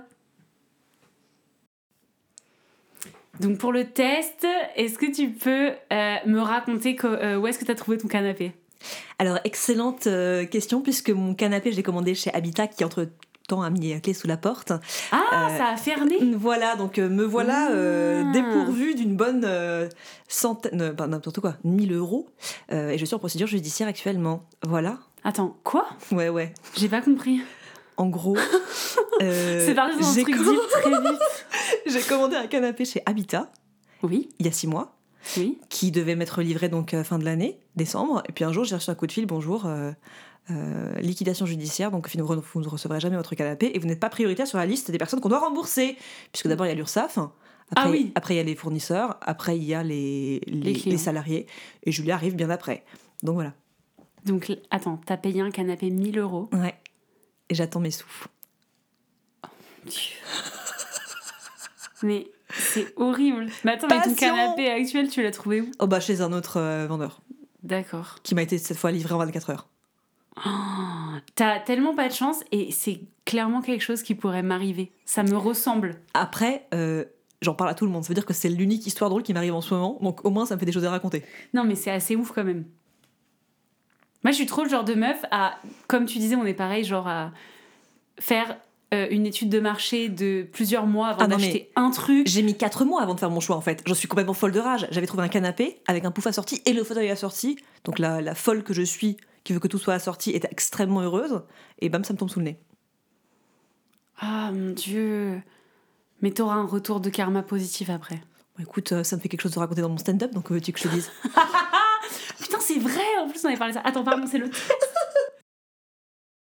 Donc pour le test, est-ce que tu peux me raconter où est-ce que tu as trouvé ton canapé? Alors, excellente question, puisque mon canapé, je l'ai commandé chez Habitat, qui entre-temps a mis la clé sous la porte. Ah, ça a ferné. Voilà, donc me voilà Ah. dépourvue d'une bonne centaine, pas n'importe quoi, 1000 euros. Et je suis en procédure judiciaire actuellement. Voilà. Attends, quoi? Ouais. J'ai pas compris. En gros, C'est parti dans un j'ai truc commandé- vite, très vite. j'ai commandé un canapé chez Habitat, Oui, il y a 6 mois, oui. qui devait m'être livré donc fin de l'année, décembre. Et puis un jour, j'ai reçu un coup de fil, bonjour, liquidation judiciaire, donc vous ne recevrez jamais votre canapé et vous n'êtes pas prioritaire sur la liste des personnes qu'on doit rembourser. Puisque d'abord, il y a l'URSSAF, après, oui. après il y a les fournisseurs, après il y a les clients. salariés, et Julia arrive bien après. Donc voilà. Donc, attends, t'as payé un canapé 1000 euros. Ouais. Et j'attends mes sous. Mais c'est horrible. Mais attends, mais ton Passion. canapé actuel, tu l'as trouvé où? Oh bah chez un autre vendeur, D'accord. qui m'a été cette fois livré en 24 heures. T'as tellement pas de chance et c'est clairement quelque chose qui pourrait m'arriver. Ça me ressemble. Après, j'en parle à tout le monde. Ça veut dire que c'est l'unique histoire drôle qui m'arrive en ce moment, donc au moins ça me fait des choses à raconter. Non, mais c'est assez ouf quand même. Moi, je suis trop le genre de meuf à, comme tu disais, on est pareil, genre à faire une étude de marché de plusieurs mois avant Ah non, d'acheter un truc. J'ai mis 4 mois avant de faire mon choix en fait. Je suis complètement folle de rage. J'avais trouvé un canapé avec un pouf assorti et le fauteuil assorti. Donc la folle que je suis, qui veut que tout soit assorti, était extrêmement heureuse. Et bam, ça me tombe sous le nez. Ah mon Dieu. Mais t'auras un retour de karma positif après. Bon, écoute, ça me fait quelque chose de raconter dans mon stand-up, donc veux-tu que je te dise? Putain, c'est vrai, en plus on avait parlé de ça. Attends, pardon, c'est le test.